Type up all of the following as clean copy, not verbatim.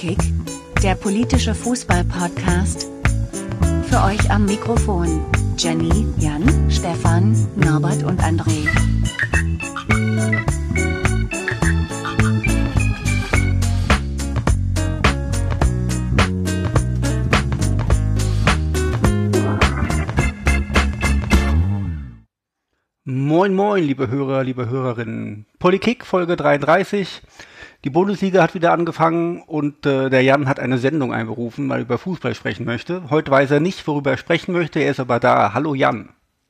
Polikick, der politische Fußball-Podcast. Für euch am Mikrofon Jenny, Jan, Stefan, Norbert und André. Moin moin, liebe Hörer, liebe Hörerinnen. Polikick, Folge 33. Die Bundesliga hat wieder angefangen und der Jan hat eine Sendung einberufen, weil er über Fußball sprechen möchte. Heute weiß er nicht, worüber er sprechen möchte, er ist aber da. Hallo Jan.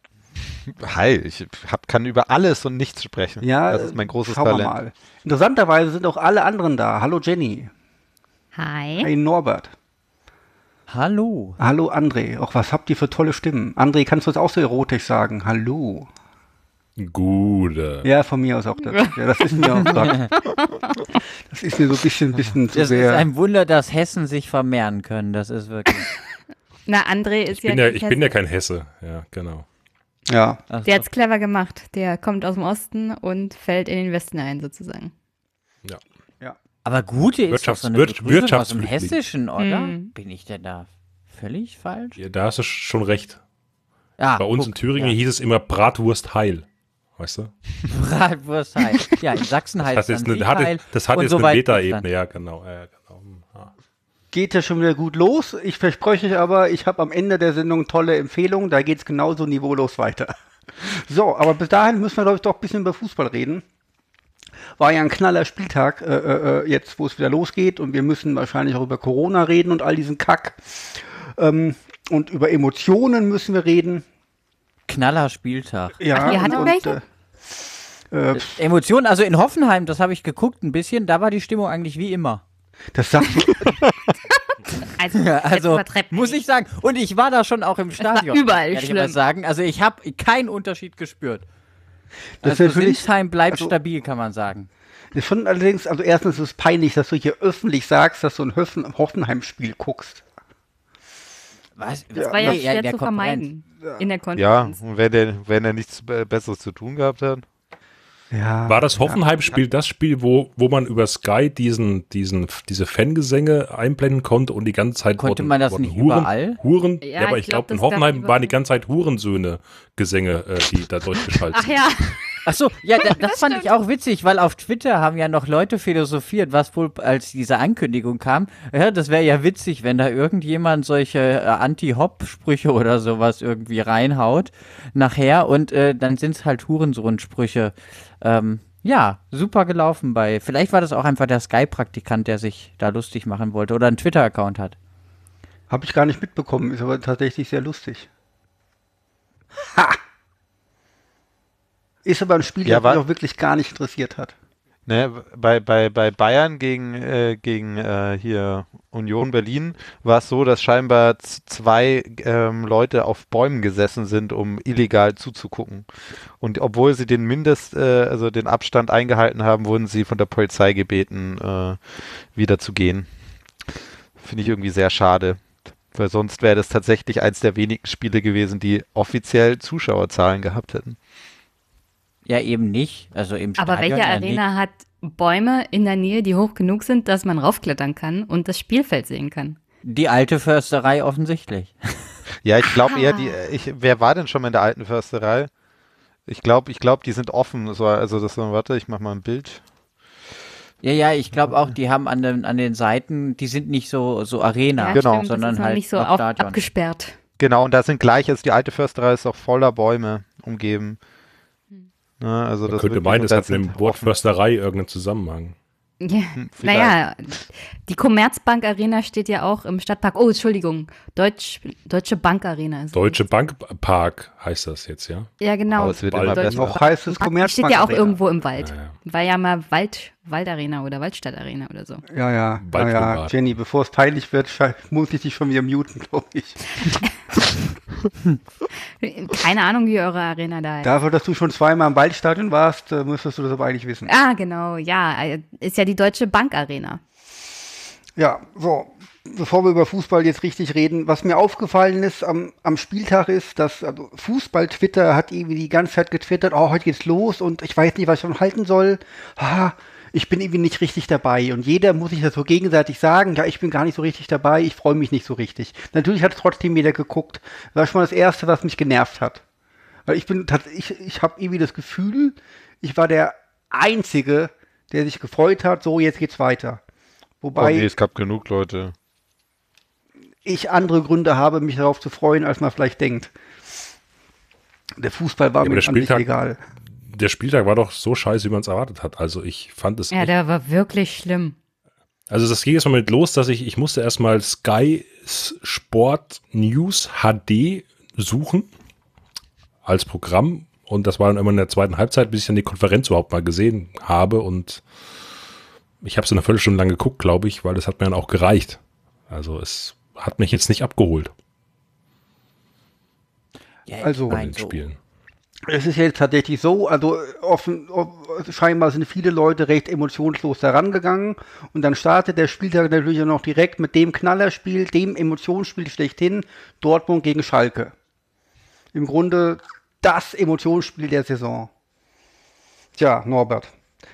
Hi, ich kann über alles und nichts sprechen. Ja, das ist mein großes schauen Talent. wir mal. Interessanterweise sind auch alle anderen da. Hallo Jenny. Hi. Hi Norbert. Hallo. Hallo André. Och, was habt ihr für tolle Stimmen. André, kannst du es auch so erotisch sagen? Hallo. Gute. Ja, von mir aus auch das. Ja, das ist mir auch grad. Das ist mir so ein bisschen zu Es sehr. ist ein Wunder, dass Hessen sich vermehren können. Das ist wirklich. Na, André ist Ich bin ja kein Hesse. Ja, genau. Ja. Der hat's clever gemacht. Der kommt aus dem Osten und fällt in den Westen ein, sozusagen. Ja. Aber Gute ist doch so eine Begrüßung aus dem Wirtschaftsflüchtling. Hessischen, oder? Mhm. Bin ich denn da völlig falsch? Ja, da hast du schon recht. Ja, Bei uns in Thüringen hieß es immer Bratwurst heil. Weißt du? Bratwurst heil. Ja, in Sachsen heißt es dann heil. Das hat und jetzt so eine weit Meta-Ebene. dann. Ja, genau. Ja. Geht ja schon wieder gut los. Ich verspreche euch aber, ich habe am Ende der Sendung tolle Empfehlungen. Da geht es genauso niveaulos weiter. So, aber bis dahin müssen wir, glaube ich, doch ein bisschen über Fußball reden. War ja ein knaller Spieltag, jetzt, wo es wieder losgeht. Und wir müssen wahrscheinlich auch über Corona reden und all diesen Kack. Und über Emotionen müssen wir reden. Knaller Spieltag. Ja, Ach, ihr hattet welche? Emotionen, also in Hoffenheim, das habe ich geguckt ein bisschen, da war die Stimmung eigentlich wie immer. das sagt Also, Ja, jetzt also übertreibt muss ich sagen, und ich war da schon auch im Stadion. überall ehrlich schlimm. mal sagen. Also ich habe keinen Unterschied gespürt. Das Also ist natürlich- Sinsheim bleibt also- stabil, kann man sagen. ist schon allerdings, also erstens ist es peinlich, dass du hier öffentlich sagst, dass du ein Hoffenheim-Spiel guckst. Was? Das war ja Nee, schwer in der zu Konferenz. vermeiden. In der Ja, Konferenz. und wenn er nichts Besseres zu tun gehabt hat. Ja. War das Hoffenheim-Spiel das Spiel, wo man über Sky diese Fangesänge einblenden konnte und die ganze Zeit Konnte man das nicht überall? Huren, Ja, ja, aber ich ich glaube, glaub, in das gab Hoffenheim überall. waren die ganze Zeit Hurensöhne-Gesänge, die da durchgeschaltet Ach sind. ja, Achso, ja, das fand ich auch witzig, weil auf Twitter haben ja noch Leute philosophiert, was wohl, als diese Ankündigung kam, ja, das wäre ja witzig, wenn da irgendjemand solche Anti-Hop-Sprüche oder sowas irgendwie reinhaut nachher und dann sind es halt Hurensohn-Sprüche. Ja, super gelaufen vielleicht war das auch einfach der Sky-Praktikant, der sich da lustig machen wollte oder einen Twitter-Account hat. Habe ich gar nicht mitbekommen, ist aber tatsächlich sehr lustig. Ha! Ist aber ein Spiel, Ja, das mich war- auch wirklich gar nicht interessiert hat. Ne, bei Bayern gegen hier Union Berlin war es so, dass scheinbar zwei Leute auf Bäumen gesessen sind, um illegal zuzugucken. Und obwohl sie den also den Abstand eingehalten haben, wurden sie von der Polizei gebeten, wieder zu gehen. Finde ich irgendwie sehr schade. Weil sonst wäre das tatsächlich eins der wenigen Spiele gewesen, die offiziell Zuschauerzahlen gehabt hätten. Ja, eben nicht. Also im aber Stadion welche ja Arena hat Bäume in der Nähe, die hoch genug sind, dass man raufklettern kann und das Spielfeld sehen kann? nicht. Die alte Försterei offensichtlich. Ja, ich glaube eher, wer war denn schon mal in der alten Försterei? Ich glaube, die sind offen. Warte, ich mach mal ein Bild. Ja, ich glaube auch, die haben an den Seiten, die sind nicht so Arena, Ja, Genau. stimmt, sondern das ist noch halt nicht so noch Stadion. abgesperrt. Genau, und da sind gleich, also die alte Försterei ist auch voller Bäume umgeben. Ne, also Man das könnte wirklich- meinen, und es da hat mit sind dem Wort offen- Försterei irgendeinen Zusammenhang. Ja. vielleicht. Naja, die Commerzbank Arena steht ja auch im Stadtpark. Oh, Entschuldigung, Deutsche Bank Arena. Ist Deutsche Bankpark heißt das jetzt, ja? Ja, genau. Aber es wird Bald. immer Deutsche besser. Noch heißt es Die steht Commerzbank. ja auch Arena. irgendwo im Wald. Ja, ja. War ja mal Waldarena oder Waldstadt Arena oder so. Ja, Waldprivat. Jenny, bevor es peinlich wird, muss ich dich schon wieder muten, glaube ich. Keine Ahnung, wie eure Arena da heißt. Dafür, dass du schon zweimal im Waldstadion warst, müsstest du das aber eigentlich wissen. Ah, genau, ja. Ist ja die Deutsche Bank Arena. Ja, so, bevor wir über Fußball jetzt richtig reden, was mir aufgefallen ist am Spieltag ist, dass also Fußball-Twitter hat irgendwie die ganze Zeit getwittert, oh, heute geht's los und ich weiß nicht, was ich davon halten soll. ich bin irgendwie nicht richtig dabei. Und jeder muss sich das so gegenseitig sagen, ja, ich bin gar nicht so richtig dabei, ich freue mich nicht so richtig. Natürlich hat trotzdem jeder geguckt. Das war schon mal das Erste, was mich genervt hat. Weil ich habe irgendwie das Gefühl, ich war der Einzige, der sich gefreut hat, so, jetzt geht's weiter. Wobei es gab genug Leute. ich andere Gründe habe, mich darauf zu freuen, als man vielleicht denkt. Der Fußball war mir an sich egal. Der Spieltag war doch so scheiße, wie man es erwartet hat. Also ich fand es Ja, der war wirklich schlimm. Also das ging jetzt mal mit los, dass ich musste erstmal Sky Sport News HD suchen als Programm. Und das war dann immer in der zweiten Halbzeit, bis ich dann die Konferenz überhaupt mal gesehen habe. Und ich habe es eine Viertelstunde lang geguckt, glaube ich, weil das hat mir dann auch gereicht. Also es hat mich jetzt nicht abgeholt Ja, Also, von den Spielen. es ist jetzt tatsächlich so, also scheinbar sind viele Leute recht emotionslos daran gegangen und dann startet der Spieltag natürlich auch noch direkt mit dem Knallerspiel, dem Emotionsspiel schlechthin, Dortmund gegen Schalke. Im Grunde das Emotionsspiel der Saison. Tja, Norbert.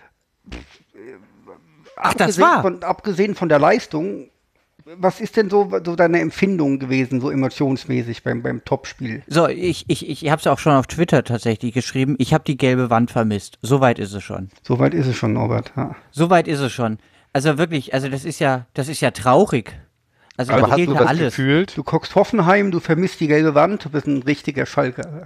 Ach, das war? Abgesehen von der Leistung, was ist denn so deine Empfindung gewesen, so emotionsmäßig beim Topspiel? So, ich habe es auch schon auf Twitter tatsächlich geschrieben. Ich habe die gelbe Wand vermisst. Soweit ist es schon. Soweit ist es schon, Norbert. Ja. Soweit ist es schon. Also wirklich, also das ist ja traurig. Also Aber da hast fehlt du ja das alles. gefühlt? Du guckst Hoffenheim, du vermisst die gelbe Wand, du bist ein richtiger Schalker.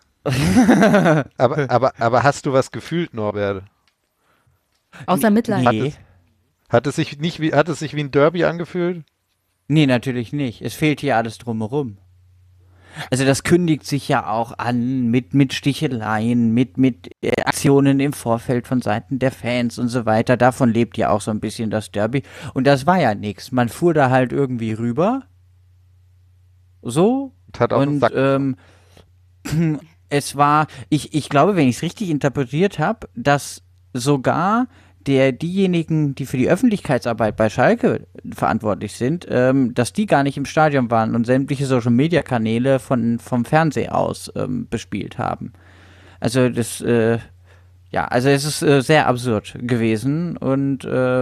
Aber hast du was gefühlt, Norbert? Außer Mitleid. Nee. Hat es sich wie ein Derby angefühlt? Nee, natürlich nicht. Es fehlt hier alles drumherum. Also das kündigt sich ja auch an mit Sticheleien, mit Aktionen im Vorfeld von Seiten der Fans und so weiter. Davon lebt ja auch so ein bisschen das Derby. Und das war ja nichts. Man fuhr da halt irgendwie rüber. So. Hat auch einen Sack. Es war, ich glaube, wenn ich es richtig interpretiert habe, dass sogar diejenigen, die für die Öffentlichkeitsarbeit bei Schalke verantwortlich sind, dass die gar nicht im Stadion waren und sämtliche Social-Media-Kanäle vom Fernseh aus bespielt haben. Also das, also es ist sehr absurd gewesen und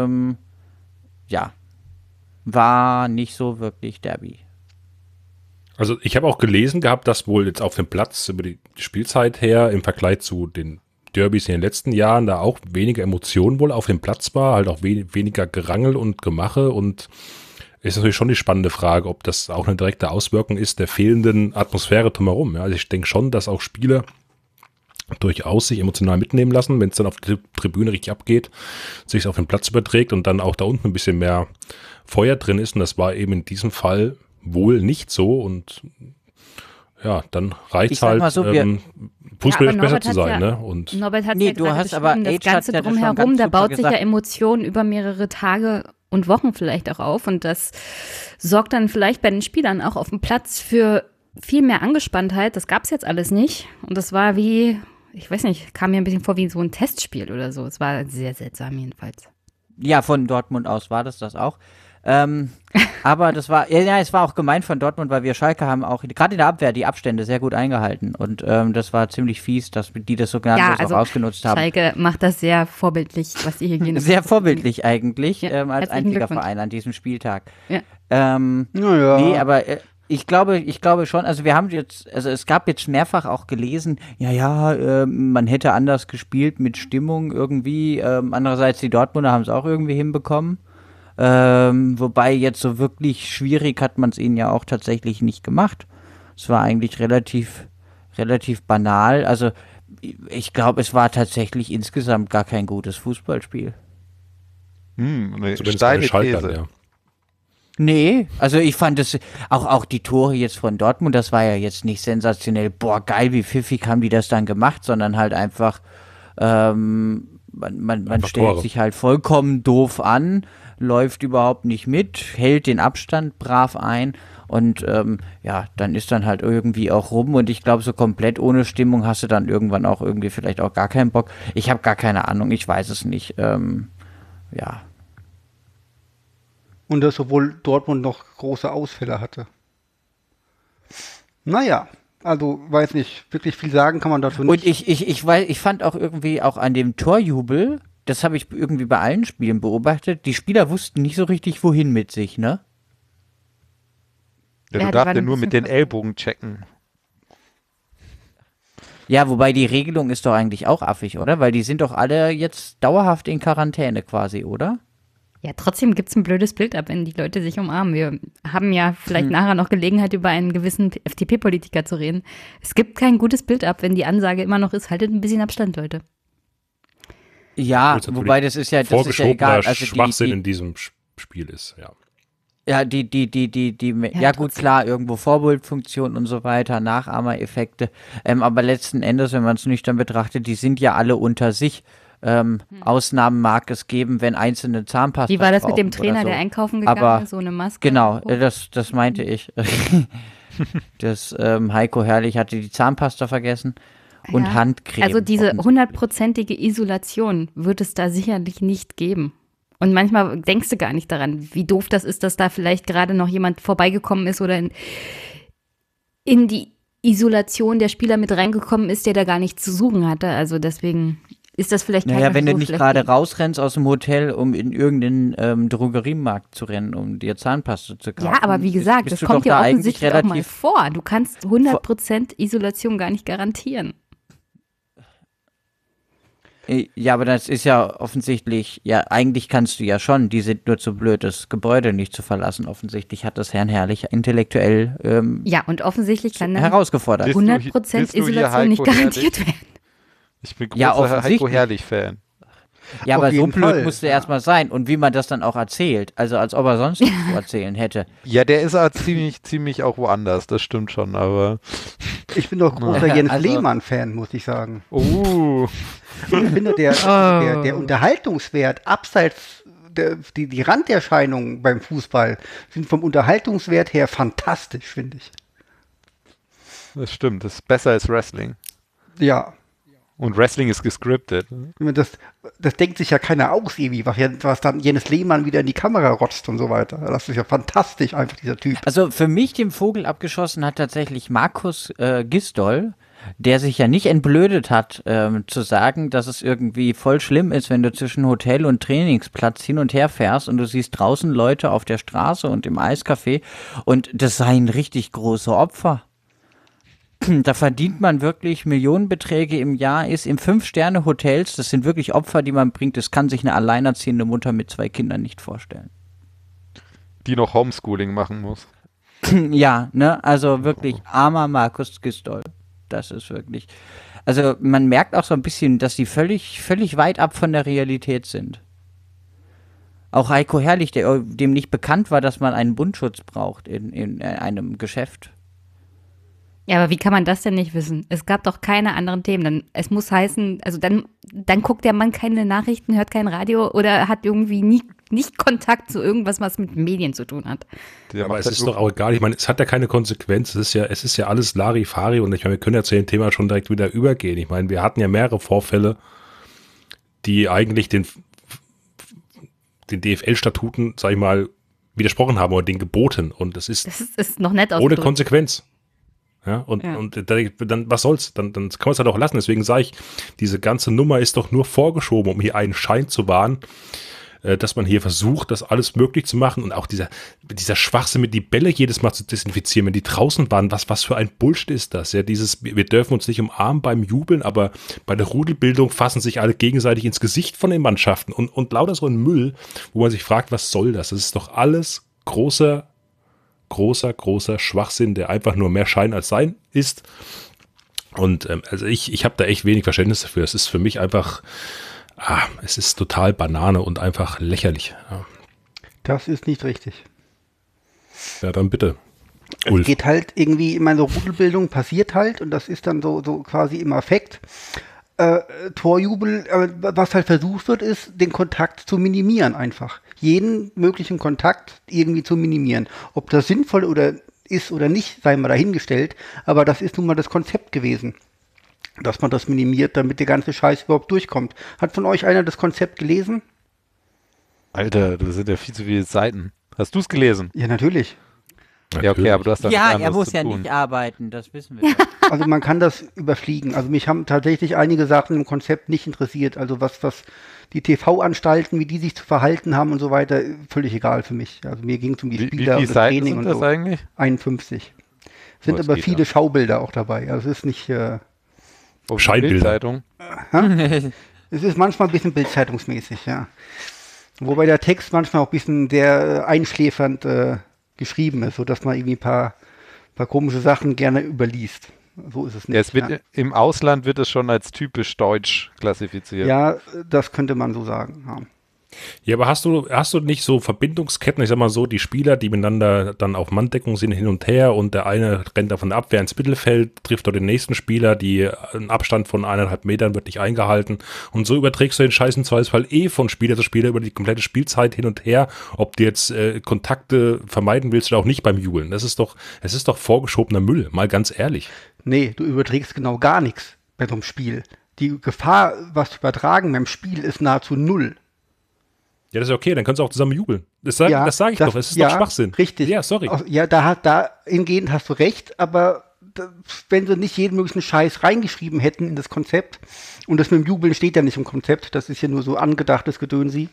war nicht so wirklich Derby. Also ich habe auch gelesen gehabt, dass wohl jetzt auf dem Platz über die Spielzeit her im Vergleich zu den Derbys in den letzten Jahren da auch weniger Emotionen wohl auf dem Platz war, halt auch weniger Gerangel und Gemache und ist natürlich schon die spannende Frage, ob das auch eine direkte Auswirkung ist der fehlenden Atmosphäre drumherum. Ja, also ich denke schon, dass auch Spieler durchaus sich emotional mitnehmen lassen, wenn es dann auf der Tribüne richtig abgeht, sich es auf den Platz überträgt und dann auch da unten ein bisschen mehr Feuer drin ist und das war eben in diesem Fall wohl nicht so und ja, dann reicht es halt, so, fußballisch besser zu sein. Ne? Und Norbert hat Nee, ja du gerade hast aber beschrieben, das Age Ganze hat ja das schon drumherum, ganz da super baut sich ja gesagt. Emotionen über mehrere Tage und Wochen vielleicht auch auf und das sorgt dann vielleicht bei den Spielern auch auf dem Platz für viel mehr Angespanntheit. Das gab es jetzt alles nicht und das war wie, ich weiß nicht, kam mir ein bisschen vor wie so ein Testspiel oder so. Es war sehr seltsam jedenfalls. Ja, von Dortmund aus war das auch. Aber das war, es war auch gemein von Dortmund, weil wir Schalke haben auch, gerade in der Abwehr, die Abstände sehr gut eingehalten. Und das war ziemlich fies, dass die das so gnadenlos auch ausgenutzt haben. Schalke macht das sehr vorbildlich, was die Hygiene Sehr vorbildlich eigentlich, Ja, als herzlichen einziger Glückwunsch. Verein an diesem Spieltag. Ja. Naja. Nee, aber ich glaube schon, also es gab jetzt mehrfach auch gelesen, man hätte anders gespielt mit Stimmung irgendwie. Andererseits, die Dortmunder haben es auch irgendwie hinbekommen. Wobei jetzt so wirklich schwierig hat man es ihnen ja auch tatsächlich nicht gemacht. Es war eigentlich relativ banal. Also ich glaube, es war tatsächlich insgesamt gar kein gutes Fußballspiel. zumindest Steile bei Schalkern, These. ja. Nee, also ich fand es, auch die Tore jetzt von Dortmund, das war ja jetzt nicht sensationell, boah, geil, wie pfiffig haben die das dann gemacht, sondern halt einfach, man stellt Tore. sich halt vollkommen doof an, läuft überhaupt nicht mit, hält den Abstand brav ein und dann ist dann halt irgendwie auch rum und ich glaube, so komplett ohne Stimmung hast du dann irgendwann auch irgendwie vielleicht auch gar keinen Bock. Ich habe gar keine Ahnung, ich weiß es nicht, Und das, obwohl Dortmund noch große Ausfälle hatte. Naja, also weiß nicht, wirklich viel sagen kann man dazu nicht. Und ich fand auch irgendwie auch an dem Torjubel, das habe ich irgendwie bei allen Spielen beobachtet, die Spieler wussten nicht so richtig, wohin mit sich, ne? Ja, Ja, du die darfst waren ja ein nur bisschen mit den ver- Ellbogen checken. Ja, wobei die Regelung ist doch eigentlich auch affig, oder? Weil die sind doch alle jetzt dauerhaft in Quarantäne quasi, oder? Ja, trotzdem gibt es ein blödes Bild ab, wenn die Leute sich umarmen. Wir haben ja vielleicht nachher noch Gelegenheit, über einen gewissen FDP-Politiker zu reden. Es gibt kein gutes Bild ab, wenn die Ansage immer noch ist, haltet ein bisschen Abstand, Leute. Ja, Das ist wobei das ist ja vorgeschobener egal. Also Schwachsinn in diesem Spiel ist, ja. ja, ja gut, trotzdem. klar, irgendwo Vorbildfunktion und so weiter, Nachahmereffekte. Aber letzten Endes, wenn man es nüchtern betrachtet, die sind ja alle unter sich. Ausnahmen mag es geben, wenn einzelne Zahnpasta Wie war das mit dem brauchen oder Trainer, so. der einkaufen gegangen Aber ist, so eine Maske? Genau, das meinte ich. Das Heiko Herrlich hatte die Zahnpasta vergessen und Ja. Handcreme. Also diese offensichtlich. 100%ige Isolation wird es da sicherlich nicht geben. Und manchmal denkst du gar nicht daran, wie doof das ist, dass da vielleicht gerade noch jemand vorbeigekommen ist oder in die Isolation der Spieler mit reingekommen ist, der da gar nichts zu suchen hatte. Also deswegen ist das vielleicht Naja, wenn so du nicht schlecht gerade gegen- rausrennst aus dem Hotel, um in irgendeinen Drogeriemarkt zu rennen, um dir Zahnpasta zu kaufen. Ja, aber wie gesagt, bist das du kommt doch ja da eigentlich offensichtlich auch mal relativ vor. Du kannst 100% Isolation gar nicht garantieren. Ja, aber das ist ja offensichtlich, ja, eigentlich kannst du ja schon, die sind nur zu blöd, das Gebäude nicht zu verlassen. Offensichtlich hat das Herrn Herrlich intellektuell Ja, und offensichtlich kann dann herausgefordert. Bist du hier- 100% bist du hier Isolation nicht Heiko garantiert werden. Ich bin Ja, großer Heiko offensichtlich. Herrlich-Fan. Ja, Auf aber so jeden blöd Fall, musste ja. erstmal sein. Und wie man das dann auch erzählt, also als ob er sonst nichts zu erzählen hätte. Ja, der ist aber ziemlich auch woanders, das stimmt schon, aber. Ich bin doch großer Ja, Jens also- Lehmann-Fan, muss ich sagen. Oh. Und ich finde, der Unterhaltungswert abseits die Randerscheinungen beim Fußball sind vom Unterhaltungswert her fantastisch, finde ich. Das stimmt, das ist besser als Wrestling. Ja, Und Wrestling ist gescriptet. ich meine, das denkt sich ja keiner aus, irgendwie, was dann Jens Lehmann wieder in die Kamera rotzt und so weiter. Das ist ja fantastisch, einfach dieser Typ. Also für mich den Vogel abgeschossen hat tatsächlich Markus Gisdol, der sich ja nicht entblödet hat, zu sagen, dass es irgendwie voll schlimm ist, wenn du zwischen Hotel und Trainingsplatz hin und her fährst und du siehst draußen Leute auf der Straße und im Eiscafé und das seien richtig große Opfer. Da verdient man wirklich Millionenbeträge im Jahr, ist in 5-Sterne-Hotels, das sind wirklich Opfer, die man bringt, das kann sich eine alleinerziehende Mutter mit 2 Kindern nicht vorstellen. Die noch Homeschooling machen muss. Ja, ne, also wirklich armer Markus Gisdol. Das ist wirklich, also man merkt auch so ein bisschen, dass die völlig weit ab von der Realität sind. Auch Heiko Herrlich, dem nicht bekannt war, dass man einen Mundschutz braucht in einem Geschäft. Ja, aber wie kann man das denn nicht wissen? Es gab doch keine anderen Themen. Es muss heißen, also dann guckt der Mann keine Nachrichten, hört kein Radio oder hat irgendwie nicht Kontakt zu irgendwas, was mit Medien zu tun hat. Der Aber macht es halt ist nur- doch auch egal. Ich meine, es hat ja keine Konsequenz. Es ist ja alles Larifari und ich meine, wir können ja zu dem Thema schon direkt wieder übergehen. Ich meine, wir hatten ja mehrere Vorfälle, die eigentlich den DFL-Statuten, sag ich mal, widersprochen haben oder den Geboten. Und das ist Das ist noch nett ohne ausgedrückt. Konsequenz. Ja, und dann, was soll's? Dann kann man es halt auch lassen. Deswegen sage ich, diese ganze Nummer ist doch nur vorgeschoben, um hier einen Schein zu wahren, dass man hier versucht, das alles möglich zu machen. Und auch dieser Schwachsinn mit die Bälle jedes Mal zu desinfizieren, wenn die draußen waren, was für ein Bullshit ist das? Ja, wir dürfen uns nicht umarmen beim Jubeln, aber bei der Rudelbildung fassen sich alle gegenseitig ins Gesicht von den Mannschaften und lauter so ein Müll, wo man sich fragt, was soll das? Das ist doch alles großer Schwachsinn, der einfach nur mehr Schein als Sein ist. Und also ich habe da echt wenig Verständnis dafür. Es ist für mich einfach, es ist total Banane und einfach lächerlich. Ja, Das ist nicht richtig. ja dann bitte. Es Ulf. geht halt irgendwie, ich meine, so Rudelbildung passiert halt und das ist dann so quasi im Affekt. Torjubel, was halt versucht wird, ist, den Kontakt zu minimieren einfach. Jeden möglichen Kontakt irgendwie zu minimieren. Ob das sinnvoll ist oder nicht, sei mal dahingestellt, aber das ist nun mal das Konzept gewesen, dass man das minimiert, damit der ganze Scheiß überhaupt durchkommt. Hat von euch einer das Konzept gelesen? Alter, das sind ja viel zu viele Seiten. Hast du es gelesen? Ja, natürlich. Ja, okay, aber du hast dann Ja, anderes er muss zu ja tun. nicht arbeiten, das wissen wir. Ja. Also man kann das überfliegen. Also mich haben tatsächlich einige Sachen im Konzept nicht interessiert. Also was die TV-Anstalten, wie die sich zu verhalten haben und so weiter, völlig egal für mich. Also mir ging es um die Wie Spieler viele und das Seiten Training sind und das so. eigentlich? 51. Sind das aber geht viele ja. Schaubilder auch dabei. Also es ist nicht, Oh, Scheinbilder. Bildzeitung. es ist manchmal ein bisschen bildzeitungsmäßig, ja. Wobei der Text manchmal auch ein bisschen sehr einschläfernd geschrieben ist, sodass man irgendwie ein paar komische Sachen gerne überliest. So ist es nicht. Ja, es wird, im Ausland wird es schon als typisch deutsch klassifiziert. Ja, das könnte man so sagen. Ja. Ja, aber hast du nicht so Verbindungsketten, ich sag mal so, die Spieler, die miteinander dann auf Manndeckung sind, hin und her und der eine rennt da von der Abwehr ins Mittelfeld, trifft dort den nächsten Spieler, ein Abstand von 1,5 Metern wird nicht eingehalten und so überträgst du den Scheiß im Zweifelsfall von Spieler zu Spieler über die komplette Spielzeit hin und her, ob du jetzt Kontakte vermeiden willst oder auch nicht beim Jubeln. Es ist doch vorgeschobener Müll, mal ganz ehrlich. Nee, du überträgst genau gar nichts bei so einem Spiel. Die Gefahr, was zu übertragen beim Spiel, ist nahezu null. Ja, das ist okay, dann können sie auch zusammen jubeln. Das sage ich doch, es ist doch Schwachsinn. Richtig. Ja, sorry. Ja, dahingehend hast du recht, aber wenn sie nicht jeden möglichen Scheiß reingeschrieben hätten in das Konzept, und das mit dem Jubeln steht ja nicht im Konzept, das ist ja nur so angedachtes Gedönsi,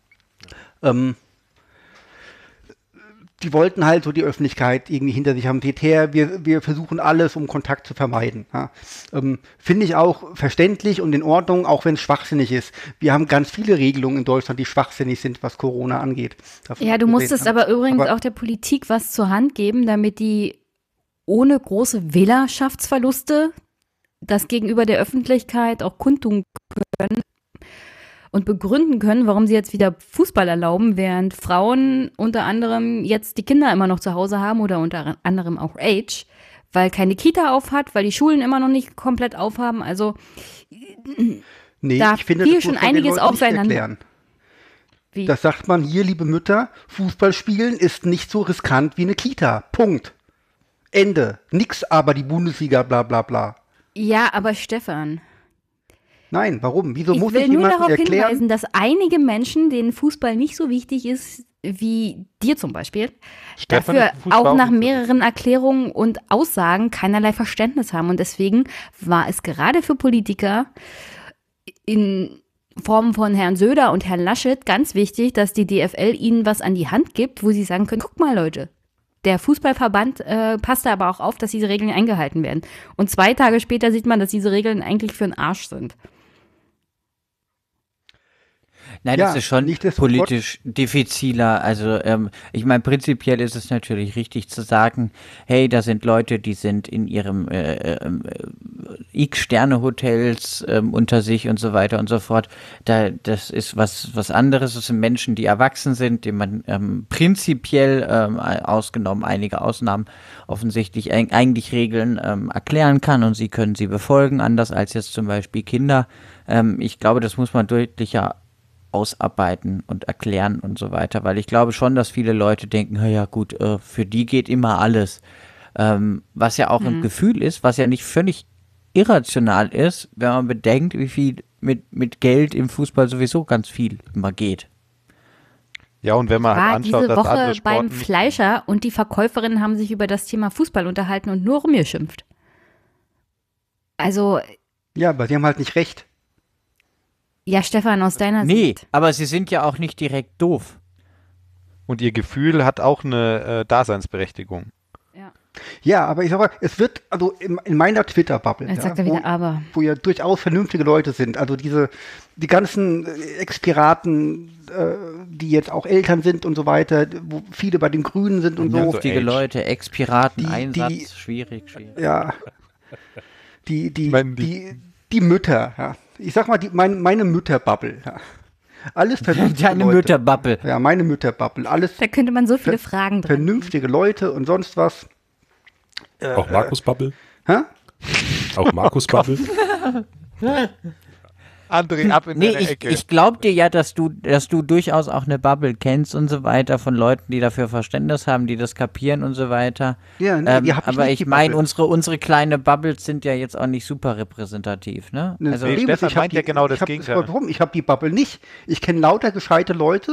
die wollten halt so die Öffentlichkeit irgendwie hinter sich haben. Seht her, wir versuchen alles, um Kontakt zu vermeiden. Ja. Finde ich auch verständlich und in Ordnung, auch wenn es schwachsinnig ist. Wir haben ganz viele Regelungen in Deutschland, die schwachsinnig sind, was Corona angeht. Ja, du musstest aber übrigens auch der Politik was zur Hand geben, damit die ohne große Wählerschaftsverluste das gegenüber der Öffentlichkeit auch kundtun können und begründen können, warum sie jetzt wieder Fußball erlauben, während Frauen unter anderem jetzt die Kinder immer noch zu Hause haben oder unter anderem auch Age, weil keine Kita auf hat, weil die Schulen immer noch nicht komplett aufhaben. Also nee, da ich finde, fiel das schon muss man den einiges Leuten nicht aufeinander. erklären. Wie? Das sagt man hier, liebe Mütter, Fußball spielen ist nicht so riskant wie eine Kita. Punkt. Ende. Nix aber die Bundesliga, bla bla bla. Ja, aber Stefan, Nein, warum? Wieso ich muss will ich nur jemandem darauf erklären? hinweisen, dass einige Menschen, denen Fußball nicht so wichtig ist, wie dir zum Beispiel, Stefan dafür ist Fußball auch nach nicht so mehreren Erklärungen und Aussagen keinerlei Verständnis haben. Und deswegen war es gerade für Politiker in Form von Herrn Söder und Herrn Laschet ganz wichtig, dass die DFL ihnen was an die Hand gibt, wo sie sagen können, guck mal Leute, der Fußballverband passt da aber auch auf, dass diese Regeln eingehalten werden. Und 2 Tage später sieht man, dass diese Regeln eigentlich für den Arsch sind. Nein, Ja, das ist schon nichtsdestotrotz- politisch diffiziler. Also ich meine, prinzipiell ist es natürlich richtig zu sagen, hey, da sind Leute, die sind in ihrem X-Sterne-Hotels unter sich und so weiter und so fort. Das ist was anderes. Das sind Menschen, die erwachsen sind, die man prinzipiell, ausgenommen einige Ausnahmen, offensichtlich eigentlich Regeln erklären kann und sie können sie befolgen, anders als jetzt zum Beispiel Kinder. Ich glaube, das muss man deutlicher ausarbeiten und erklären und so weiter, weil ich glaube schon, dass viele Leute denken, ja gut, für die geht immer alles. Was ja auch ein Gefühl ist, was ja nicht völlig irrational ist, wenn man bedenkt, wie viel mit Geld im Fußball sowieso ganz viel immer geht. Ja, und wenn man halt War anschaut, diese dass andere Woche beim Sporten nicht- Fleischer und die Verkäuferinnen haben sich über das Thema Fußball unterhalten und nur rumgeschimpft. Also, Ja, aber sie haben halt nicht recht. ja, Stefan, aus deiner Nee, Sicht. aber sie sind ja auch nicht direkt doof. Und ihr Gefühl hat auch eine Daseinsberechtigung. Ja, aber ich sag mal, es wird, also in meiner Twitter-Bubble, Jetzt sagt er wieder aber. wo ja durchaus vernünftige Leute sind, also die ganzen Ex-Piraten, die jetzt auch Eltern sind und so weiter, wo viele bei den Grünen sind und so. Vernünftige Leute, Ex-Piraten, Die- Einsatz, schwierig. Ja. Die meine, Mütter, ja. Ich sag mal, meine Mütter-Bubble, ja. Alles vernünftige Deine Leute. Mütterbubble. Ja, meine Mütter-Bubble. Alles Da könnte man so viele Fragen dran. vernünftige Leute und sonst was. Auch Markus Bubble? Hä? Auch Markus Bubble? André, ab in Nee, deine Ecke. ich glaube dir ja, dass du durchaus auch eine Bubble kennst und so weiter von Leuten, die dafür Verständnis haben, die das kapieren und so weiter. Ja, nee, die hab ich aber nicht, ich die meine, Bubble. unsere kleine Bubbles sind ja jetzt auch nicht super repräsentativ, ne? Ne, Also, Nee, Problem ist, Stefan ich hab meint ja genau das ich hab- Gegenteil. Warum? Ich habe die Bubble nicht. Ich kenne lauter gescheite Leute,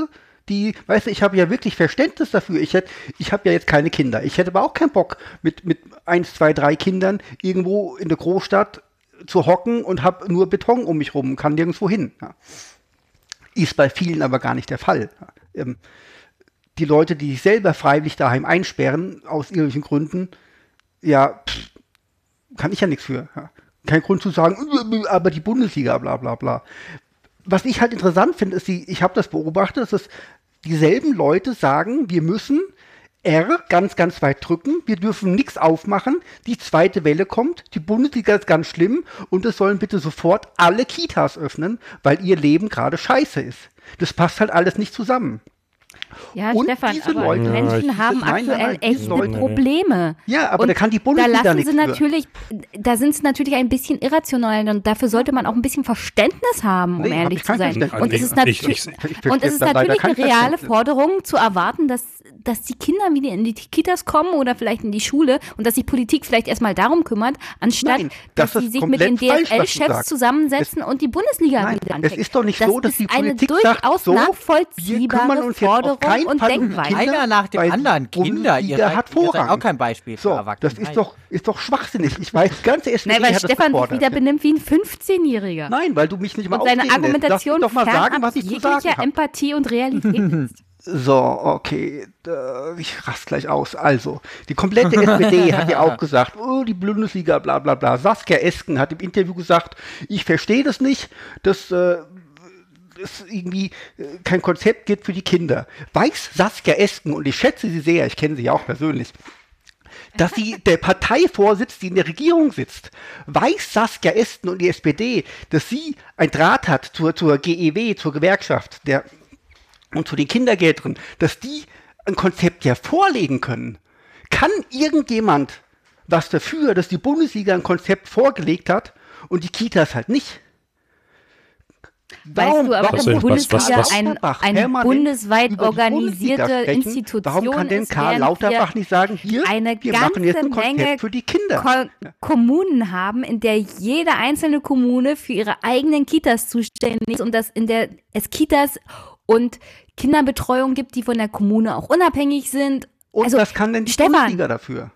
weißt du, ich habe ja wirklich Verständnis dafür. Ich habe ja jetzt keine Kinder. Ich hätte aber auch keinen Bock, mit 1, 2, 3 Kindern irgendwo in der Großstadt zu hocken und habe nur Beton um mich rum, kann nirgendwo hin. Ja. Ist bei vielen aber gar nicht der Fall. Ja. Die Leute, die sich selber freiwillig daheim einsperren, aus irgendwelchen Gründen, ja, kann ich ja nichts für. Ja. Kein Grund zu sagen, aber die Bundesliga, bla bla bla. Was ich halt interessant finde, ist, ich habe das beobachtet, dass dieselben Leute sagen, wir müssen R ganz, ganz weit drücken, wir dürfen nichts aufmachen, die zweite Welle kommt, die Bundesliga ist ganz schlimm und es sollen bitte sofort alle Kitas öffnen, weil ihr Leben gerade scheiße ist. Das passt halt alles nicht zusammen. Ja, Und Stefan, diese aber Leute- Menschen haben Nein, aktuell diese echte Leute- Probleme. Ja, aber Und da kann die da Bundesliga lassen nichts sie für. natürlich, da sind sie natürlich ein bisschen irrational und dafür sollte man auch ein bisschen Verständnis haben, um Nee, hab ehrlich ich zu kein sein. Verständnis. Und es ist Ich- natürlich, ich- und es ist da leider natürlich kein eine reale Verständnis. Forderung zu erwarten, dass die Kinder wieder in die Kitas kommen oder vielleicht in die Schule und dass sich Politik vielleicht erstmal darum kümmert, anstatt Nein, dass das sie ist sich mit den komplett falsch, was du DFL-Chefs sagst. zusammensetzen und die Bundesliga Nein, wieder es anfängt. ist doch nicht das so, dass ist die eine Politik sagt, durchaus so, wir kümmern nachvollziehbare uns jetzt auf Forderung keinen und Fall um Denkweise. Kinder, Einer nach dem weil anderen. die Kinder, Bundesliga hat Vorrang. auch kein Beispiel für So, Erwachsene. das ist doch schwachsinnig. Ich weiß, ganz SPD Nein, weil hat das Stefan sich gefordert. wieder benimmt wie ein 15-Jähriger. Nein, weil du mich nicht mal Und seine ausreden lässt. Argumentation Lass mich doch mal sagen, fernab was ich zu jeglicher sagen habe. Empathie und Realität ist. So, okay, ich raste gleich aus. Also, die komplette SPD hat ja auch gesagt, oh, die Bundesliga, bla bla bla. Saskia Esken hat im Interview gesagt, ich verstehe das nicht, dass es irgendwie kein Konzept gibt für die Kinder. Weiß Saskia Esken, und ich schätze sie sehr, ich kenne sie ja auch persönlich, dass sie der Parteivorsitz, die in der Regierung sitzt, weiß Saskia Esken und die SPD, dass sie ein Draht hat zur GEW, zur Gewerkschaft, und zu den Kindergärtnern, dass die ein Konzept ja vorlegen können. Kann irgendjemand was dafür, dass die Bundesliga ein Konzept vorgelegt hat und die Kitas halt nicht? Weißt du, aber Was die denn? Bundesliga Was- eine permanent bundesweit über die organisierte Bundesliga sprechen? Institution Warum kann denn ist, Karl während Lauterbach wir nicht sagen, hier, eine wir machen jetzt ein ganze Konzept Menge für die Kinder? Kommunen haben, in der jede einzelne Kommune für ihre eigenen Kitas zuständig ist und dass es Kitas und Kinderbetreuung gibt, die von der Kommune auch unabhängig sind. Und Also, was kann denn die Stefan, Bundesliga dafür?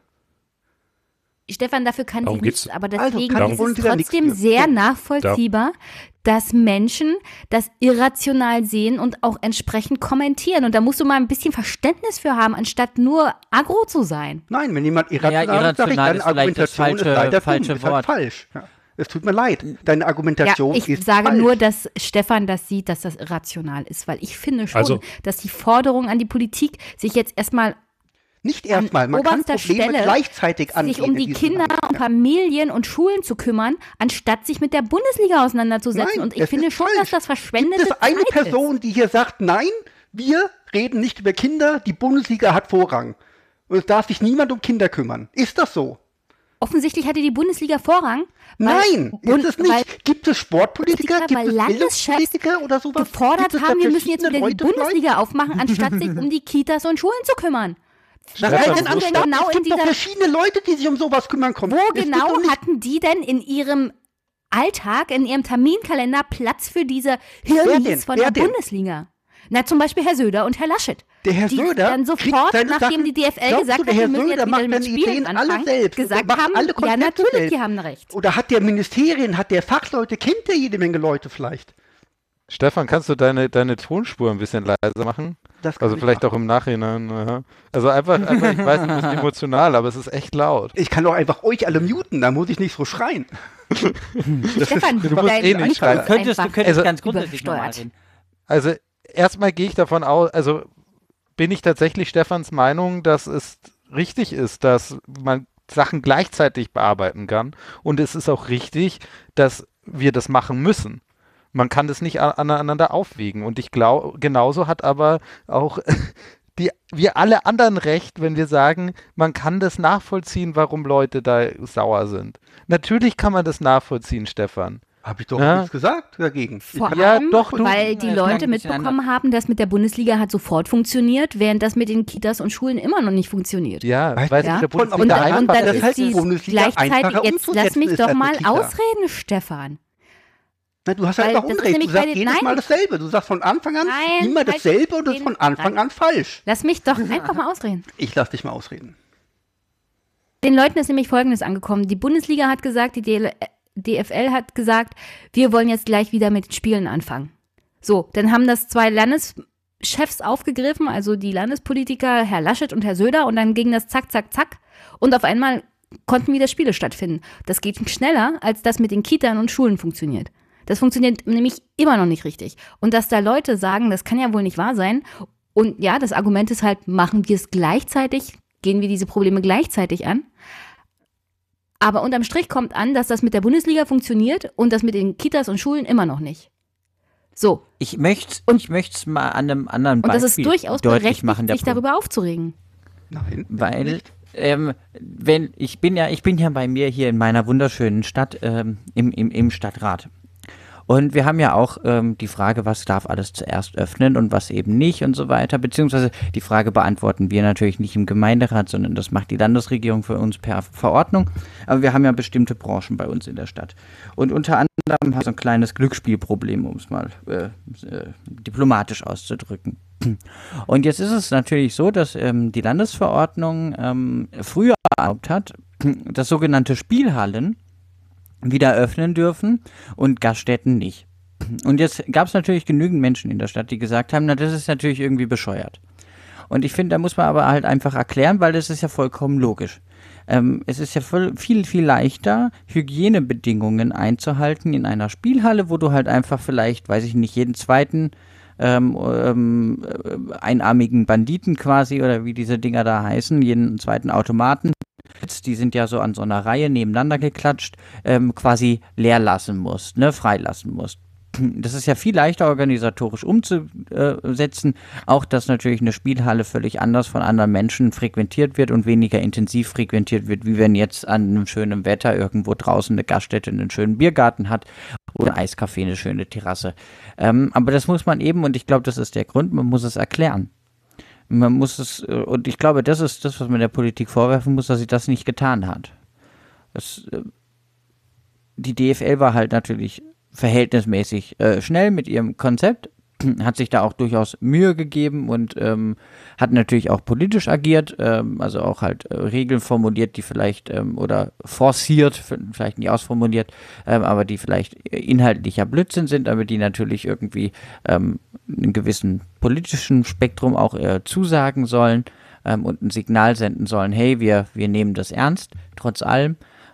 Stefan, dafür kann Darum sie nichts, geht's. aber Also deswegen kann die ist es Bundesliga nichts trotzdem für. sehr So. nachvollziehbar, dass Menschen das irrational sehen und auch entsprechend kommentieren. Und da musst du mal ein bisschen Verständnis für haben, anstatt nur aggro zu sein. Nein, wenn jemand irrational ist, sag ich, irrational deine ist vielleicht das Argumentation ist leider falsche dumm, ist halt Wort. falsch. Ja. Es tut mir leid, deine Ja, Argumentation ich ist sage falsch. nur, dass Stefan das sieht, dass das irrational ist, weil ich finde schon, Also- dass die Forderung an die Politik sich jetzt erstmal Nicht erstmal, man kann oberster Probleme Stelle gleichzeitig angehen. sich um die in diesem Kinder Land. und Familien und Schulen zu kümmern, anstatt sich mit der Bundesliga auseinanderzusetzen. Nein, und ich es finde ist schon, falsch. dass das verschwendete Gibt es eine Zeit Person, die hier sagt, nein, wir reden nicht über Kinder, die Bundesliga hat Vorrang. Und es darf sich niemand um Kinder kümmern. Ist das so? Offensichtlich hatte die Bundesliga Vorrang. Nein, ist es weil nicht. Gibt es Sportpolitiker, gibt weil es Landeschefs Bildungspolitiker oder sowas? gefordert Gibt es da haben, wir müssen jetzt verschiedene wieder die Leute Bundesliga aufmachen, anstatt sich um die Kitas und Schulen zu kümmern. vielleicht? Wo Nein, hast du denn anstatt, genau es in gibt doch dieser- verschiedene Leute, die sich um sowas kümmern können. Wo Es gibt genau doch nicht- hatten die denn in ihrem Alltag, in ihrem Terminkalender Platz für diese Wer denn? Hirnis von Wer der denn? Bundesliga? Na, zum Beispiel Herr Söder und Herr Laschet. Der Herr die Söder dann kriegt sofort, seine nachdem Sachen- die DFL Glaubst gesagt du, hat, der wir Herr müssen Söder jetzt macht wieder mit seine Spielen Ideen alle anfangen, selbst und gesagt macht haben, alle ja Konzepte natürlich, selbst. die haben recht. Oder hat der Ministerien, hat der Fachleute, kennt der jede Menge Leute vielleicht? Stefan, kannst du deine Tonspur ein bisschen leiser machen? Das kann Also ich vielleicht machen. auch im Nachhinein. Aha. Also einfach, ich weiß, du bist emotional, aber es ist echt laut. Ich kann doch einfach euch alle muten, da muss ich nicht so schreien. Stefan, du musst dein eh nicht Mikro schreien. ist Du könntest Also- ganz grundsätzlich nochmal übersteuert. reden. Also erstmal gehe ich davon aus, also bin ich tatsächlich Stefans Meinung, dass es richtig ist, dass man Sachen gleichzeitig bearbeiten kann. Und es ist auch richtig, dass wir das machen müssen. Man kann das nicht aneinander aufwiegen. Und ich glaube, genauso hat aber auch wir alle anderen recht, wenn wir sagen, man kann das nachvollziehen, warum Leute da sauer sind. Natürlich kann man das nachvollziehen, Stefan. Habe ich doch Ja. nichts gesagt dagegen. Vor Ja, allem, doch, du- weil die Ja, das Leute klang ein bisschen mitbekommen haben, dass mit der Bundesliga hat sofort funktioniert, während das mit den Kitas und Schulen immer noch nicht funktioniert. Ja, Weißt weil du, es ja? der Von- Bundesliga und einfach dann das ist. heißt, ist die die Bundesliga gleichzeitig, einfacher jetzt lass umzusetzen mich ist doch als mal eine Kita. ausreden, Stefan. Na, du hast Weil einfach das ist Unrecht. Du nämlich sagst bei den- jedes Nein. Mal dasselbe. Du sagst von Anfang an Nein, immer halt dasselbe und das ist den von Anfang Rand. an falsch. Lass mich doch einfach mal ausreden. Ich lass dich mal ausreden. Den Leuten ist nämlich Folgendes angekommen. Die Bundesliga hat gesagt, die DFL hat gesagt, wir wollen jetzt gleich wieder mit Spielen anfangen. So, dann haben das 2 Landeschefs aufgegriffen, also die Landespolitiker, Herr Laschet und Herr Söder, und dann ging das zack, zack, zack. Und auf einmal konnten wieder Spiele stattfinden. Das geht schneller, als das mit den Kitas und Schulen funktioniert. Das funktioniert nämlich immer noch nicht richtig. Und dass da Leute sagen, das kann ja wohl nicht wahr sein. Und ja, das Argument ist halt, machen wir es gleichzeitig, gehen wir diese Probleme gleichzeitig an. Aber unterm Strich kommt an, dass das mit der Bundesliga funktioniert und das mit den Kitas und Schulen immer noch nicht. So. Ich möchte es mal an einem anderen Und Beispiel das ist durchaus deutlich berechtigt, machen. sich darüber aufzuregen. Nein. Weil, wenn ich bin ja bei mir hier in meiner wunderschönen Stadt im Stadtrat. Und wir haben ja auch die Frage, was darf alles zuerst öffnen und was eben nicht und so weiter. Beziehungsweise die Frage beantworten wir natürlich nicht im Gemeinderat, sondern das macht die Landesregierung für uns per Verordnung. Aber wir haben ja bestimmte Branchen bei uns in der Stadt. Und unter anderem haben wir so ein kleines Glücksspielproblem, um es mal diplomatisch auszudrücken. Und jetzt ist es natürlich so, dass die Landesverordnung früher erlaubt hat, dass sogenannte Spielhallen wieder öffnen dürfen und Gaststätten nicht. Und jetzt gab es natürlich genügend Menschen in der Stadt, die gesagt haben, na, das ist natürlich irgendwie bescheuert. Und ich finde, da muss man aber halt einfach erklären, weil das ist ja vollkommen logisch. Es ist ja viel, viel leichter, Hygienebedingungen einzuhalten in einer Spielhalle, wo du halt einfach vielleicht, weiß ich nicht, jeden zweiten einarmigen Banditen quasi oder wie diese Dinger da heißen, jeden zweiten Automaten, die sind ja so an so einer Reihe nebeneinander geklatscht, quasi leer lassen musst, ne, freilassen musst. Das ist ja viel leichter organisatorisch umzusetzen, auch dass natürlich eine Spielhalle völlig anders von anderen Menschen frequentiert wird und weniger intensiv frequentiert wird, wie wenn jetzt an einem schönen Wetter irgendwo draußen eine Gaststätte einen schönen Biergarten hat oder ein Eiscafé eine schöne Terrasse. Aber das muss man eben, und ich glaube, das ist der Grund, man muss es erklären. Man muss es, und ich glaube, das ist das, was man der Politik vorwerfen muss, dass sie das nicht getan hat. Die DFL war halt natürlich verhältnismäßig schnell mit ihrem Konzept, hat sich da auch durchaus Mühe gegeben und hat natürlich auch politisch agiert, also auch halt Regeln formuliert, die vielleicht oder forciert, vielleicht nicht ausformuliert, aber die vielleicht inhaltlicher Blödsinn sind, aber die natürlich irgendwie einem gewissen politischen Spektrum auch zusagen sollen und ein Signal senden sollen, hey, wir nehmen das ernst, trotz allem.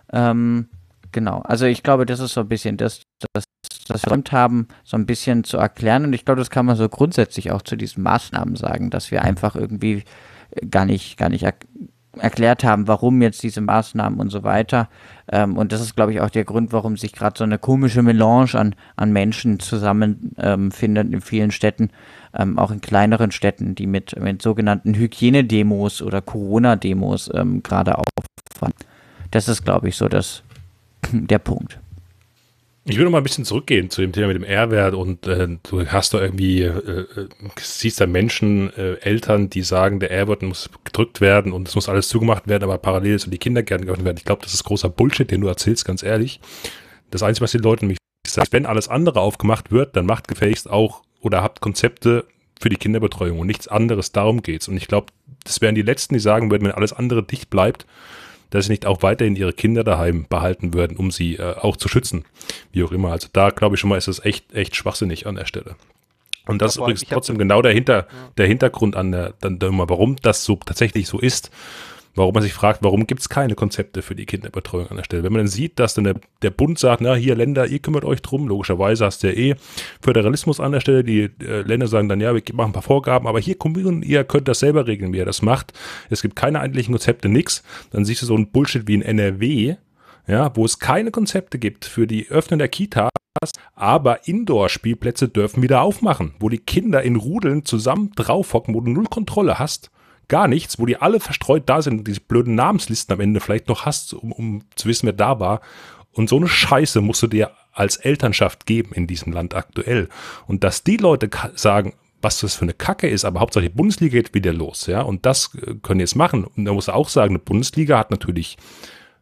Genau, also ich glaube, das ist so ein bisschen das wir versäumt haben, so ein bisschen zu erklären, und ich glaube, das kann man so grundsätzlich auch zu diesen Maßnahmen sagen, dass wir einfach irgendwie gar nicht erklärt haben, warum jetzt diese Maßnahmen und so weiter, und das ist, glaube ich, auch der Grund, warum sich gerade so eine komische Melange an Menschen zusammenfindet in vielen Städten, auch in kleineren Städten, die mit sogenannten Hygienedemos oder Corona-Demos gerade auffahren. Das ist, glaube ich, so der Punkt. Ich würde noch mal ein bisschen zurückgehen zu dem Thema mit dem R-Wert und du hast da irgendwie, siehst da Menschen, Eltern, die sagen, der R-Wert muss gedrückt werden und es muss alles zugemacht werden, aber parallel sollen die Kindergärten geöffnet werden. Ich glaube, das ist großer Bullshit, den du erzählst, ganz ehrlich. Das Einzige, was die Leute nämlich sagen, wenn alles andere aufgemacht wird, dann macht gefälligst auch oder habt Konzepte für die Kinderbetreuung und nichts anderes, darum geht's. Und ich glaube, das wären die Letzten, die sagen würden, wenn alles andere dicht bleibt, dass sie nicht auch weiterhin ihre Kinder daheim behalten würden, um sie auch zu schützen, wie auch immer. Also da glaube ich schon mal, ist es echt schwachsinnig an der Stelle. Und das ist übrigens trotzdem genau der Hintergrund warum das so tatsächlich so ist, warum man sich fragt, warum gibt es keine Konzepte für die Kinderbetreuung an der Stelle. Wenn man dann sieht, dass dann der Bund sagt, na hier Länder, ihr kümmert euch drum, logischerweise hast du ja Föderalismus an der Stelle, die Länder sagen dann, ja, wir machen ein paar Vorgaben, aber hier Kommunen, ihr könnt das selber regeln, wie ihr das macht. Es gibt keine einheitlichen Konzepte, nix. Dann siehst du so ein Bullshit wie in NRW, ja, wo es keine Konzepte gibt für die Öffnung der Kitas, aber Indoor-Spielplätze dürfen wieder aufmachen, wo die Kinder in Rudeln zusammen draufhocken, wo du null Kontrolle hast. Gar nichts, wo die alle verstreut da sind und diese blöden Namenslisten am Ende vielleicht noch hast, um zu wissen, wer da war. Und so eine Scheiße musst du dir als Elternschaft geben in diesem Land aktuell. Und dass die Leute sagen, was das für eine Kacke ist, aber Hauptsache die Bundesliga geht wieder los, ja, und das können die jetzt machen. Und da muss er auch sagen, eine Bundesliga hat natürlich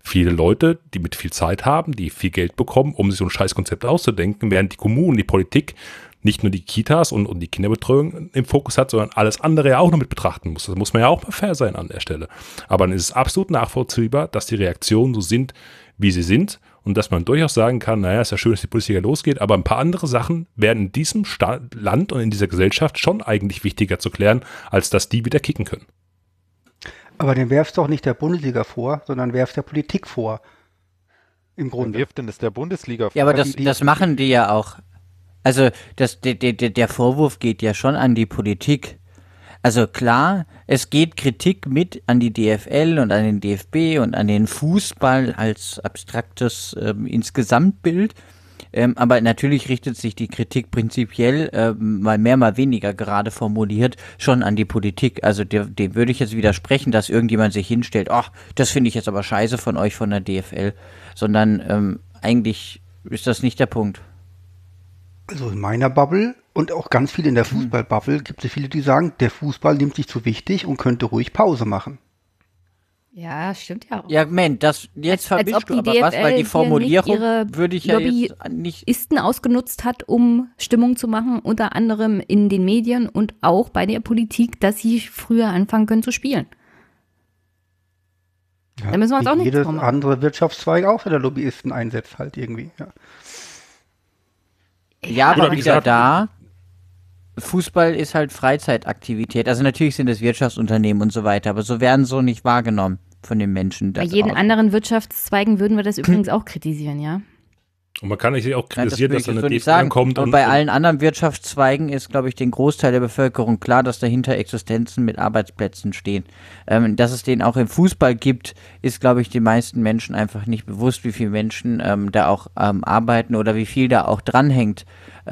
viele Leute, die mit viel Zeit haben, die viel Geld bekommen, um sich so ein Scheißkonzept auszudenken, während die Kommunen, die Politik nicht nur die Kitas und die Kinderbetreuung im Fokus hat, sondern alles andere ja auch noch mit betrachten muss. Das muss man ja auch mal fair sein an der Stelle. Aber dann ist es absolut nachvollziehbar, dass die Reaktionen so sind, wie sie sind und dass man durchaus sagen kann, naja, ist ja schön, dass die Bundesliga losgeht, aber ein paar andere Sachen werden in diesem Land und in dieser Gesellschaft schon eigentlich wichtiger zu klären, als dass die wieder kicken können. Aber den werfst doch nicht der Bundesliga vor, sondern werfst der Politik vor. Im Wer Grunde. wirft denn das der Bundesliga vor? Ja, aber das machen die ja auch. Also der Vorwurf geht ja schon an die Politik. Also klar, es geht Kritik mit an die DFL und an den DFB und an den Fußball als abstraktes Insgesamtbild. Aber natürlich richtet sich die Kritik prinzipiell, mal mehr, mal weniger gerade formuliert, schon an die Politik. Also dem würde ich jetzt widersprechen, dass irgendjemand sich hinstellt, ach, das finde ich jetzt aber scheiße von euch von der DFL. Sondern eigentlich ist das nicht der Punkt. Also in meiner Bubble und auch ganz viele in der Fußball-Bubble gibt es viele, die sagen, der Fußball nimmt sich zu wichtig und könnte ruhig Pause machen. Ja, stimmt ja auch. Ja, Moment, das jetzt als vermischst ob du die aber was, DFL weil die hier Formulierung nicht ihre würde ich ja jetzt nicht. Lobbyisten ausgenutzt hat, um Stimmung zu machen, unter anderem in den Medien und auch bei der Politik, dass sie früher anfangen können zu spielen. Ja, Da müssen wir uns auch wie nichts jedes vormachen. andere Wirtschaftszweig auch der Lobbyisten einsetzt halt irgendwie. Ja. Ja, aber Oder wie wieder gesagt, da, Fußball ist halt Freizeitaktivität. Also natürlich sind es Wirtschaftsunternehmen und so weiter, aber so werden so nicht wahrgenommen von den Menschen. Bei jeden anderen Wirtschaftszweigen würden wir das übrigens auch kritisieren, ja. Und man kann natürlich auch kritisieren, will dass ich dann jetzt so eine nicht DFL sagen. kommt Und bei allen anderen Wirtschaftszweigen ist, glaube ich, den Großteil der Bevölkerung klar, dass dahinter Existenzen mit Arbeitsplätzen stehen. Dass es den auch im Fußball gibt, ist, glaube ich, den meisten Menschen einfach nicht bewusst, wie viele Menschen da auch arbeiten oder wie viel da auch dranhängt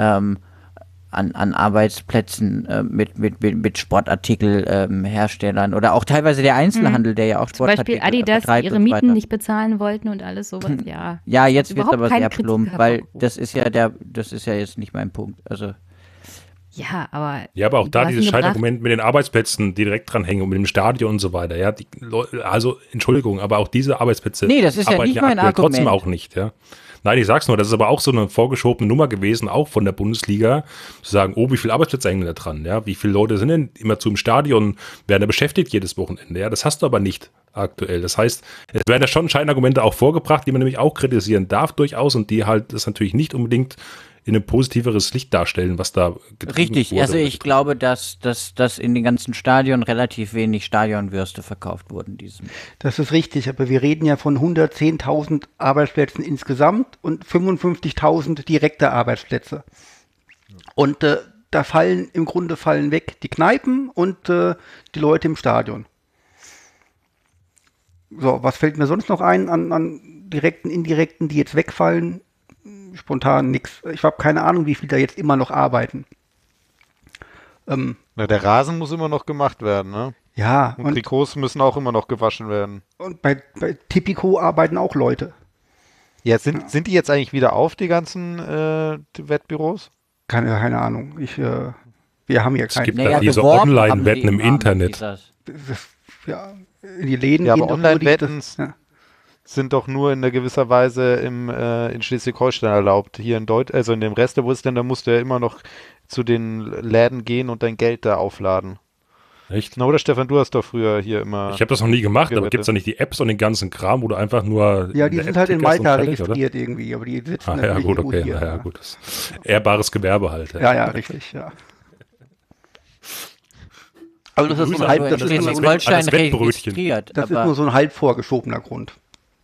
an Arbeitsplätzen mit Sportartikelherstellern oder auch teilweise der Einzelhandel, der ja auch Zum Beispiel Sportartikel Adidas, die vertreibt ihre und so Mieten weiter. nicht bezahlen wollten und alles sowas, ja. Ja, jetzt wird Überhaupt aber keine sehr Kritik plump, weil hervorgerufen. das ist ja jetzt nicht mein Punkt. Also Ja, aber. Ja, aber auch da du hast dieses ihn gebracht. Scheidargument mit den Arbeitsplätzen, die direkt dranhängen und mit dem Stadion und so weiter. Ja, also Entschuldigung, aber auch diese Arbeitsplätze Nee, das ist ja arbeiten nicht mein aktuell trotzdem Argument. auch nicht. Ja. Nein, ich sag's nur, das ist aber auch so eine vorgeschobene Nummer gewesen, auch von der Bundesliga, zu sagen, oh, wie viele Arbeitsplätze hängen da dran? Ja, wie viele Leute sind denn immer zu im Stadion, werden da beschäftigt jedes Wochenende? Ja, das hast du aber nicht aktuell. Das heißt, es werden da schon Scheinargumente auch vorgebracht, die man nämlich auch kritisieren darf durchaus und die halt das natürlich nicht unbedingt in ein positiveres Licht darstellen, was da getrieben richtig, wurde. also ich glaube, dass in den ganzen Stadien relativ wenig Stadionwürste verkauft wurden. Das ist richtig, aber wir reden ja von 110.000 Arbeitsplätzen insgesamt und 55.000 direkte Arbeitsplätze. Und da fallen weg die Kneipen und die Leute im Stadion. So, was fällt mir sonst noch ein an direkten, indirekten, die jetzt wegfallen? Spontan nix. Ich habe keine Ahnung, wie viel da jetzt immer noch arbeiten. Na, der Rasen muss immer noch gemacht werden, ne? Ja, Und Trikots müssen auch immer noch gewaschen werden. und bei Tipico arbeiten auch Leute. Ja, sind die jetzt eigentlich wieder auf, die ganzen Wettbüros? Keine Ahnung. Wir haben hier Es keine. gibt ja diese Online-Wetten im Internet. Ja, in die Läden Ja, gehen aber doch nur Online-Wetten ja. sind doch nur in einer gewisser Weise in Schleswig-Holstein erlaubt. Hier in also in dem Rest der Bundesländer musst du ja immer noch zu den Läden gehen und dein Geld da aufladen. Echt? Na, oder Stefan, du hast doch früher hier immer... Ich habe das noch nie gemacht, aber Gewette. gibt es da nicht die Apps und den ganzen Kram, wo du einfach nur. Ja, die der sind App halt in tickerst und Malta fertig, oder? registriert irgendwie, aber die sitzen Ah, ja, natürlich gut, gut okay. hier. Ja, gut. Das ehrbares Gewerbe halt. Ja, richtig, ja. Aber das ist so ein halb, das ist in nur so ein, Schleswig-Holstein alles Wettbrötchen. registriert. das ist aber nur so ein halb vorgeschobener Grund.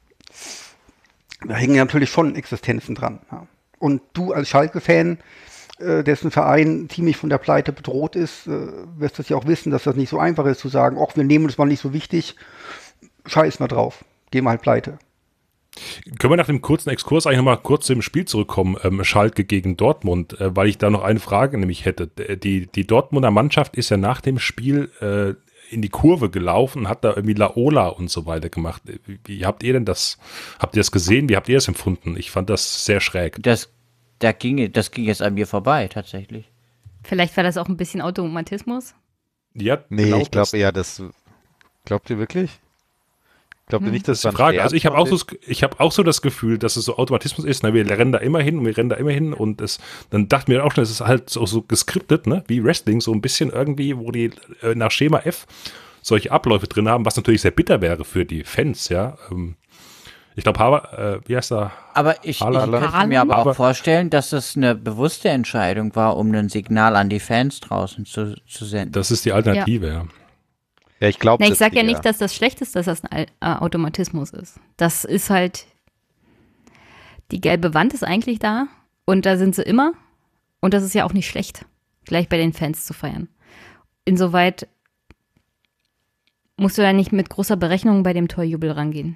Da hängen ja natürlich schon Existenzen dran. Ja. Und du als Schalke-Fan, dessen Verein ziemlich von der Pleite bedroht ist, wirst das ja auch wissen, dass das nicht so einfach ist zu sagen, ach, wir nehmen das mal nicht so wichtig, scheiß mal drauf, gehen wir halt pleite. Können wir nach dem kurzen Exkurs eigentlich nochmal kurz zum Spiel zurückkommen, Schalke gegen Dortmund, weil ich da noch eine Frage nämlich hätte. Die Dortmunder Mannschaft ist ja nach dem Spiel in die Kurve gelaufen, hat da irgendwie Laola und so weiter gemacht. Wie habt ihr denn das, habt ihr das gesehen? Wie habt ihr das empfunden? Ich fand das sehr schräg. das ging jetzt an mir vorbei, tatsächlich. Vielleicht war das auch ein bisschen Automatismus. Ja, Nee, genau ich glaube eher, das... Glaubt ihr wirklich? Glaubt ihr nicht, dass Das ist die Frage. Also ich habe auch so das Gefühl, dass es so Automatismus ist. Ne? Wir rennen da immer hin und dann dachten wir auch schon, es ist halt so geskriptet, ne? Wie Wrestling, so ein bisschen irgendwie, wo die nach Schema F solche Abläufe drin haben, was natürlich sehr bitter wäre für die Fans, ja. Ich glaube, wie heißt er? Aber ich könnte mir aber auch vorstellen, dass es eine bewusste Entscheidung war, um ein Signal an die Fans draußen zu senden. Das ist die Alternative, ja. Ja, ich glaube. Ich sage ja nicht, dass das schlecht ist, dass das ein Automatismus ist. Das ist halt, die gelbe Wand ist eigentlich da und da sind sie immer und das ist ja auch nicht schlecht, gleich bei den Fans zu feiern. Insoweit musst du ja nicht mit großer Berechnung bei dem Torjubel rangehen.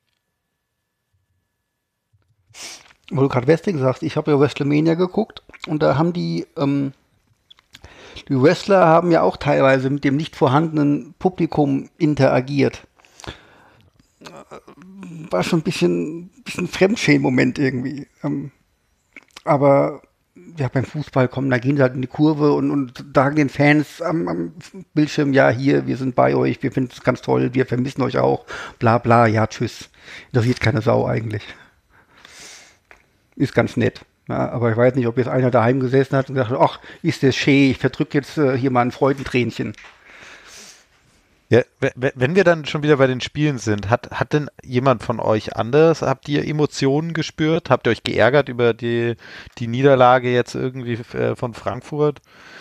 Wo du gerade Wrestling sagst, ich habe ja WrestleMania geguckt und da haben die Wrestler haben ja auch teilweise mit dem nicht vorhandenen Publikum interagiert. War schon ein bisschen Fremdschämen-Moment irgendwie. Aber ja, beim Fußball kommen, da gehen sie halt in die Kurve und sagen den Fans am Bildschirm, ja, hier, wir sind bei euch, wir finden es ganz toll, wir vermissen euch auch, bla bla, ja, tschüss. Interessiert keine Sau eigentlich. Ist ganz nett. Ja, aber ich weiß nicht, ob jetzt einer daheim gesessen hat und gesagt hat, ach, ist das schön, ich verdrücke jetzt hier mal ein Freudentränchen. Ja, wenn wir dann schon wieder bei den Spielen sind, hat denn jemand von euch anders, habt ihr Emotionen gespürt? Habt ihr euch geärgert über die Niederlage jetzt irgendwie von Frankfurt?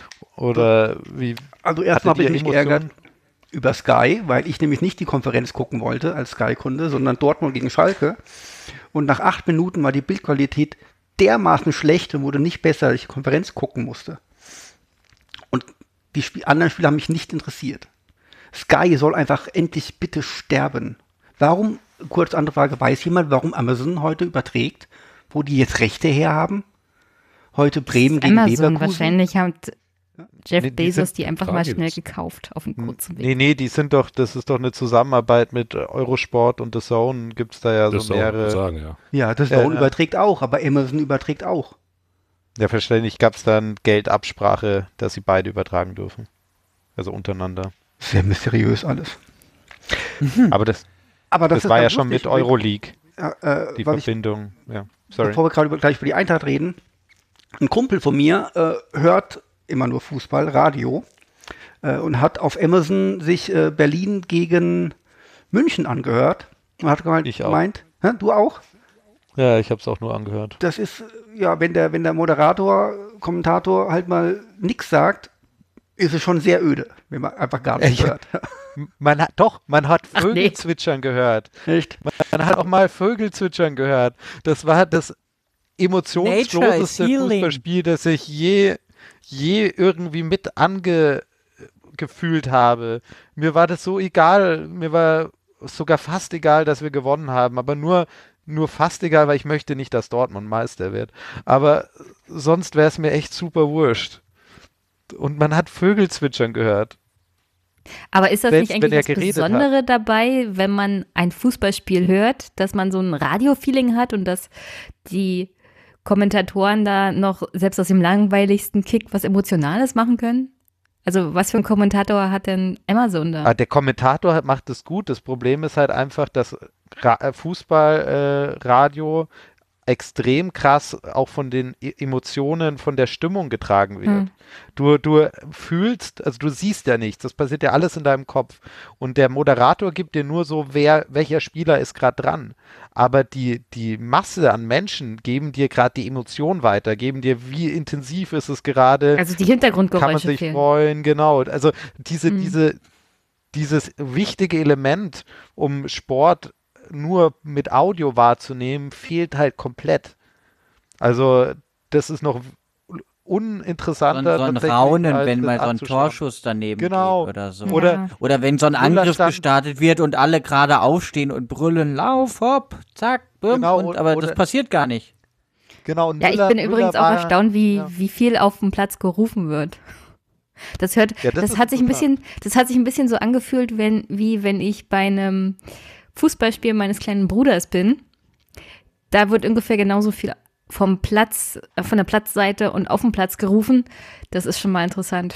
Oder wie? Also erstmal habe ich mich geärgert über Sky, weil ich nämlich nicht die Konferenz gucken wollte als Sky-Kunde, sondern Dortmund gegen Schalke. Und nach 8 Minuten war die Bildqualität dermaßen schlecht und wurde nicht besser, dass ich die Konferenz gucken musste. Und die anderen Spiele haben mich nicht interessiert. Sky soll einfach endlich bitte sterben. Warum, kurz andere Frage, weiß jemand, warum Amazon heute überträgt, wo die jetzt Rechte herhaben? Heute Bremen gegen Amazon Leverkusen? Wahrscheinlich hat Jeff Die Bezos sind die einfach mal schnell gekauft auf einen kurzen Weg. Nee, das ist doch eine Zusammenarbeit mit Eurosport und The Zone, gibt es da ja Das so mehrere. sagen, ja. Ja, das Zone überträgt auch, aber Amazon überträgt auch. Ja, verständlich gab es dann Geldabsprache, dass sie beide übertragen dürfen. Also untereinander. Sehr mysteriös alles. Aber das ist war ja ganz schon lustig, mit Euroleague, die weil ich, Verbindung. Ja, sorry. bevor wir gerade gleich über die Eintracht reden, ein Kumpel von mir hört immer nur Fußball, Radio, und hat auf Amazon sich Berlin gegen München angehört und hat gemeint, hä, du auch? Ja, ich habe es auch nur angehört. Das ist, ja, wenn der Kommentator halt mal nichts sagt, ist es schon sehr öde, wenn man einfach gar nichts hört. Man hat Vögel zwitschern gehört. Echt? Man hat auch mal Vögel zwitschern gehört. Das war das emotionsloseste Fußballspiel, das ich je irgendwie mit angefühlt habe. Mir war das so egal, mir war sogar fast egal, dass wir gewonnen haben, aber nur fast egal, weil ich möchte nicht, dass Dortmund Meister wird. Aber sonst wäre es mir echt super wurscht. Und man hat Vögel zwitschern gehört. Aber ist das Selbst nicht eigentlich wenn das Besondere dabei, wenn man ein Fußballspiel hört, dass man so ein Radio-Feeling hat und dass die Kommentatoren da noch selbst aus dem langweiligsten Kick was Emotionales machen können? Also was für ein Kommentator hat denn Amazon da? Der Kommentator macht es gut. Das Problem ist halt einfach, dass Fußballradio extrem krass auch von den Emotionen, von der Stimmung getragen wird. Du fühlst, also du siehst ja nichts, das passiert ja alles in deinem Kopf. Und der Moderator gibt dir nur so, welcher Spieler ist gerade dran. Aber die Masse an Menschen geben dir gerade die Emotion weiter, geben dir, wie intensiv ist es gerade. Also die Hintergrundgeräusche kann man sich fehlen. freuen, genau. Also dieses wichtige Element, um Sport nur mit Audio wahrzunehmen, fehlt halt komplett. Also das ist noch uninteressanter. So ein Raunen, wenn mal so ein Torschuss daneben geht oder so. Oder wenn so ein Angriff gestartet wird und alle gerade aufstehen und brüllen, lauf, hopp, zack, bum, genau, aber das passiert gar nicht. Genau. Ja, ich bin übrigens auch erstaunt, wie viel auf dem Platz gerufen wird. Das hat sich ein bisschen so angefühlt, wie wenn ich bei einem Fußballspiel meines kleinen Bruders bin. Da wird ungefähr genauso viel vom Platz, von der Platzseite und auf dem Platz gerufen. Das ist schon mal interessant.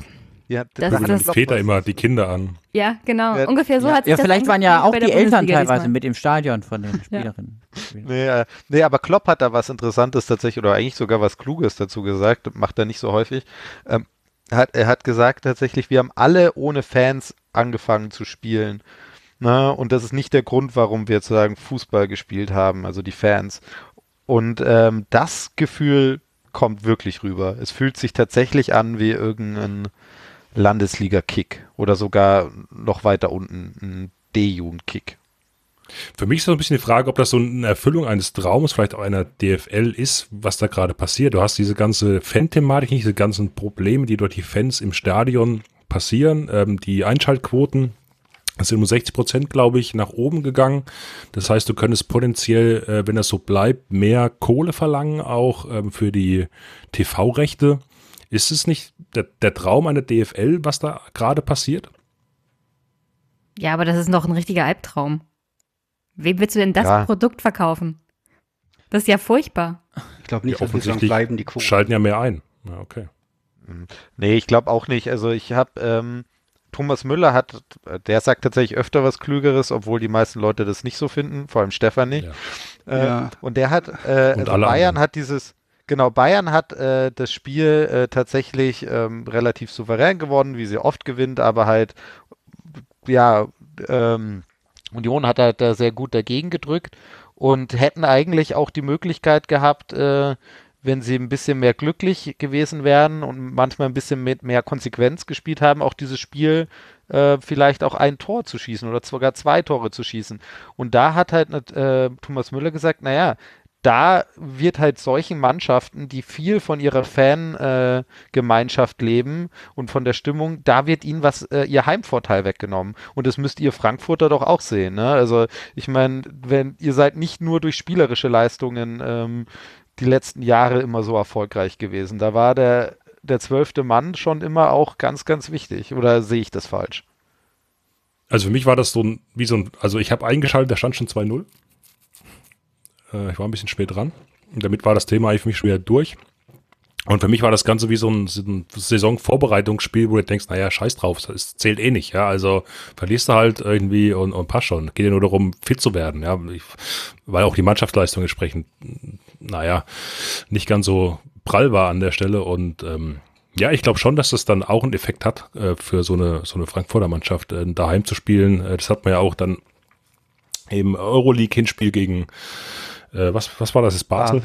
Ja, Das Gucken ist die Väter immer die Kinder an. Ja, genau. Ja, Ungefähr so hat sich Ja, das vielleicht waren ja auch bei die der Eltern Bundesliga teilweise diesmal. mit im Stadion von den Spielerinnen. Nee, aber Klopp hat da was Interessantes tatsächlich oder eigentlich sogar was Kluges dazu gesagt, macht er nicht so häufig. Er hat gesagt tatsächlich, wir haben alle ohne Fans angefangen zu spielen. Ne? Und das ist nicht der Grund, warum wir jetzt sagen Fußball gespielt haben, also die Fans. Und das Gefühl kommt wirklich rüber. Es fühlt sich tatsächlich an wie irgendein Landesliga-Kick oder sogar noch weiter unten ein D-Jugend-Kick. Für mich ist so ein bisschen die Frage, ob das so eine Erfüllung eines Traumes, vielleicht auch einer DFL ist, was da gerade passiert. Du hast diese ganze Fan-Thematik, diese ganzen Probleme, die durch die Fans im Stadion passieren. Die Einschaltquoten sind um 60%, glaube ich, nach oben gegangen. Das heißt, du könntest potenziell, wenn das so bleibt, mehr Kohle verlangen, auch für die TV-Rechte. Ist es nicht der Traum einer DFL, was da gerade passiert? Ja, aber das ist noch ein richtiger Albtraum. Wem willst du denn das Produkt verkaufen? Das ist ja furchtbar. Ich glaube nicht, Ja, dass wir sagen, offensichtlich bleiben die Quoten. schalten ja mehr ein. Ja, okay. Nee, ich glaube auch nicht. Also ich habe Thomas Müller der sagt tatsächlich öfter was Klügeres, obwohl die meisten Leute das nicht so finden, vor allem Stefan nicht. Ja. Und der hat, also alle Bayern anderen. hat Bayern hat das Spiel tatsächlich relativ souverän gewonnen, wie sie oft gewinnt, aber halt, Union hat halt da sehr gut dagegen gedrückt und hätten eigentlich auch die Möglichkeit gehabt, wenn sie ein bisschen mehr glücklich gewesen wären und manchmal ein bisschen mit mehr Konsequenz gespielt haben, auch dieses Spiel vielleicht auch ein Tor zu schießen oder sogar 2 Tore zu schießen. Und da hat halt Thomas Müller gesagt, naja, da wird halt solchen Mannschaften, die viel von ihrer Fangemeinschaft leben und von der Stimmung, da wird ihnen ihr Heimvorteil weggenommen. Und das müsst ihr Frankfurter doch auch sehen. Ne? Also ich meine, ihr seid nicht nur durch spielerische Leistungen die letzten Jahre immer so erfolgreich gewesen. Da war der 12. Mann schon immer auch ganz, ganz wichtig. Oder sehe ich das falsch? Also für mich war das also ich habe eingeschaltet, da stand schon 2-0. Ich war ein bisschen spät dran. Und damit war das Thema eigentlich für mich schon wieder durch. Und für mich war das Ganze wie so ein Saisonvorbereitungsspiel, wo du denkst, naja, scheiß drauf, das zählt eh nicht. Ja, also verlierst du halt irgendwie und passt schon. Geht ja nur darum, fit zu werden. Ja, weil auch die Mannschaftsleistung entsprechend, naja, nicht ganz so prall war an der Stelle. Und ja, ich glaube schon, dass das dann auch einen Effekt hat, für so eine Frankfurter Mannschaft daheim zu spielen. Das hat man ja auch dann im Euroleague-Hinspiel gegen was war das? Ist Basel?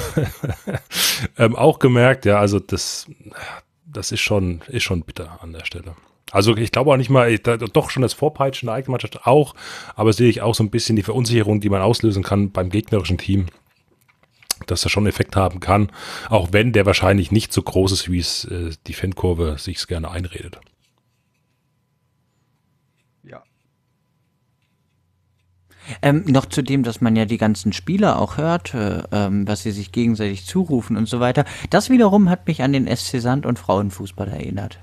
Auch gemerkt, ja, also das ist schon bitter an der Stelle. Also ich glaube auch nicht mal, doch schon das Vorpeitschen der eigenen Mannschaft auch, aber sehe ich auch so ein bisschen die Verunsicherung, die man auslösen kann beim gegnerischen Team, dass das schon einen Effekt haben kann, auch wenn der wahrscheinlich nicht so groß ist, wie es die Fankurve sich gerne einredet. Ja. Noch zu dem, dass man ja die ganzen Spieler auch hört, was sie sich gegenseitig zurufen und so weiter. Das wiederum hat mich an den SC Sand und Frauenfußball erinnert.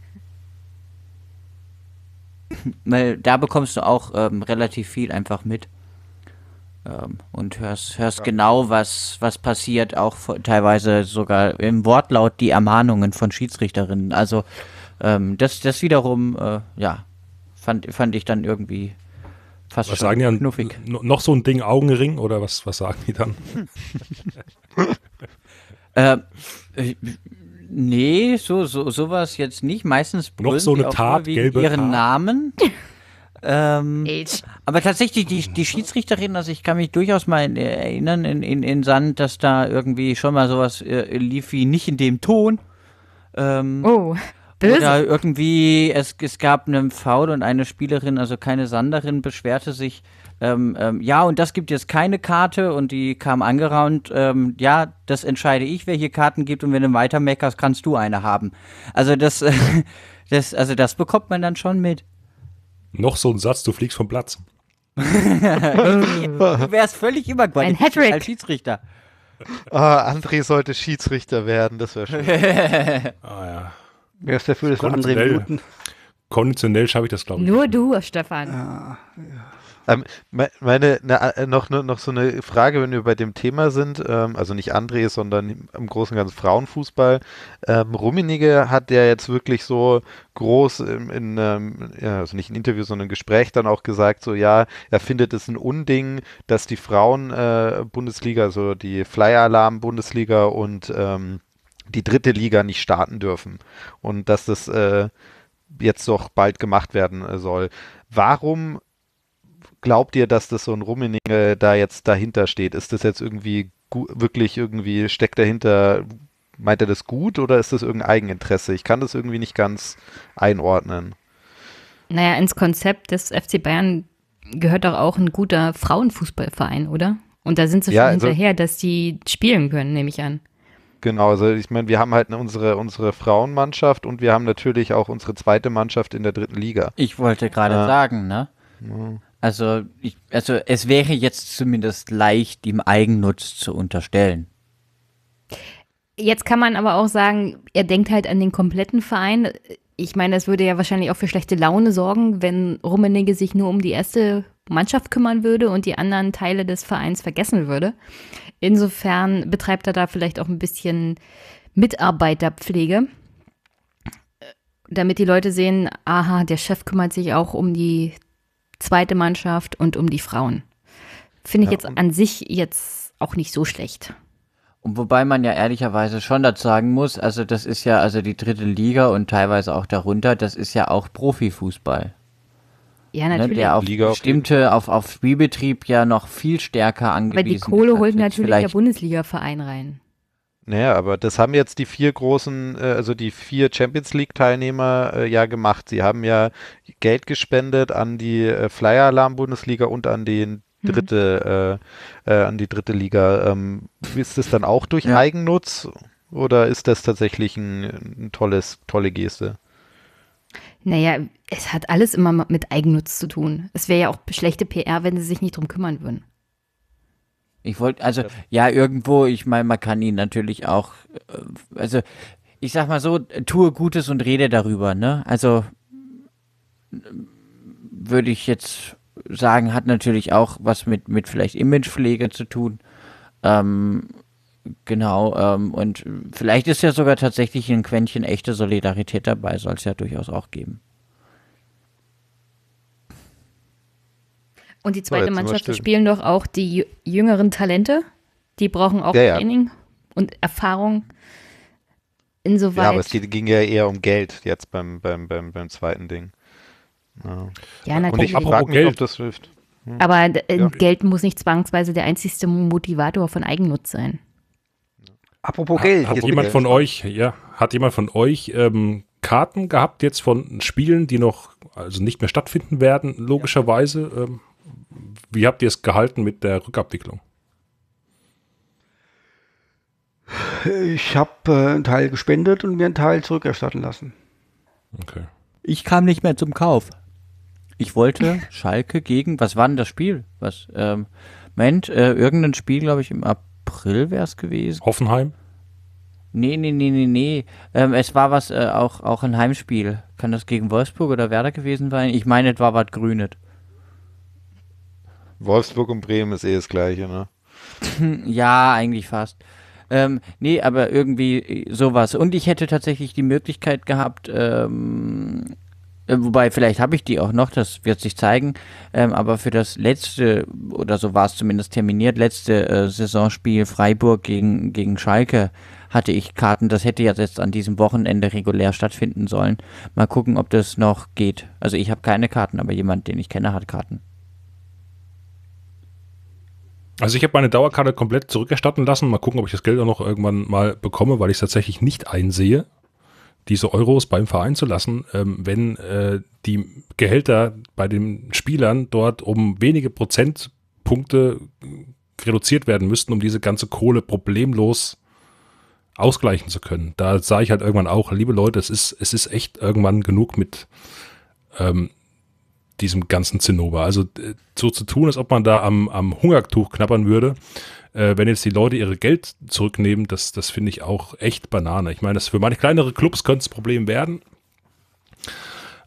Weil da bekommst du auch relativ viel einfach mit und hörst genau, was passiert, auch teilweise sogar im Wortlaut die Ermahnungen von Schiedsrichterinnen. Also das wiederum, fand ich dann irgendwie fast Was schon sagen die knuffig. dann? Noch so ein Ding Augenring oder was sagen die dann? Nee, sowas jetzt nicht. Meistens Noch brüllen so die eine auch Tat, nur wegen gelbe ihren Tat. Namen. Aber tatsächlich, die Schiedsrichterin, also ich kann mich durchaus mal erinnern in Sand, dass da irgendwie schon mal sowas lief wie nicht in dem Ton. Böse. Oder irgendwie, es gab einen Foul und eine Spielerin, also keine Sanderin, beschwerte sich, ja, und das gibt jetzt keine Karte, und die kam angeraunt, ja, das entscheide ich, wer hier Karten gibt, und wenn du weiter meckerst, kannst du eine haben. Also das bekommt man dann schon mit. Noch so ein Satz, du fliegst vom Platz. Du wärst völlig überqualifiziert Ein Hattrick. als Schiedsrichter. André sollte Schiedsrichter werden, das wäre schön. Ja. Wer ist dafür, dass wir André muten? Konditionell schaffe ich das, glaube ich. Nur du, Stefan. Noch so eine Frage, wenn wir bei dem Thema sind, also nicht André, sondern im Großen und Ganzen Frauenfußball. Rummenigge hat ja jetzt wirklich so groß also nicht ein Interview, sondern ein Gespräch dann auch gesagt, so ja, er findet es ein Unding, dass die Frauen-Bundesliga, also die Flyer-Alarm-Bundesliga und die dritte Liga nicht starten dürfen und dass das jetzt doch bald gemacht werden soll. Warum glaubt ihr, dass das so ein Rummenigge da jetzt dahinter steht? Ist das jetzt irgendwie wirklich irgendwie steckt dahinter, meint er das gut oder ist das irgendein Eigeninteresse? Ich kann das irgendwie nicht ganz einordnen. Naja, ins Konzept des FC Bayern gehört doch auch ein guter Frauenfußballverein, oder? Und da sind sie schon hinterher, dass die spielen können, nehme ich an. Genau, also ich meine, wir haben halt unsere Frauenmannschaft und wir haben natürlich auch unsere zweite Mannschaft in der dritten Liga. Ich wollte gerade sagen, ne? Ja. Also es wäre jetzt zumindest leicht, ihm Eigennutz zu unterstellen. Jetzt kann man aber auch sagen, er denkt halt an den kompletten Verein. Ich meine, das würde ja wahrscheinlich auch für schlechte Laune sorgen, wenn Rummenigge sich nur um die erste Mannschaft kümmern würde und die anderen Teile des Vereins vergessen würde. Insofern betreibt er da vielleicht auch ein bisschen Mitarbeiterpflege, damit die Leute sehen, aha, der Chef kümmert sich auch um die zweite Mannschaft und um die Frauen. Finde ich jetzt an sich jetzt auch nicht so schlecht. Und wobei man ja ehrlicherweise schon dazu sagen muss, also das ist ja, also die dritte Liga und teilweise auch darunter, das ist ja auch Profifußball. Ja, natürlich. Ne, der auf bestimmte, auf Spielbetrieb ja noch viel stärker angewiesen ist. Aber die Kohle holt natürlich der Bundesliga-Verein rein. Naja, aber das haben jetzt die vier großen, also die vier Champions League-Teilnehmer ja gemacht. Sie haben ja Geld gespendet an die Flyer-Alarm-Bundesliga und an die dritte Liga. Ist das dann auch durch Eigennutz oder ist das tatsächlich eine tolle Geste? Naja, es hat alles immer mit Eigennutz zu tun. Es wäre ja auch schlechte PR, wenn sie sich nicht drum kümmern würden. Ich wollte, also, ja, irgendwo, ich meine, man kann ihn natürlich auch, also, ich sag mal so, tue Gutes und rede darüber, ne? Also, würde ich jetzt sagen, hat natürlich auch was mit vielleicht Imagepflege zu tun. Genau, und vielleicht ist ja sogar tatsächlich ein Quäntchen echte Solidarität dabei, soll es ja durchaus auch geben. Und die zweite Mannschaft spielen doch auch die jüngeren Talente. Die brauchen auch Training und Erfahrung. Insoweit. Ja, aber es ging ja eher um Geld jetzt beim zweiten Ding. Ja, natürlich. Und ich frage mich, ob das hilft. Aber Geld muss nicht zwangsweise der einzigste Motivator von Eigennutz sein. Apropos Geld. Hat jemand von euch Karten gehabt jetzt von Spielen, die noch also nicht mehr stattfinden werden, logischerweise? Wie habt ihr es gehalten mit der Rückabwicklung? Ich habe einen Teil gespendet und mir einen Teil zurückerstatten lassen. Okay. Ich kam nicht mehr zum Kauf. Ich wollte Schalke gegen, was war denn das Spiel? Irgendein Spiel, glaube ich, im April wäre es gewesen. Hoffenheim? Nee. Es war was, auch ein Heimspiel. Kann das gegen Wolfsburg oder Werder gewesen sein? Ich meine, es war was Grünes. Wolfsburg und Bremen ist das Gleiche, ne? Ja, eigentlich fast. Nee, aber irgendwie sowas. Und ich hätte tatsächlich die Möglichkeit gehabt, wobei vielleicht habe ich die auch noch, das wird sich zeigen, aber für das letzte, oder so war es zumindest terminiert, letzte Saisonspiel Freiburg gegen Schalke hatte ich Karten. Das hätte jetzt an diesem Wochenende regulär stattfinden sollen. Mal gucken, ob das noch geht. Also ich habe keine Karten, aber jemand, den ich kenne, hat Karten. Also ich habe meine Dauerkarte komplett zurückerstatten lassen. Mal gucken, ob ich das Geld auch noch irgendwann mal bekomme, weil ich es tatsächlich nicht einsehe, diese Euros beim Verein zu lassen, wenn die Gehälter bei den Spielern dort um wenige Prozentpunkte reduziert werden müssten, um diese ganze Kohle problemlos ausgleichen zu können. Da sage ich halt irgendwann auch, liebe Leute, es ist echt irgendwann genug mit diesem ganzen Zinnober. Also so zu tun, als ob man da am Hungertuch knabbern würde, wenn jetzt die Leute ihre Geld zurücknehmen, das finde ich auch echt Banane. Ich meine, das für manche kleinere Clubs könnte es ein Problem werden,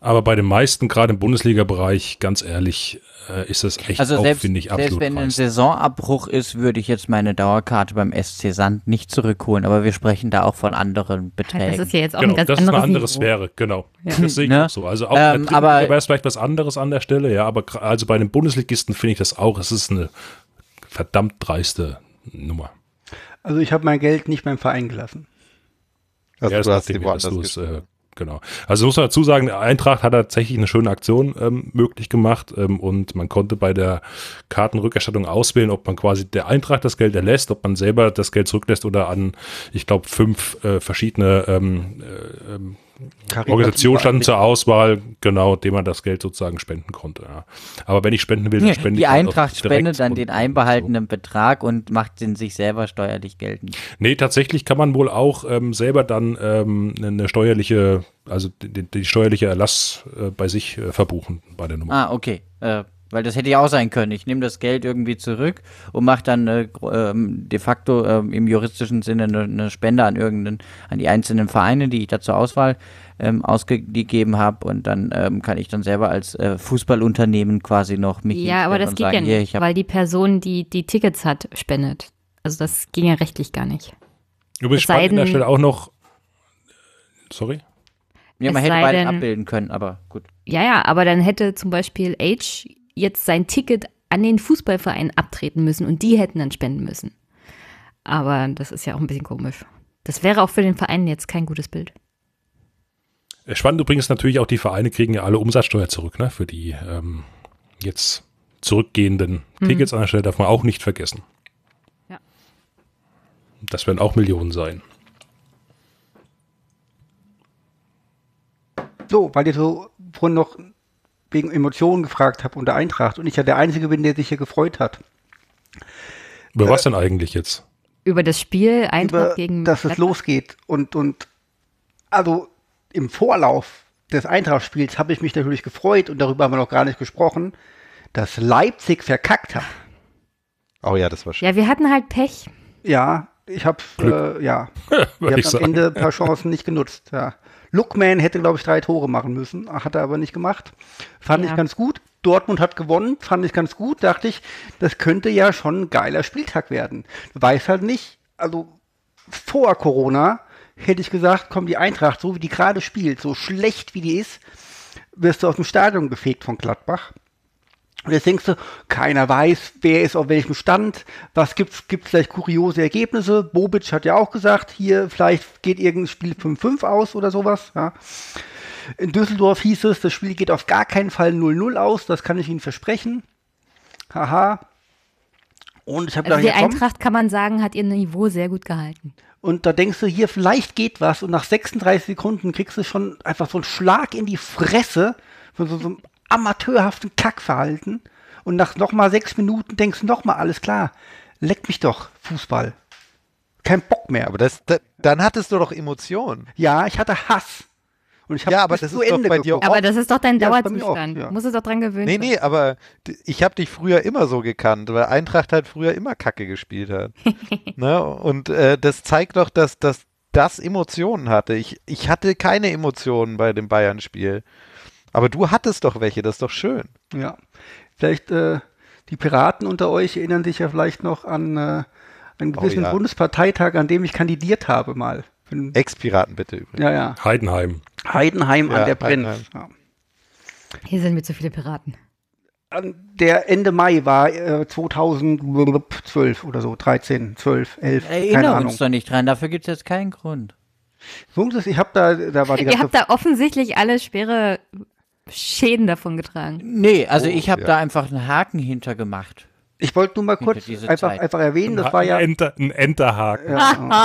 Aber bei den meisten, gerade im Bundesliga-Bereich, ganz ehrlich, ist das echt Also auch, finde ich, absolut selbst wenn ein dreist. Saisonabbruch ist, würde ich jetzt meine Dauerkarte beim SC Sand nicht zurückholen. Aber wir sprechen da auch von anderen Beträgen. Das ist ja jetzt auch Genau, ein ganz das ist eine anderes andere Niveau. Sphäre, genau. Ja. Das sehe ich Ne? auch so. Also auch aber- wäre es vielleicht was anderes an der Stelle, ja, aber also bei den Bundesligisten finde ich das auch, es ist eine verdammt dreiste Nummer. Also ich habe mein Geld nicht beim Verein gelassen. Also Ja, du das hast dachte die ich mir, dass woanders du es, genau. Also muss man dazu sagen, der Eintracht hat tatsächlich eine schöne Aktion möglich gemacht und man konnte bei der Kartenrückerstattung auswählen, ob man quasi der Eintracht das Geld erlässt, ob man selber das Geld zurücklässt oder an, ich glaube, 5 verschiedene Organisationen standen zur Auswahl, genau, dem man das Geld sozusagen spenden konnte. Ja. Aber wenn ich spenden will, dann spende Die ich halt auch Eintracht direkt spendet dann und- den einbehaltenen Betrag und macht den sich selber steuerlich geltend. Nee, tatsächlich kann man wohl auch selber dann eine steuerliche, also die steuerliche Erlass bei sich verbuchen bei der Nummer. Ah, okay. Weil das hätte ja auch sein können. Ich nehme das Geld irgendwie zurück und mache dann de facto im juristischen Sinne eine Spende an die einzelnen Vereine, die ich da zur Auswahl ausgegeben habe. Und dann kann ich dann selber als Fußballunternehmen quasi noch mich Ja, aber hinstellen das und geht sagen, ja hier, nicht, ich hab, weil die Person, die die Tickets hat, spendet. Also das ging ja rechtlich gar nicht. Übrigens es sei spannend an der denn- Stelle auch noch, sorry? ja, man es hätte sei beide denn- abbilden können, aber gut. Ja, aber dann hätte zum Beispiel Age jetzt sein Ticket an den Fußballverein abtreten müssen und die hätten dann spenden müssen. Aber das ist ja auch ein bisschen komisch. Das wäre auch für den Verein jetzt kein gutes Bild. Spannend übrigens natürlich auch, die Vereine kriegen ja alle Umsatzsteuer zurück, ne, für die jetzt zurückgehenden Tickets an der Stelle, darf man auch nicht vergessen. Ja. Das werden auch Millionen sein. So, weil ihr so vorhin noch wegen Emotionen gefragt habt und der Eintracht und ich ja der Einzige bin, der sich hier gefreut hat. Über was denn eigentlich jetzt? Über das Spiel Eintracht Über, gegen dass es Gladbach. losgeht. Und also im Vorlauf des Eintracht-Spiels habe ich mich natürlich gefreut und darüber haben wir noch gar nicht gesprochen, dass Leipzig verkackt hat. Oh ja, das war schön. Ja, wir hatten halt Pech. Ja, ich habe wir Würde ich haben am sagen. Ende ein paar Chancen nicht genutzt. Ja. Lookman hätte, glaube ich, 3 Tore machen müssen, hat er aber nicht gemacht. Fand Ja. ich ganz gut. Dortmund hat gewonnen, fand ich ganz gut. Dachte ich, das könnte ja schon ein geiler Spieltag werden. Du weißt halt nicht, also vor Corona hätte ich gesagt, komm, die Eintracht, so wie die gerade spielt, so schlecht wie die ist, wirst du aus dem Stadion gefegt von Gladbach. Und jetzt denkst du, keiner weiß, wer ist auf welchem Stand, was gibt's vielleicht kuriose Ergebnisse. Bobic hat ja auch gesagt, hier vielleicht geht irgendein Spiel 5-5 aus oder sowas. Ja. In Düsseldorf hieß es, das Spiel geht auf gar keinen Fall 0-0 aus, das kann ich Ihnen versprechen. Haha. Und ich habe Also die gedacht, ja, komm. Eintracht, kann man sagen, hat ihr Niveau sehr gut gehalten. Und da denkst du, hier vielleicht geht was und nach 36 Sekunden kriegst du schon einfach so einen Schlag in die Fresse von so einem amateurhaften Kackverhalten und nach nochmal 6 Minuten denkst du nochmal, alles klar, leck mich doch, Fußball. Kein Bock mehr. Aber dann hattest du doch Emotionen. Ja, ich hatte Hass. Und ich habe Ja, aber bis das zu ist doch Ende bei dir geguckt. Aber das ist doch dein Ja, ist bei mir Dauerzustand. auch, ja. Muss es doch dran gewöhnen. Nee, aber ich habe dich früher immer so gekannt, weil Eintracht halt früher immer Kacke gespielt hat. Ne? Und das zeigt doch, dass das Emotionen hatte. Ich hatte keine Emotionen bei dem Bayern-Spiel. Aber du hattest doch welche, das ist doch schön. Ja, vielleicht die Piraten unter euch erinnern sich ja vielleicht noch an einen gewissen ja. Bundesparteitag, an dem ich kandidiert habe mal. Ex-Piraten bitte übrigens. Ja, ja. Heidenheim. Heidenheim Ja, an der Brenn. Heidenheim. Ja. Hier sind mir zu viele Piraten. Der Ende Mai war 2012 oder so, 13, 12, 11, keine Erinnere Ahnung. uns doch nicht dran, dafür gibt es jetzt keinen Grund. Jungs, ich habe da war die Ihr ganze habt da offensichtlich alle schwere Schäden davon getragen. Nee, also ich habe ja. da einfach einen Haken hinter gemacht. Ich wollte nur mal kurz diese einfach Zeit. erwähnen, das war ja, ein Enterhaken.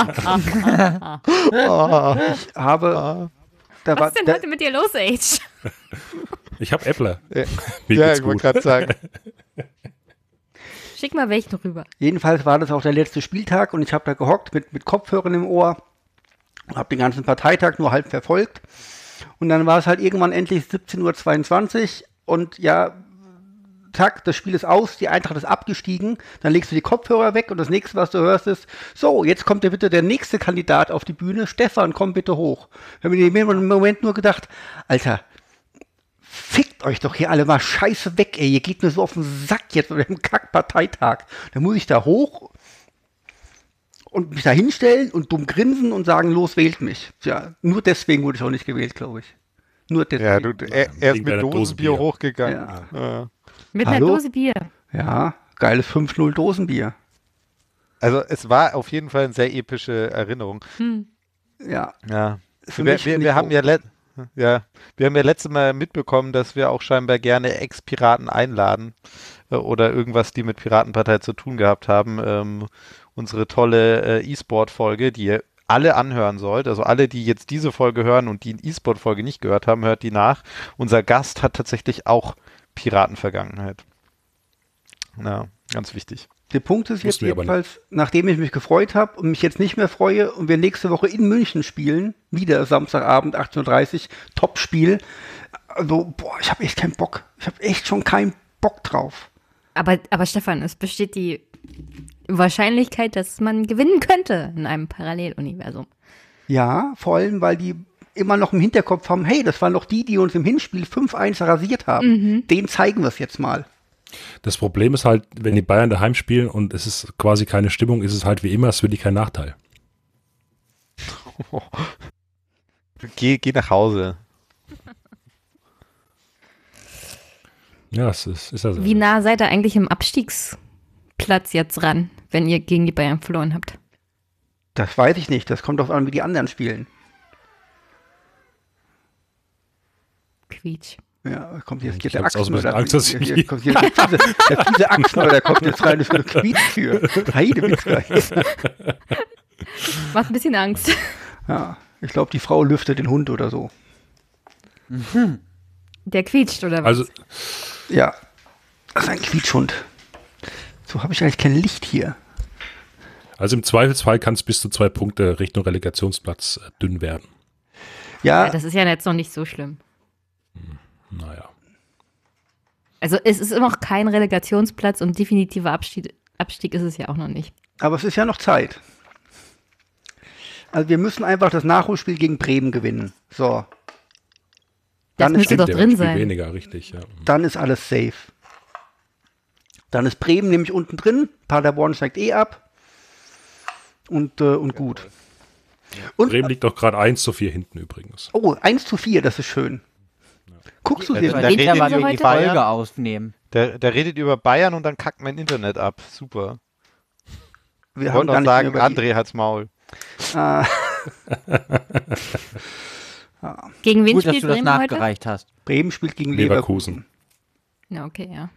ich habe, da war, Was ist denn da, heute mit dir los, Age? Ich habe Äppler. Ja, Mir ja geht's ich wollte gut. gerade sagen. Schick mal welchen rüber. jedenfalls war das auch der letzte Spieltag und ich habe da gehockt mit Kopfhörern im Ohr und habe den ganzen Parteitag nur halb verfolgt. Und dann war es halt irgendwann endlich 17:22 Uhr und ja, zack, das Spiel ist aus, die Eintracht ist abgestiegen, dann legst du die Kopfhörer weg und das nächste, was du hörst, ist, so, jetzt kommt ja bitte der nächste Kandidat auf die Bühne, Stefan, komm bitte hoch. Ich habe mir im Moment nur gedacht, Alter, fickt euch doch hier alle mal scheiße weg, ey. Ihr geht mir so auf den Sack jetzt mit dem Kackparteitag. Da muss ich da hoch und mich da hinstellen und dumm grinsen und sagen, los, wählt mich. Ja, nur deswegen wurde ich auch nicht gewählt, glaube ich. Nur deswegen. Ja, er ist mit Dosenbier hochgegangen. Ja. Mit einer Hallo? Dose Bier. Ja, geiles 5-0 Dosenbier. Also es war auf jeden Fall eine sehr epische Erinnerung. Ja. Ja. Für Wir mich nicht haben so. ja letztes Mal mitbekommen, dass wir auch scheinbar gerne Ex-Piraten einladen oder irgendwas, die mit Piratenpartei zu tun gehabt haben. Unsere tolle E-Sport-Folge, die ihr alle anhören sollt, also alle, die jetzt diese Folge hören und die E-Sport-Folge nicht gehört haben, hört die nach. Unser Gast hat tatsächlich auch Piratenvergangenheit. Ja, ganz wichtig. Der Punkt ist jetzt Wussten wir aber jedenfalls, nachdem ich mich gefreut habe und mich jetzt nicht mehr freue und wir nächste Woche in München spielen, wieder Samstagabend 18:30 Uhr, Topspiel. Also, boah, ich habe echt keinen Bock. Ich habe echt schon keinen Bock drauf. Aber Stefan, es besteht die Wahrscheinlichkeit, dass man gewinnen könnte in einem Paralleluniversum. Ja, vor allem, weil die immer noch im Hinterkopf haben, hey, das waren doch die uns im Hinspiel 5-1 rasiert haben. Denen zeigen wir es jetzt mal. Das Problem ist halt, wenn die Bayern daheim spielen und es ist quasi keine Stimmung, ist es halt wie immer, es wird kein Nachteil. Geh nach Hause. Ja, es ist ja so. Wie nah seid ihr eigentlich im Abstiegsplatz jetzt ran, wenn ihr gegen die Bayern verloren habt? Das weiß ich nicht. Das kommt drauf an, wie die anderen spielen. Quietsch. Ja, da kommt jetzt Ich der hab's aus Achsen mit Angst, dass ich hier kommt hier der fiese Achsen, der kommt jetzt rein, das ist eine Quietsch für. Heidewitzka. Macht ein bisschen Angst. Ja, ich glaube, die Frau lüftet den Hund oder so. Der quietscht, oder was? Also, Ja, das ist ein Quietschhund. So habe ich eigentlich kein Licht hier. im Zweifelsfall kann es bis zu 2 Punkte Richtung Relegationsplatz dünn werden. Ja, Das ist ja jetzt noch nicht so schlimm. Naja. Also es ist immer noch kein Relegationsplatz und definitiver Abstieg ist es ja auch noch nicht. aber es ist ja noch Zeit. Also wir müssen einfach das Nachholspiel gegen Bremen gewinnen. So, Das Dann ist müsste doch Der drin Spiel sein. weniger, richtig, ja. dann ist alles safe. Dann ist Bremen nämlich unten drin, Paderborn steigt ab und gut. Und, Bremen liegt doch gerade 1:4 hinten übrigens. oh, 1:4, das ist schön. Guckst du Ja, den? da Da redet geht ja mal ihr die heute? Folge aufnehmen. Der redet über Bayern und dann kackt mein Internet ab. Super. Wir Ich haben wollte gar noch nicht mehr sagen, über die- André hat's Maul. Gegen wen Gut, dass spielt du das Bremen heute? nachgereicht hast. Bremen spielt gegen Leverkusen. Leverkusen. Ja, okay, ja.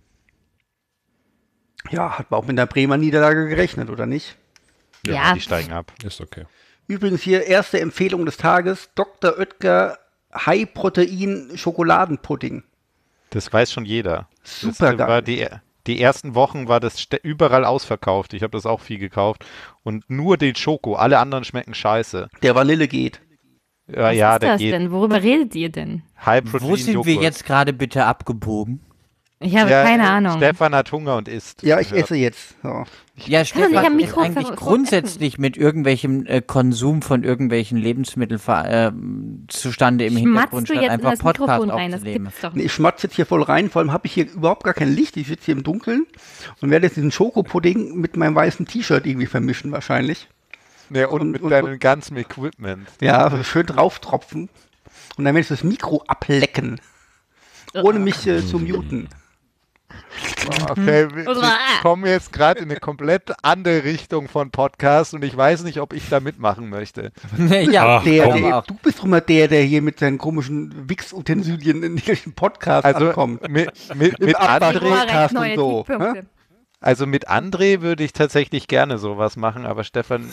Ja, hat man auch mit der Bremer Niederlage gerechnet, oder nicht? Ja. Die steigen ab. Ist okay. Übrigens hier erste Empfehlung des Tages, Dr. Oetker High-Protein-Schokoladenpudding. Das weiß schon jeder. Super Das war geil. die ersten Wochen war das überall ausverkauft. Ich habe das auch viel gekauft. Und nur den Schoko. Alle anderen schmecken scheiße. Der Vanille geht. Ja, Was ja, ist der das geht. denn? Worüber redet ihr denn? High Protein Wo sind wir Joghurt. jetzt gerade bitte abgebogen? Ich habe Ja, keine Ahnung. Stefan hat Hunger und isst. Ja, ich esse jetzt. So. Ja, nicht Stefan am ist Mikro eigentlich ver- grundsätzlich mit irgendwelchem Konsum von irgendwelchen Lebensmitteln zustande im Hintergrund, Schmatzt du statt jetzt in einfach das Podcast Mikrofon rein? Das aufzunehmen. gibt's doch Nee, nicht. ich schmatze jetzt hier voll rein, vor allem habe ich hier überhaupt gar kein Licht. Ich sitze hier im Dunkeln und werde jetzt diesen Schokopudding mit meinem weißen T-Shirt irgendwie vermischen wahrscheinlich. Ja, und mit deinem ganzen Equipment. Ja, schön drauftropfen. Und dann werde ich das Mikro ablecken, ohne mich zu muten. Okay, wir kommen jetzt gerade in eine komplett andere Richtung von Podcast und ich weiß nicht, ob ich da mitmachen möchte. Ja, Ach, Der, komm. der, du bist doch mal der hier mit seinen komischen Wix-Utensilien in den Podcast Also ankommt. mit Im Abwasch- André, Podcast und neue so, Tiefpunkte. also mit André würde ich tatsächlich gerne sowas machen, aber Stefan,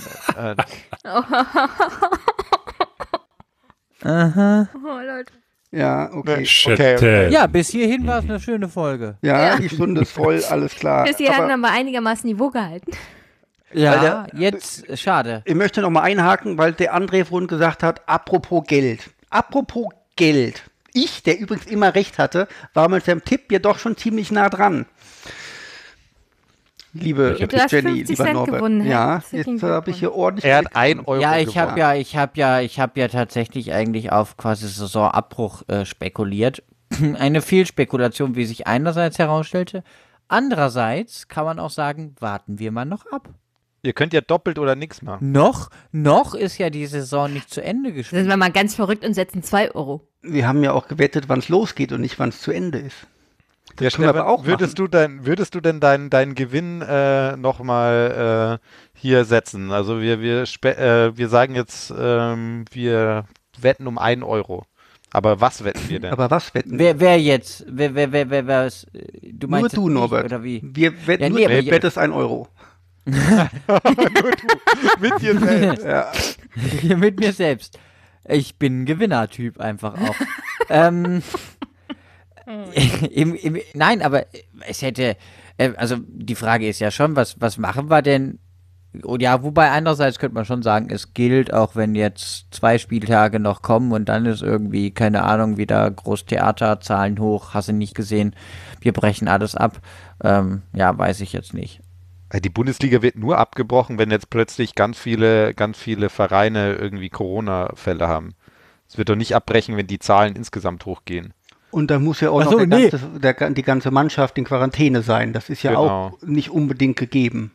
Aha. Oh, Leute. Ja, okay. okay. Ja, bis hierhin war es eine schöne Folge. Ja, die Stunde ist voll, alles klar. Bis hierhin Aber haben wir einigermaßen Niveau gehalten. Ja, jetzt, schade. ich möchte noch mal einhaken, weil der André vorhin gesagt hat, apropos Geld. Apropos Geld. Ich, der übrigens immer recht hatte, war mit seinem Tipp ja doch schon ziemlich nah dran. Liebe Du hast Jenny, 50 lieber Cent Norbert. gewonnen, Ja, herzlichen jetzt habe ich hier ordentlich Er Geld hat 1 gewonnen. Euro Ja, ich gewonnen. habe ja tatsächlich eigentlich auf quasi Saisonabbruch spekuliert. eine Fehlspekulation, wie sich einerseits herausstellte. Andererseits kann man auch sagen, warten wir mal noch ab. Ihr könnt ja doppelt oder nichts machen. Noch ist ja die Saison nicht zu Ende Sind gespielt. wir mal ganz verrückt und setzen 2 Euro. Wir haben ja auch gewettet, wann es losgeht und nicht, wann es zu Ende ist. Ja, können wir aber auch würdest du denn deinen Gewinn nochmal hier setzen? Also wir sagen jetzt, wir wetten um 1 Euro. Aber was wetten wir denn? Aber was wetten wir? Wer jetzt? Wer ist, du Nur meinst du, jetzt Norbert. Ich, oder wie? Wir wetten, Ja, nur nee, du aber je- wettest 1 Euro. Mit dir selbst. Ja. Mit mir selbst. Ich bin ein Gewinnertyp einfach auch. Nein, aber es hätte, also die Frage ist ja schon, was machen wir denn? Und ja, wobei einerseits könnte man schon sagen, es gilt, auch wenn jetzt 2 Spieltage noch kommen und dann ist irgendwie, keine Ahnung, wieder Großtheater, Zahlen hoch, hast du nicht gesehen, wir brechen alles ab. Ja, weiß ich jetzt nicht. Die Bundesliga wird nur abgebrochen, wenn jetzt plötzlich ganz viele Vereine irgendwie Corona-Fälle haben. Es wird doch nicht abbrechen, wenn die Zahlen insgesamt hochgehen. Und da muss ja auch Ach noch so, die ganze Mannschaft in Quarantäne sein. Das ist ja Genau. auch nicht unbedingt gegeben.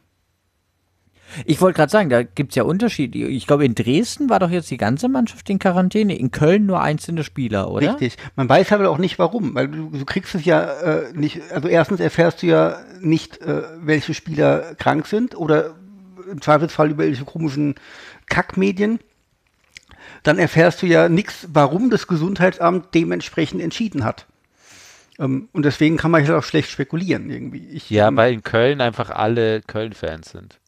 Ich wollte gerade sagen, da gibt es ja Unterschiede. Ich glaube, in Dresden war doch jetzt die ganze Mannschaft in Quarantäne, in Köln nur einzelne Spieler, oder? Richtig. Man weiß aber auch nicht warum, weil du kriegst es ja nicht, also erstens erfährst du ja nicht, welche Spieler krank sind oder im Zweifelsfall über welche komischen Kackmedien. Dann erfährst du ja nichts, warum das Gesundheitsamt dementsprechend entschieden hat. Und deswegen kann man ja auch schlecht spekulieren irgendwie. Weil in Köln einfach alle Köln-Fans sind.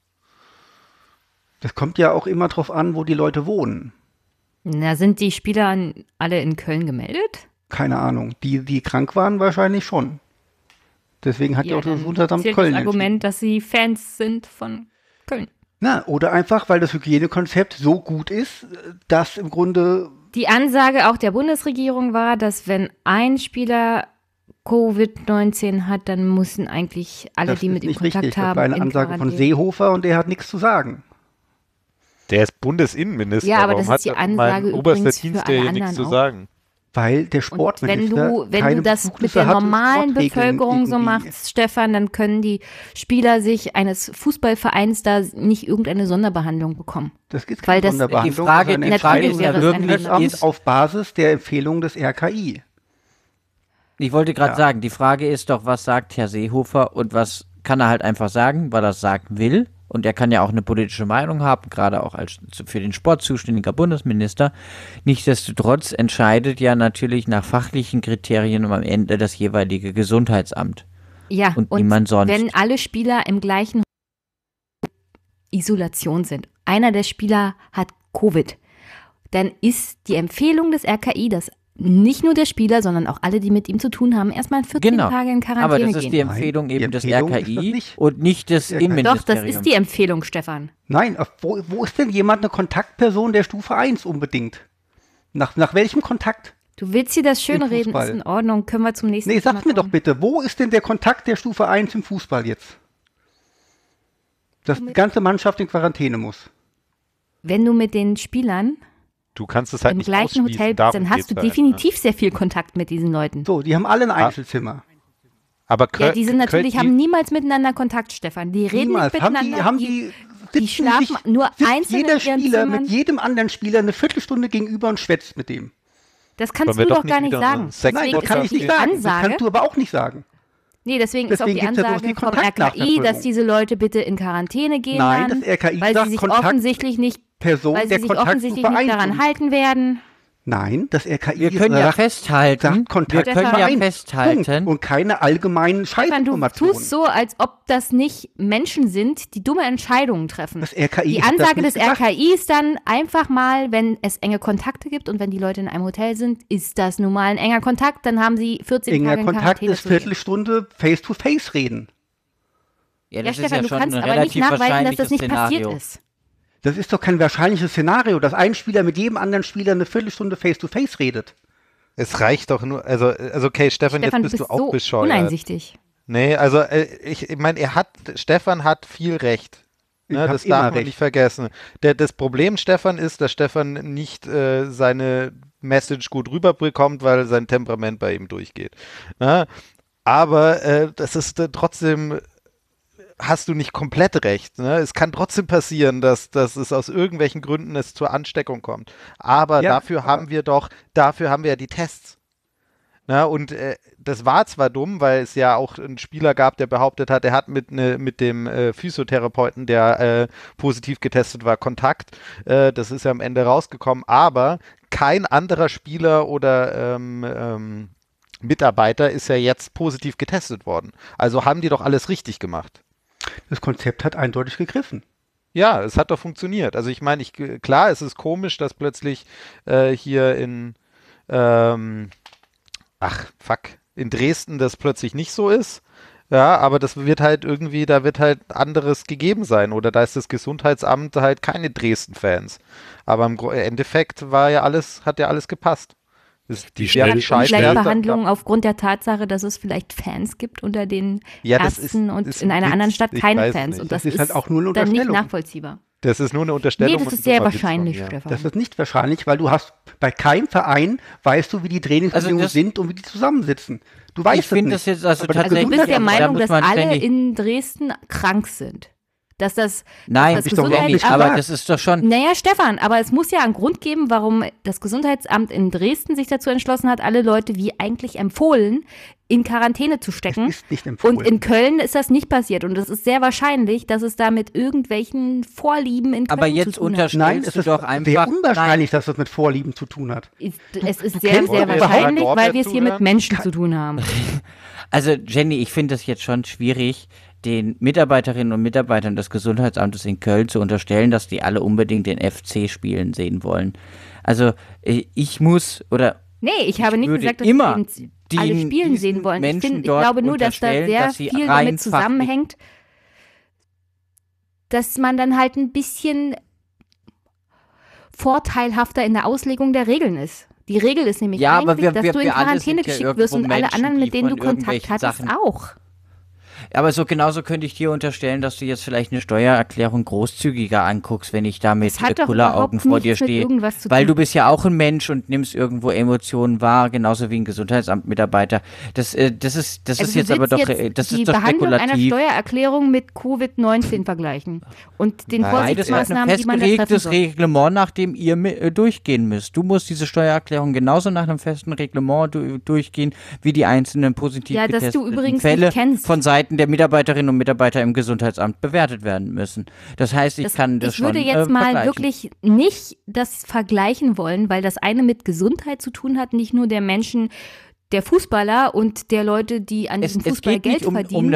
Das kommt ja auch immer drauf an, wo die Leute wohnen. Na, sind die Spieler alle in Köln gemeldet? Keine Ahnung. Die krank waren, wahrscheinlich schon. Deswegen hat ja auch das dann Gesundheitsamt zählt Köln das entschieden. Argument, dass sie Fans sind von Köln. Na, oder einfach, weil das Hygienekonzept so gut ist, dass im Grunde Die Ansage auch der Bundesregierung war, dass wenn ein Spieler Covid-19 hat, dann müssen eigentlich alle, das die ist mit ihm nicht Kontakt richtig. Das haben, war eine in Ansage von Quarantäne. Seehofer und der hat nichts zu sagen. Der ist Bundesinnenminister. Ja, aber Warum das ist die hat Ansage mein oberster übrigens für Dienst alle hier nichts anderen zu auch. sagen? Weil der Und Sportminister wenn keine du das mit Befugnisse der hat, normalen Sportregeln Bevölkerung so irgendwie- machst, Stefan, dann können die Spieler sich eines Fußballvereins da nicht irgendeine Sonderbehandlung bekommen. Das gibt Weil keine das- Sonderbehandlung. die Frage- das ist eine die Frage Entscheidung ist ja des wirklich, Bundesamts ist- auf Basis der Empfehlung des RKI. Ich wollte gerade Ja. sagen, die Frage ist doch, was sagt Herr Seehofer und was kann er halt einfach sagen, weil er es sagen will. Und er kann ja auch eine politische Meinung haben, gerade auch als für den Sport zuständiger Bundesminister. Nichtsdestotrotz entscheidet ja natürlich nach fachlichen Kriterien am Ende das jeweilige Gesundheitsamt. Ja, Und niemand sonst. wenn alle Spieler im gleichen Isolation sind, einer der Spieler hat Covid, dann ist die Empfehlung des RKI, dass nicht nur der Spieler, sondern auch alle, die mit ihm zu tun haben, erstmal 14 Genau. Tage in Quarantäne Aber das ist gehen. die Empfehlung Nein, die eben des Empfehlung ist das RKI nicht. und nicht des Ja, Innenministeriums. Doch, das ist die Empfehlung, Stefan. Nein, wo ist denn jemand eine Kontaktperson der Stufe 1 unbedingt? Nach welchem Kontakt? Du willst hier das schön Im reden, Fußball. ist in Ordnung, können wir zum nächsten Nee, Thema sag's mir doch kommen. bitte, wo ist denn der Kontakt der Stufe 1 im Fußball jetzt? Dass die ganze Mannschaft in Quarantäne muss. Wenn du mit den Spielern Du kannst es halt im nicht gleichen ausschließen, Hotel bist, darum dann hast geht's du halt, ne? definitiv sehr viel Kontakt mit diesen Leuten. So, die haben alle ein Einzelzimmer. Aber Ja, die sind natürlich, Köln- haben niemals miteinander Kontakt, Stefan. Die reden Niemals. nicht Haben miteinander. die die schlafen nur sitzt einzeln jeder in ihren Spieler Zimmern. mit jedem anderen Spieler eine Viertelstunde gegenüber und schwätzt mit dem. Das kannst Wollen wir du doch doch gar nicht nicht wieder sagen. so Sex- Nein, Deswegen das kann ist ich auch nicht die sagen. Das Ansage. kannst du aber auch nicht sagen. Nee, deswegen ist auch die Deswegen gibt's ja bloß Ansage die vom RKI, Kontaktnachverfolgung. dass diese Leute bitte in Quarantäne gehen Nein, werden, das RKI weil sagt sie sich Kontakt- offensichtlich nicht, Person weil sie der sich offensichtlich Kontaktstufe nicht 1. daran halten werden. Nein, das RKI Wir können ja sagt festhalten, Kontakt wir können ja 1. festhalten, Punkt. Und keine allgemeinen Stefan, du Scheißinformationen. tust so, als ob das nicht Menschen sind, die dumme Entscheidungen treffen. Das RKI Die hat das Ansage nicht des gesagt. RKI ist dann einfach mal, wenn es enge Kontakte gibt und wenn die Leute in einem Hotel sind, ist das nun mal ein enger Kontakt, dann haben sie 14 Enger Tage in Kontakt Quarantäne ist zu gehen. Viertelstunde Face-to-face reden. ja, Ja, das ist Stefan, ja du schon kannst ein aber nicht relativ nachweisen, dass wahrscheinliches das nicht Szenario. passiert ist. Das ist doch kein wahrscheinliches Szenario, dass ein Spieler mit jedem anderen Spieler eine Viertelstunde Face-to-face redet. Es reicht doch nur, also okay, Stefan, Stefan, jetzt du bist bist du auch so bescheuert. uneinsichtig. Nee, also ich meine, Stefan hat viel Recht. Ne, das darf man nicht vergessen. Das Problem, Stefan, ist, dass Stefan nicht seine Message gut rüberbekommt, weil sein Temperament bei ihm durchgeht. Ne? Aber das ist trotzdem, hast du nicht komplett recht. Ne? Es kann trotzdem passieren, dass es aus irgendwelchen Gründen zur Ansteckung kommt. Aber dafür haben wir ja die Tests. Na, und das war zwar dumm, weil es ja auch einen Spieler gab, der behauptet hat, er hat mit dem Physiotherapeuten, der positiv getestet war, Kontakt. Das ist ja am Ende rausgekommen, aber kein anderer Spieler oder Mitarbeiter ist ja jetzt positiv getestet worden. Also haben die doch alles richtig gemacht. Das Konzept hat eindeutig gegriffen. Ja, es hat doch funktioniert. Also ich meine, klar, es ist komisch, dass plötzlich hier in in Dresden das plötzlich nicht so ist. Ja, aber das wird halt irgendwie, da wird halt anderes gegeben sein. Oder da ist das Gesundheitsamt halt keine Dresden-Fans. Aber im Endeffekt hat ja alles gepasst. Gleichbehandlung aufgrund der Tatsache, dass es vielleicht Fans gibt unter den Ärzten und in einer anderen Stadt keine Fans. Nicht. Und das ist halt auch nur eine dann nicht Unterstellung. nachvollziehbar. Das ist nur eine Unterstellung. Nee, das ist sehr wahrscheinlich, Stefan. Das ist nicht wahrscheinlich, weil du hast bei keinem Verein, weißt du, wie die Trainingsbedingungen sind und wie die zusammensitzen. Du weißt ich finde das jetzt tatsächlich. Du bist der Meinung, dass alle in Dresden krank sind. Dass das Nein, das doch nicht, aber das ist doch schon. Naja, Stefan, aber es muss ja einen Grund geben, warum das Gesundheitsamt in Dresden sich dazu entschlossen hat, alle Leute wie eigentlich empfohlen in Quarantäne zu stecken. Das ist nicht empfohlen. Und in Köln ist das nicht passiert. Und es ist sehr wahrscheinlich, dass es da mit irgendwelchen Vorlieben in Köln aber jetzt zu tun hat. Nein, es ist doch einfach sehr unwahrscheinlich, dass das mit Vorlieben zu tun hat. Es ist sehr, sehr wahrscheinlich, weil wir es hier mit Menschen zu tun haben. Also Jenny, ich finde das jetzt schon schwierig, den Mitarbeiterinnen und Mitarbeitern des Gesundheitsamtes in Köln zu unterstellen, dass die alle unbedingt den FC spielen sehen wollen. Also ich muss oder nee, ich habe nicht gesagt, dass immer sie alle spielen sehen wollen. Ich glaube nur, dass da sehr viel damit zusammenhängt, dass man dann halt ein bisschen vorteilhafter in der Auslegung der Regeln ist. Die Regel ist nämlich eigentlich, dass du in Quarantäne geschickt wirst und alle anderen, mit denen du Kontakt hattest, auch. Aber genauso könnte ich dir unterstellen, dass du jetzt vielleicht eine Steuererklärung großzügiger anguckst, wenn ich da mit Kulleraugen vor dir stehe. Weil du bist ja auch ein Mensch und nimmst irgendwo Emotionen wahr, genauso wie ein Gesundheitsamtmitarbeiter. Das ist jetzt aber doch, das ist doch spekulativ. Die Behandlung einer Steuererklärung mit Covid-19 vergleichen und den Vorsichtsmaßnahmen, die man da treffen soll. Das ist ein festgelegtes Reglement, nach dem ihr durchgehen müsst. Du musst diese Steuererklärung genauso nach einem festen Reglement durchgehen, wie die einzelnen positiv getesteten Fälle von Seiten der Mitarbeiterinnen und Mitarbeiter im Gesundheitsamt bewertet werden müssen. Das heißt, ich würde jetzt mal wirklich nicht das vergleichen wollen, weil das eine mit Gesundheit zu tun hat, nicht nur der Menschen, der Fußballer und der Leute, die an diesem Fußball Geld verdienen.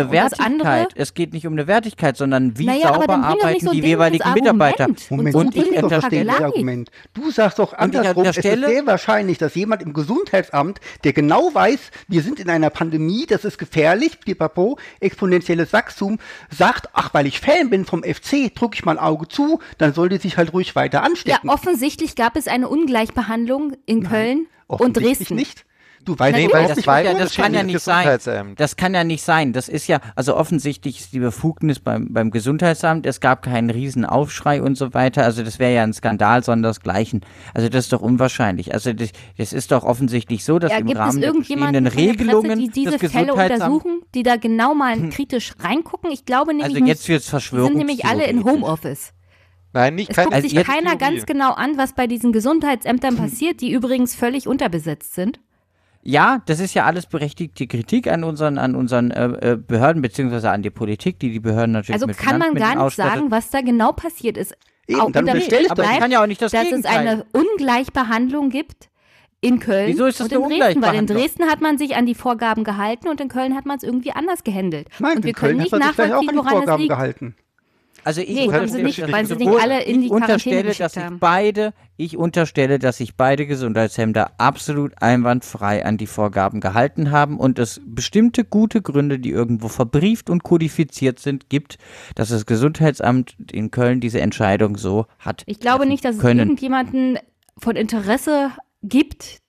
Es geht nicht um eine Wertigkeit, sondern wie sauber arbeiten die jeweiligen Mitarbeiter. Und ich verstehe das Argument. Du sagst doch andersrum, es ist sehr wahrscheinlich, dass jemand im Gesundheitsamt, der genau weiß, wir sind in einer Pandemie, das ist gefährlich, pipapo, exponentielles Wachstum, sagt, ach, weil ich Fan bin vom FC, drücke ich mal ein Auge zu, dann soll die sich halt ruhig weiter anstecken. Ja, offensichtlich gab es eine Ungleichbehandlung in Köln und Dresden. Nicht. Du weißt das kann ja nicht sein. Das kann ja nicht sein. Das ist ja, also offensichtlich ist die Befugnis beim Gesundheitsamt, es gab keinen riesen Aufschrei und so weiter. Also das wäre ja ein Skandal, sondern das Gleichen. Also das ist doch unwahrscheinlich. Also das ist doch offensichtlich so, dass im Rahmen der bestehenden Regelungen die diese Fälle untersuchen, die da genau mal kritisch reingucken. Ich glaube nämlich, also jetzt wird's Verschwörung. Die sind nämlich alle in Homeoffice. Nein, nicht es guckt sich keiner ganz genau an, was bei diesen Gesundheitsämtern passiert, die übrigens völlig unterbesetzt sind. Ja, das ist ja alles berechtigte Kritik an unseren Behörden, beziehungsweise an die Politik, die Behörden natürlich mit kann man gar nicht sagen, was da genau passiert ist. Eben, dann bestellt aber ich kann ja auch nicht das dass Gegenteil. Es eine Ungleichbehandlung gibt in Köln Wieso ist das und in Dresden, weil in Dresden hat man sich an die Vorgaben gehalten und in Köln hat man es irgendwie anders gehandelt. Nein, und wir können nicht nachvollziehen, woran es liegt. Gehalten. Also haben sie nicht, weil sie nicht alle in die Quarantäne geschickt haben. Ich unterstelle, dass sich beide Gesundheitsämter absolut einwandfrei an die Vorgaben gehalten haben und es bestimmte gute Gründe, die irgendwo verbrieft und kodifiziert sind, gibt, dass das Gesundheitsamt in Köln diese Entscheidung so hat. Ich glaube nicht, dass es irgendjemanden von Interesse gibt,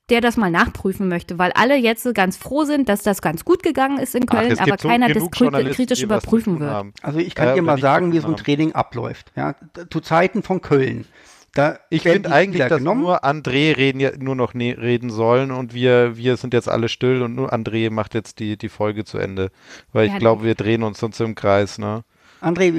der das mal nachprüfen möchte, weil alle jetzt so ganz froh sind, dass das ganz gut gegangen ist in Köln, aber keiner das kritisch überprüfen wird. Also ich kann dir mal sagen, wie so ein Training abläuft. Ja, zu Zeiten von Köln. Ich finde eigentlich, dass nur André reden sollen und wir sind jetzt alle still und nur André macht jetzt die Folge zu Ende. Weil ich glaube, wir drehen uns sonst im Kreis, ne? André,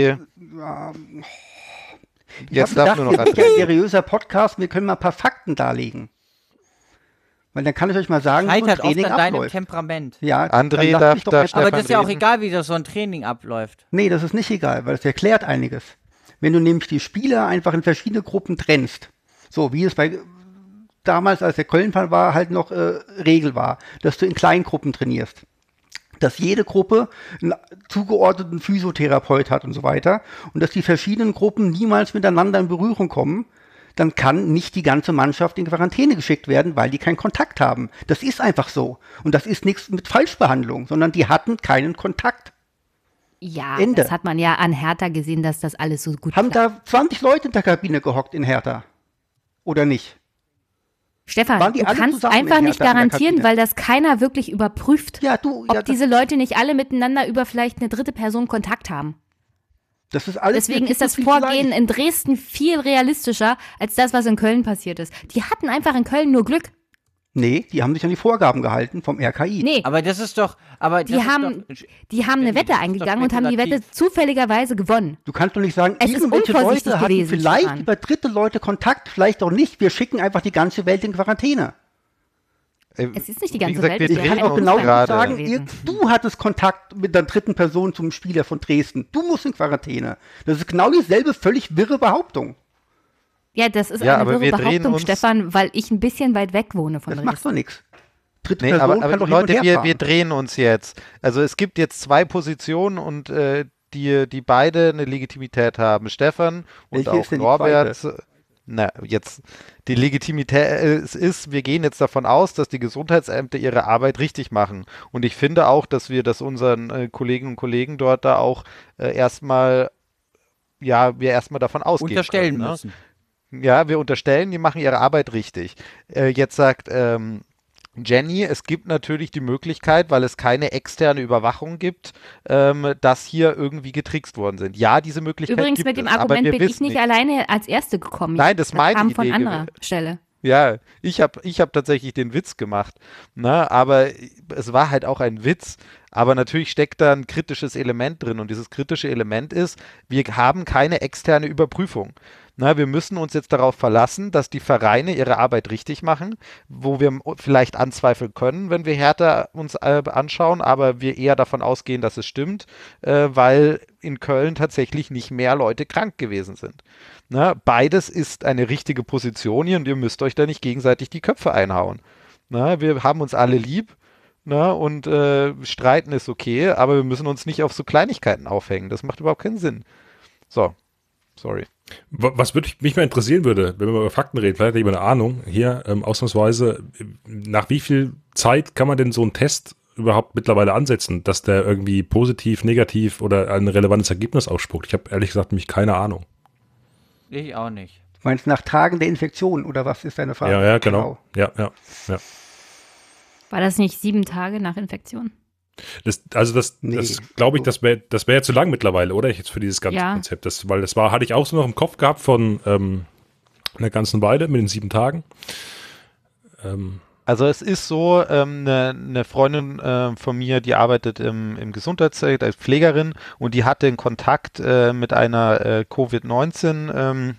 jetzt darf nur noch André. Ein seriöser Podcast, wir können mal ein paar Fakten darlegen. Weil dann kann ich euch mal sagen, wie so ein Training oft an deinem abläuft. Temperament. Ja, André darf aber das ist ja auch egal, wie das so ein Training abläuft. Nee, das ist nicht egal, weil es erklärt einiges. Wenn du nämlich die Spieler einfach in verschiedene Gruppen trennst, so wie es bei damals, als der Köln-Fall war, halt noch Regel war, dass du in Kleingruppen trainierst. Dass jede Gruppe einen zugeordneten Physiotherapeut hat und so weiter und dass die verschiedenen Gruppen niemals miteinander in Berührung kommen, dann kann nicht die ganze Mannschaft in Quarantäne geschickt werden, weil die keinen Kontakt haben. Das ist einfach so. Und das ist nichts mit Falschbehandlung, sondern die hatten keinen Kontakt. Ja, Ende. Das hat man ja an Hertha gesehen, dass das alles so gut Haben klappt. da 20 Leute in der Kabine gehockt in Hertha? Oder nicht? Stefan, Waren die du alle kannst zusammen einfach in nicht Hertha in der garantieren, Kabine? weil das keiner wirklich überprüft, ob das, diese Leute nicht alle miteinander über vielleicht eine dritte Person Kontakt haben. das ist alles. Deswegen ist das Vorgehen in Dresden viel realistischer als das, was in Köln passiert ist. Die hatten einfach in Köln nur Glück. Nee, die haben sich an die Vorgaben gehalten vom RKI. Nee, Aber das ist doch. die haben eine Wette eingegangen und haben die Wette zufälligerweise gewonnen. Du kannst doch nicht sagen, Es ist irgendwelche unvorsichtig Leute hatten gewesen, vielleicht Stefan. über dritte Leute Kontakt, vielleicht auch nicht. Wir schicken einfach die ganze Welt in Quarantäne. Es ist nicht die Wie ganze gesagt, Welt. wir es drehen kann Auch uns genau gerade. sagen, gewesen. du hattest Kontakt mit der dritten Person zum Spieler von Dresden. Du musst in Quarantäne. Das ist genau dieselbe völlig wirre Behauptung. Ja, das ist Ja, eine aber wirre wir drehen Behauptung, uns- Stefan, weil ich ein bisschen weit weg wohne von Das macht Dresden. doch nichts. Dritte Nee, Person aber kann doch Leute, hin und her fahren. wir drehen uns jetzt. Also es gibt jetzt zwei Positionen und die beide eine Legitimität haben. Stefan und Welche auch ist denn die Norbert. Na, jetzt die Legitimität ist, wir gehen jetzt davon aus, dass die Gesundheitsämter ihre Arbeit richtig machen. Und ich finde auch, dass wir das unseren Kolleginnen und Kollegen dort da auch erstmal davon ausgehen unterstellen können, ne? müssen. Ja, wir unterstellen, die machen ihre Arbeit richtig. Jetzt sagt Jenny, es gibt natürlich die Möglichkeit, weil es keine externe Überwachung gibt, dass hier irgendwie getrickst worden sind. Ja, diese Möglichkeit Übrigens gibt mit dem es, aber Argument wir bin ich wissen nicht alleine als Erste gekommen. Nein, das meine kam ich von Idee anderer Stelle. Ja, ich hab tatsächlich den Witz gemacht, ne? Aber es war halt auch ein Witz. Aber natürlich steckt da ein kritisches Element drin und dieses kritische Element ist, wir haben keine externe Überprüfung. Na, wir müssen uns jetzt darauf verlassen, dass die Vereine ihre Arbeit richtig machen, wo wir vielleicht anzweifeln können, wenn wir Hertha uns anschauen, aber wir eher davon ausgehen, dass es stimmt, weil in Köln tatsächlich nicht mehr Leute krank gewesen sind. Na, beides ist eine richtige Position hier und ihr müsst euch da nicht gegenseitig die Köpfe einhauen. Na, wir haben uns alle lieb. Na, und streiten ist okay, aber wir müssen uns nicht auf so Kleinigkeiten aufhängen. Das macht überhaupt keinen Sinn. So, sorry. Was mich mal interessieren würde, wenn wir über Fakten reden, vielleicht hat jemand eine Ahnung, hier ausnahmsweise, nach wie viel Zeit kann man denn so einen Test überhaupt mittlerweile ansetzen, dass der irgendwie positiv, negativ oder ein relevantes Ergebnis ausspuckt? Ich habe ehrlich gesagt nämlich keine Ahnung. Ich auch nicht. Du meinst nach Tagen der Infektion oder was ist deine Frage? Ja, genau. Ja. War das nicht 7 Tage nach Infektion? Das Nee. glaube ich, das wäre ja zu lang mittlerweile, oder? Jetzt für dieses ganze Ja. Konzept. Hatte ich auch so noch im Kopf gehabt von einer ganzen Weile mit den 7 Tagen. Also es ist so, eine Freundin von mir, die arbeitet im Gesundheitszelt als Pflegerin und die hatte einen Kontakt mit einer Covid-19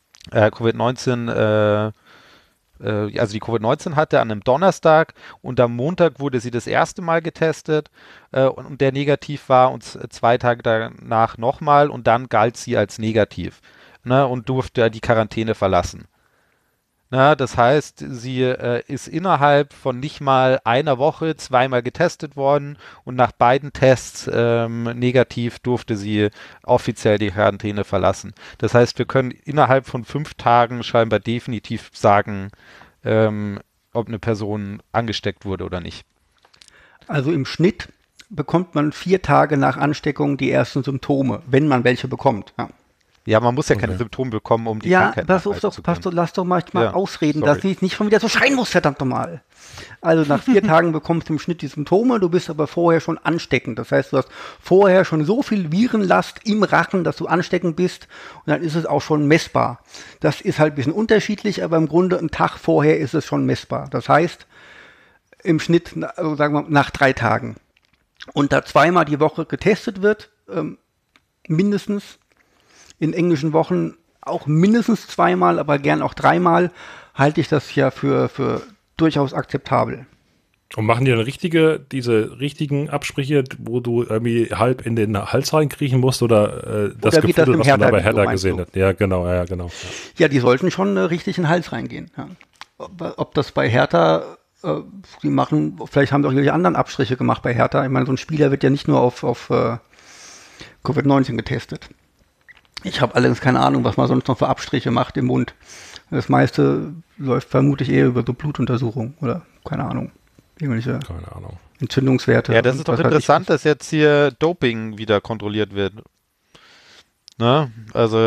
also die Covid-19 hatte an einem Donnerstag und am Montag wurde sie das erste Mal getestet und der negativ war und 2 Tage danach nochmal und dann galt sie als negativ, ne, und durfte die Quarantäne verlassen. Na, das heißt, sie ist innerhalb von nicht mal einer Woche 2-mal getestet worden und nach beiden Tests negativ durfte sie offiziell die Quarantäne verlassen. Das heißt, wir können innerhalb von 5 Tagen scheinbar definitiv sagen, ob eine Person angesteckt wurde oder nicht. Also im Schnitt bekommt man 4 Tage nach Ansteckung die ersten Symptome, wenn man welche bekommt. Ja. Ja, man muss ja keine Symptome bekommen, um die Krankheit nachweisen zu können. Lass doch mal ausreden, sorry. dass ich nicht schon wieder so schreien muss, verdammt nochmal. Also nach 4 Tagen bekommst du im Schnitt die Symptome, du bist aber vorher schon ansteckend. Das heißt, du hast vorher schon so viel Virenlast im Rachen, dass du ansteckend bist und dann ist es auch schon messbar. Das ist halt ein bisschen unterschiedlich, aber im Grunde einen Tag vorher ist es schon messbar. Das heißt, im Schnitt, also sagen wir nach 3 Tagen. Und da 2-mal die Woche getestet wird, mindestens, in englischen Wochen auch mindestens 2-mal, aber gern auch 3-mal, halte ich das ja für durchaus akzeptabel. Und machen die dann diese richtigen Absprüche, wo du irgendwie halb in den Hals reinkriechen musst oder das Gefühl, was man da bei Hertha gesehen hat? Ja, genau. Ja, die sollten schon richtig in den Hals reingehen. Ja. Ob das bei Hertha, die machen, vielleicht haben sie auch irgendwelche anderen Abstriche gemacht bei Hertha. Ich meine, so ein Spieler wird ja nicht nur auf Covid-19 getestet. Ich habe allerdings keine Ahnung, was man sonst noch für Abstriche macht im Mund. Das meiste läuft vermutlich eher über so Blutuntersuchungen oder keine Ahnung. Irgendwelche Entzündungswerte. Ja, das ist doch interessant, dass jetzt hier Doping wieder kontrolliert wird. Ne? Also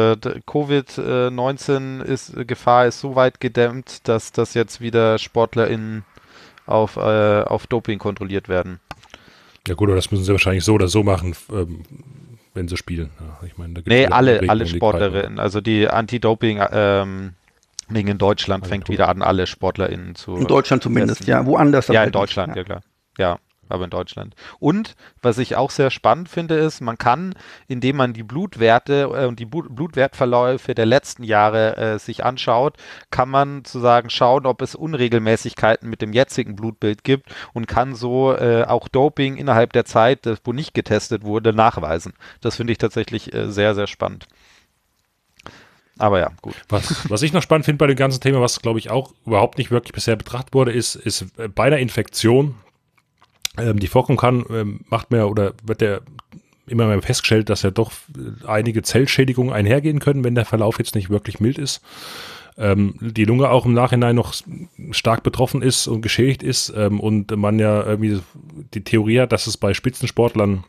Covid-19 Gefahr ist so weit gedämmt, dass das jetzt wieder SportlerInnen auf Doping kontrolliert werden. Ja gut, aber das müssen sie wahrscheinlich so oder so machen, wenn sie spielen. Ja, ich meine, da gibt's alle Sportlerinnen. Also die Anti-Doping wegen in Deutschland fängt wieder an, alle SportlerInnen zu in Deutschland zumindest, ja. Woanders. Ja, in Deutschland, ja klar. Ja, aber in Deutschland. Und was ich auch sehr spannend finde, ist, man kann, indem man die Blutwerte und die Blutwertverläufe der letzten Jahre sich anschaut, kann man sozusagen schauen, ob es Unregelmäßigkeiten mit dem jetzigen Blutbild gibt und kann so auch Doping innerhalb der Zeit, wo nicht getestet wurde, nachweisen. Das finde ich tatsächlich sehr, sehr spannend. Aber ja, gut. Was ich noch spannend finde bei dem ganzen Thema, was glaube ich auch überhaupt nicht wirklich bisher betrachtet wurde, ist bei einer Infektion, die vorkommen kann, wird ja immer mehr festgestellt, dass ja doch einige Zellschädigungen einhergehen können, wenn der Verlauf jetzt nicht wirklich mild ist. Die Lunge auch im Nachhinein noch stark betroffen ist und geschädigt ist und man ja irgendwie die Theorie hat, dass es bei Spitzensportlern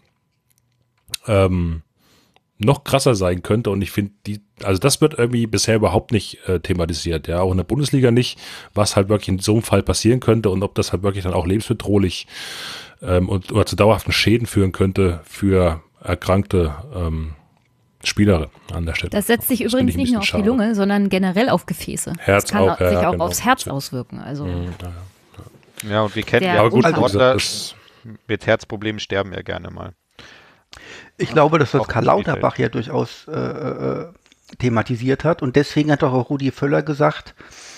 noch krasser sein könnte und ich finde, das wird irgendwie bisher überhaupt nicht thematisiert, ja, auch in der Bundesliga nicht, was halt wirklich in so einem Fall passieren könnte und ob das halt wirklich dann auch lebensbedrohlich oder zu dauerhaften Schäden führen könnte für erkrankte Spielerinnen an der Stelle. Das setzt sich übrigens nicht nur auf die Lunge, sondern generell auf Gefäße. Herz das kann auch, sich auch genau. aufs Herz auswirken. Also ja, und wir kennen ja gut, Sportler mit Herzproblemen sterben ja gerne mal. Ich glaube, dass das Karl Lauterbach ja durchaus thematisiert hat und deswegen hat auch Rudi Völler gesagt,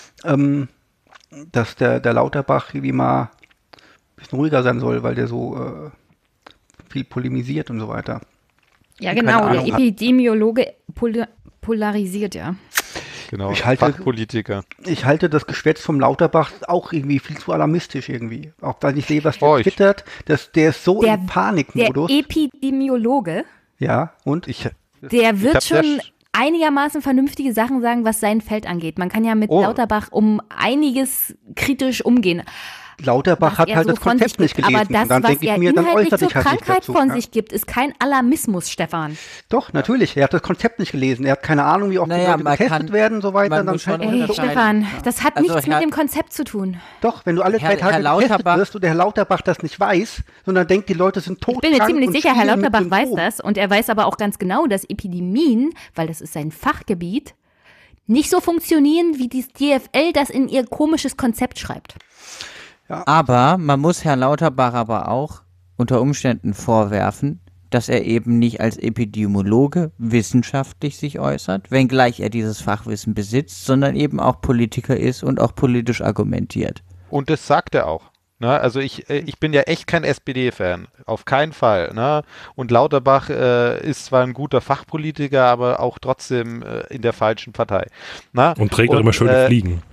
dass der Lauterbach irgendwie mal ein bisschen ruhiger sein soll, weil der so viel polemisiert und so weiter. Ja, genau, der Epidemiologe polarisiert, ja. Genau, Fachpolitiker. Ich halte das Geschwätz vom Lauterbach auch irgendwie viel zu alarmistisch irgendwie. Auch weil ich sehe, was der twittert, der ist so im Panikmodus. Der Epidemiologe, ja, und? Der wird schon einigermaßen vernünftige Sachen sagen, was sein Feld angeht. Man kann ja mit Lauterbach um einiges kritisch umgehen. Lauterbach hat halt das Konzept nicht gelesen. Aber das, was er inhaltlich zur Krankheit von sich gibt, ist kein Alarmismus, Stefan. Doch, natürlich. Er hat das Konzept nicht gelesen. Er hat keine Ahnung, wie oft die Leute getestet werden und so weiter. Stefan, das hat nichts mit dem Konzept zu tun. Doch, wenn du alle 3 Tage getestet wirst und der Herr Lauterbach das nicht weiß, sondern denkt, die Leute sind tot. Ich bin mir ziemlich sicher, Herr Lauterbach weiß das und er weiß aber auch ganz genau, dass Epidemien, weil das ist sein Fachgebiet, nicht so funktionieren, wie die DFL das in ihr komisches Konzept schreibt. Ja. Aber man muss Herrn Lauterbach aber auch unter Umständen vorwerfen, dass er eben nicht als Epidemiologe wissenschaftlich sich äußert, wenngleich er dieses Fachwissen besitzt, sondern eben auch Politiker ist und auch politisch argumentiert. Und das sagt er auch. Ne? Also ich bin ja echt kein SPD-Fan, auf keinen Fall. Ne? Und Lauterbach ist zwar ein guter Fachpolitiker, aber auch trotzdem in der falschen Partei. Na? Und trägt auch immer schöne Fliegen.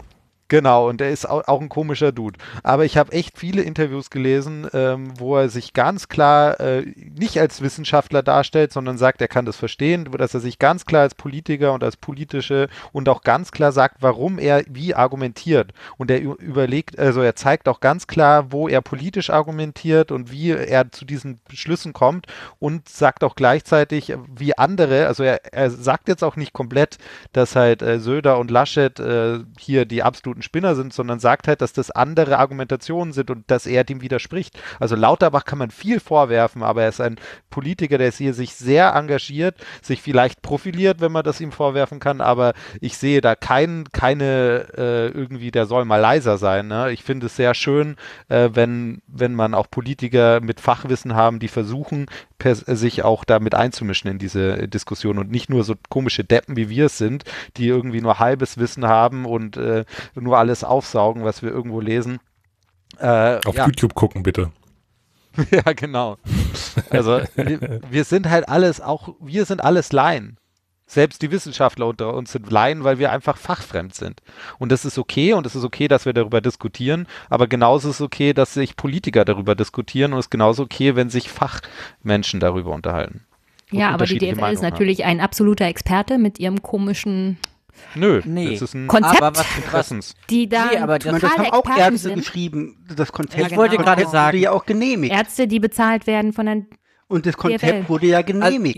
Genau, und er ist auch ein komischer Dude. Aber ich habe echt viele Interviews gelesen, wo er sich ganz klar nicht als Wissenschaftler darstellt, sondern sagt, er kann das verstehen, dass er sich ganz klar als Politiker und als politische und auch ganz klar sagt, warum er wie argumentiert. Und er überlegt, also er zeigt auch ganz klar, wo er politisch argumentiert und wie er zu diesen Beschlüssen kommt und sagt auch gleichzeitig, wie andere, also er sagt jetzt auch nicht komplett, dass halt Söder und Laschet hier die absoluten Spinner sind, sondern sagt halt, dass das andere Argumentationen sind und dass er dem widerspricht. Also Lauterbach kann man viel vorwerfen, aber er ist ein Politiker, der hier sich sehr engagiert, sich vielleicht profiliert, wenn man das ihm vorwerfen kann, aber ich sehe da keine irgendwie, der soll mal leiser sein. Ne? Ich finde es sehr schön, wenn man auch Politiker mit Fachwissen haben, die versuchen, sich auch damit einzumischen in diese Diskussion und nicht nur so komische Deppen, wie wir es sind, die irgendwie nur halbes Wissen haben und nur alles aufsaugen, was wir irgendwo lesen. Auf YouTube gucken, bitte. Ja, genau. Also wir sind halt wir sind alles Laien. Selbst die Wissenschaftler unter uns sind Laien, weil wir einfach fachfremd sind. Und das ist okay und es ist okay, dass wir darüber diskutieren, aber genauso ist es okay, dass sich Politiker darüber diskutieren und es ist genauso okay, wenn sich Fachmenschen darüber unterhalten. Ja, aber die DFL ist natürlich ein absoluter Experte mit ihrem komischen Nö, Nee. das ist ein Konzept, Aber Interessens. die da aber Ich meine, das, das haben totale auch Experten Ärzte sind. geschrieben. Das Konzept, Ich wollte gerade sagen, wurde ja auch genehmigt. Ärzte, die bezahlt werden von der Und das Konzept DFL. wurde ja genehmigt.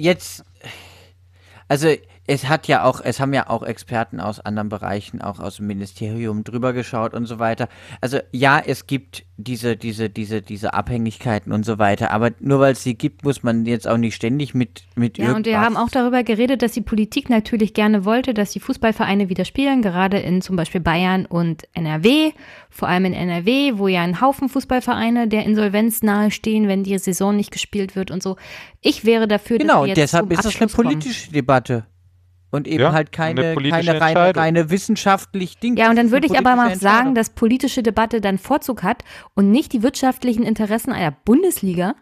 Also es haben ja auch Experten aus anderen Bereichen, auch aus dem Ministerium drüber geschaut und so weiter. Also ja, es gibt diese Abhängigkeiten und so weiter, aber nur weil es sie gibt, muss man jetzt auch nicht ständig mit Ja, und wir haben auch darüber geredet, dass die Politik natürlich gerne wollte, dass die Fußballvereine wieder spielen, gerade in zum Beispiel Bayern und NRW, vor allem in NRW, wo ja ein Haufen Fußballvereine der Insolvenz nahestehen, wenn die Saison nicht gespielt wird und so. Ich wäre dafür, dass Genau, wir jetzt deshalb zum ist das eine Abschluss kommen. politische Debatte. Und eben Ja, halt eine keine politische Entscheidung. reine wissenschaftlich Ding. Ja, und dann würde ich aber mal politische sagen, Entscheidung. dass politische Debatte dann Vorzug hat und nicht die wirtschaftlichen Interessen einer Bundesliga.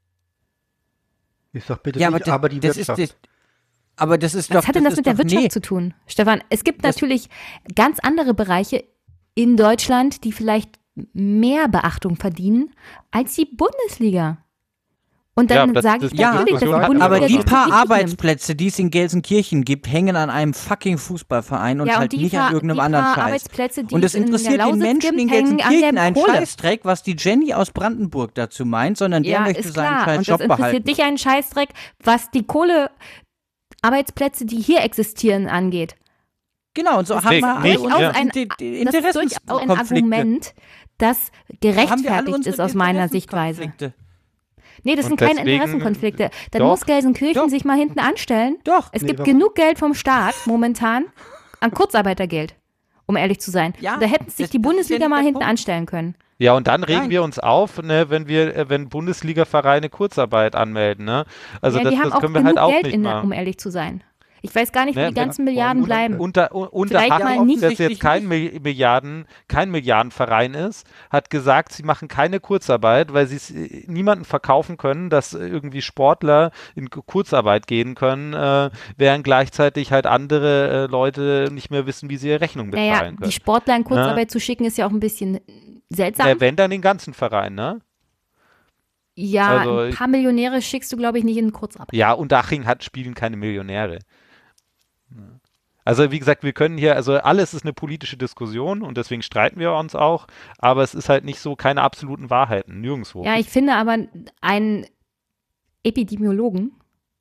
Ich sag bitte Ja, nicht, aber aber die das Wirtschaft. aber das ist doch. Was hat denn das mit der Wirtschaft nee. zu tun, Stefan? Es gibt Das- natürlich ganz andere Bereiche in Deutschland, die vielleicht mehr Beachtung verdienen als die Bundesliga. Und Ja, dann das- sage das- ich Ja, natürlich, dass die aber Bundesliga Aber die das paar wichtig nimmt. Arbeitsplätze, die es in Gelsenkirchen gibt, hängen an einem fucking Fußballverein und Ja, halt die nicht paar- an irgendeinem die anderen paar Scheiß. Arbeitsplätze, die Und es es in der interessiert den Lausitz Menschen in gibt, hängen an Gelsenkirchen der einen Kohle. Scheißdreck, was die Jenny aus Brandenburg dazu meint, sondern der Ja, möchte ist seinen klar. scheiß Und das Job interessiert behalten. dich einen Scheißdreck, was die Kohlearbeitsplätze, die hier existieren, angeht. Genau, und so haben Deswegen wir nicht, alle unsere ja. Das ist durchaus ein Interessenskonflikte. Argument, das Haben wir alle gerechtfertigt unsere ist aus meiner Sichtweise. Interessenskonflikte. Nee, das Und sind keine deswegen- Interessenkonflikte. Dann Doch. muss Gelsenkirchen Doch. sich mal hinten anstellen. Doch. Es Nee, gibt warum? genug Geld vom Staat momentan an Kurzarbeitergeld, um ehrlich zu sein. Ja, Da hätten sich das- die das ist Bundesliga ja nicht mal der hinten Punkt. anstellen können. Ja, und dann regen Nein. wir uns auf, ne, wenn Bundesliga-Vereine Kurzarbeit anmelden, ne? Also ja, das, die haben das auch können wir genug halt auch Geld nicht in, machen. um ehrlich zu sein. Ich weiß gar nicht, wo Ne, die wenn- ganzen Milliarden bleiben. Unter Vielleicht Hachen, mal nicht. das jetzt kein Milliardenverein ist, hat gesagt, sie machen keine Kurzarbeit, weil sie es niemandem verkaufen können, dass irgendwie Sportler in Kurzarbeit gehen können, während gleichzeitig halt andere Leute nicht mehr wissen, wie sie ihre Rechnung bezahlen Naja, die können. Sportler in Kurzarbeit zu schicken, ist ja auch ein bisschen seltsam. Wenn dann den ganzen Verein, ne? Ja, also ein paar Millionäre schickst du, glaube ich, nicht in Kurzarbeit. Ja, Unterhaching spielen keine Millionäre. Also wie gesagt, wir können hier, also alles ist eine politische Diskussion und deswegen streiten wir uns auch, aber es ist halt nicht so, keine absoluten Wahrheiten, nirgendwo. Ja, ich finde aber einen Epidemiologen,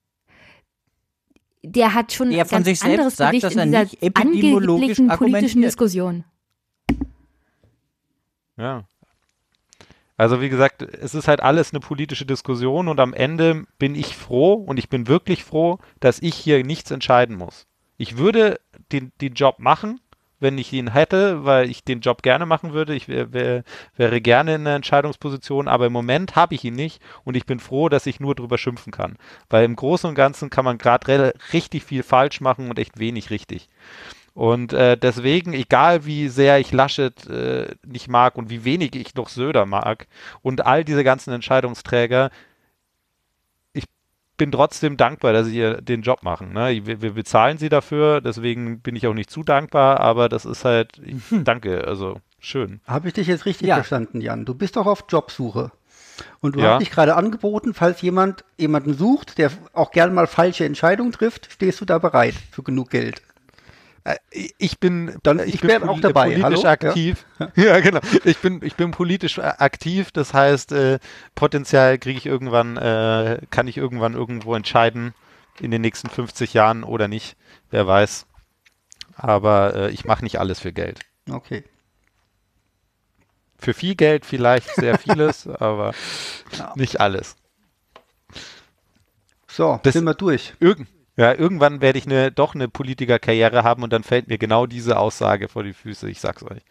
der hat schon Der ein von ganz sich selbst anderes sagt, Gewicht dass in er dieser nicht epidemiologisch angeblichen politischen argumentiert. Diskussion. Ja. Also wie gesagt, es ist halt alles eine politische Diskussion und am Ende bin ich froh und ich bin wirklich froh, dass ich hier nichts entscheiden muss. Ich würde den Job machen, wenn ich ihn hätte, weil ich den Job gerne machen würde. Ich wäre gerne in einer Entscheidungsposition, aber im Moment habe ich ihn nicht und ich bin froh, dass ich nur drüber schimpfen kann. Weil im Großen und Ganzen kann man gerade richtig viel falsch machen und echt wenig richtig. Und deswegen, egal wie sehr ich Laschet nicht mag und wie wenig ich noch Söder mag und all diese ganzen Entscheidungsträger, bin trotzdem dankbar, dass sie den Job machen. Ne? Wir bezahlen sie dafür, deswegen bin ich auch nicht zu dankbar, aber das ist halt, danke, also schön. Habe ich dich jetzt richtig Ja. verstanden, Jan? Du bist doch auf Jobsuche. Und du Ja. hast dich gerade angeboten, falls jemanden sucht, der auch gerne mal falsche Entscheidungen trifft, stehst du da bereit für genug Geld. Ich bin wär auch dabei. politisch Hallo? aktiv. Ja, genau. Ich bin politisch aktiv, das heißt, potenziell kriege ich irgendwann, kann ich irgendwann irgendwo entscheiden, in den nächsten 50 Jahren oder nicht, wer weiß. Aber ich mache nicht alles für Geld. Okay. Für viel Geld vielleicht sehr vieles, aber nicht alles. So, Das- sind wir durch. Irgendwann werde ich doch eine Politikerkarriere haben und dann fällt mir genau diese Aussage vor die Füße, ich sag's euch.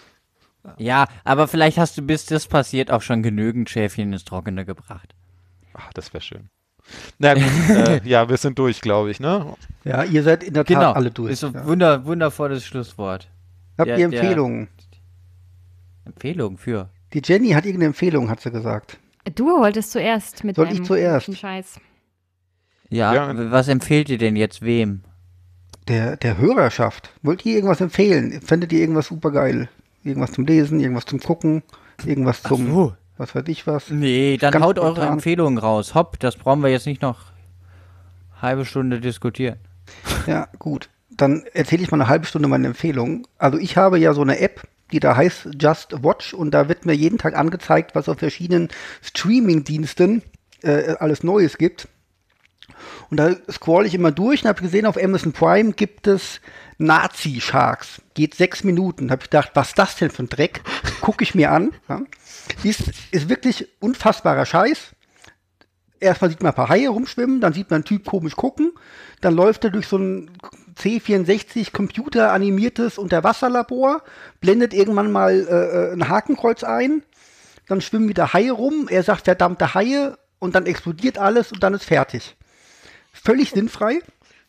Ja, aber vielleicht hast du, bis das passiert, auch schon genügend Schäfchen ins Trockene gebracht. Ach, das wäre schön. Na gut, ja, wir sind durch, glaube ich, ne? Ja, ihr seid in der Tat Genau, alle durch. ist ein Ja. wundervolles Schlusswort. Habt der- ihr der- Empfehlungen? Empfehlung für. Die Jenny hat irgendeine Empfehlung, hat sie gesagt. Du wolltest zuerst mit Soll ich deinem zuerst? komischen Scheiß. Ja, Ja. was empfehlt ihr denn jetzt wem? Der Hörerschaft. Wollt ihr irgendwas empfehlen? Fändet ihr irgendwas super geil? Irgendwas zum Lesen, irgendwas zum Gucken, irgendwas zum, so. was weiß ich was? Nee, dann Ganz haut eure spontan. Empfehlungen raus. Hopp, das brauchen wir jetzt nicht noch halbe Stunde diskutieren. Ja, gut. Dann erzähle ich mal eine halbe Stunde meine Empfehlung. Also ich habe ja so eine App, die da heißt Just Watch und da wird mir jeden Tag angezeigt, was auf verschiedenen Streaming-Diensten alles Neues gibt. Und da scroll ich immer durch und habe gesehen, auf Amazon Prime gibt es Nazi-Sharks. Geht 6 Minuten. Habe ich gedacht, was ist das denn für ein Dreck? Gucke ich mir an. Ja. Ist wirklich unfassbarer Scheiß. Erstmal sieht man ein paar Haie rumschwimmen, dann sieht man einen Typ komisch gucken, dann läuft er durch so ein C64 computeranimiertes Unterwasserlabor, blendet irgendwann mal ein Hakenkreuz ein, dann schwimmen wieder Haie rum, er sagt verdammte Haie und dann explodiert alles und dann ist fertig. Völlig sinnfrei.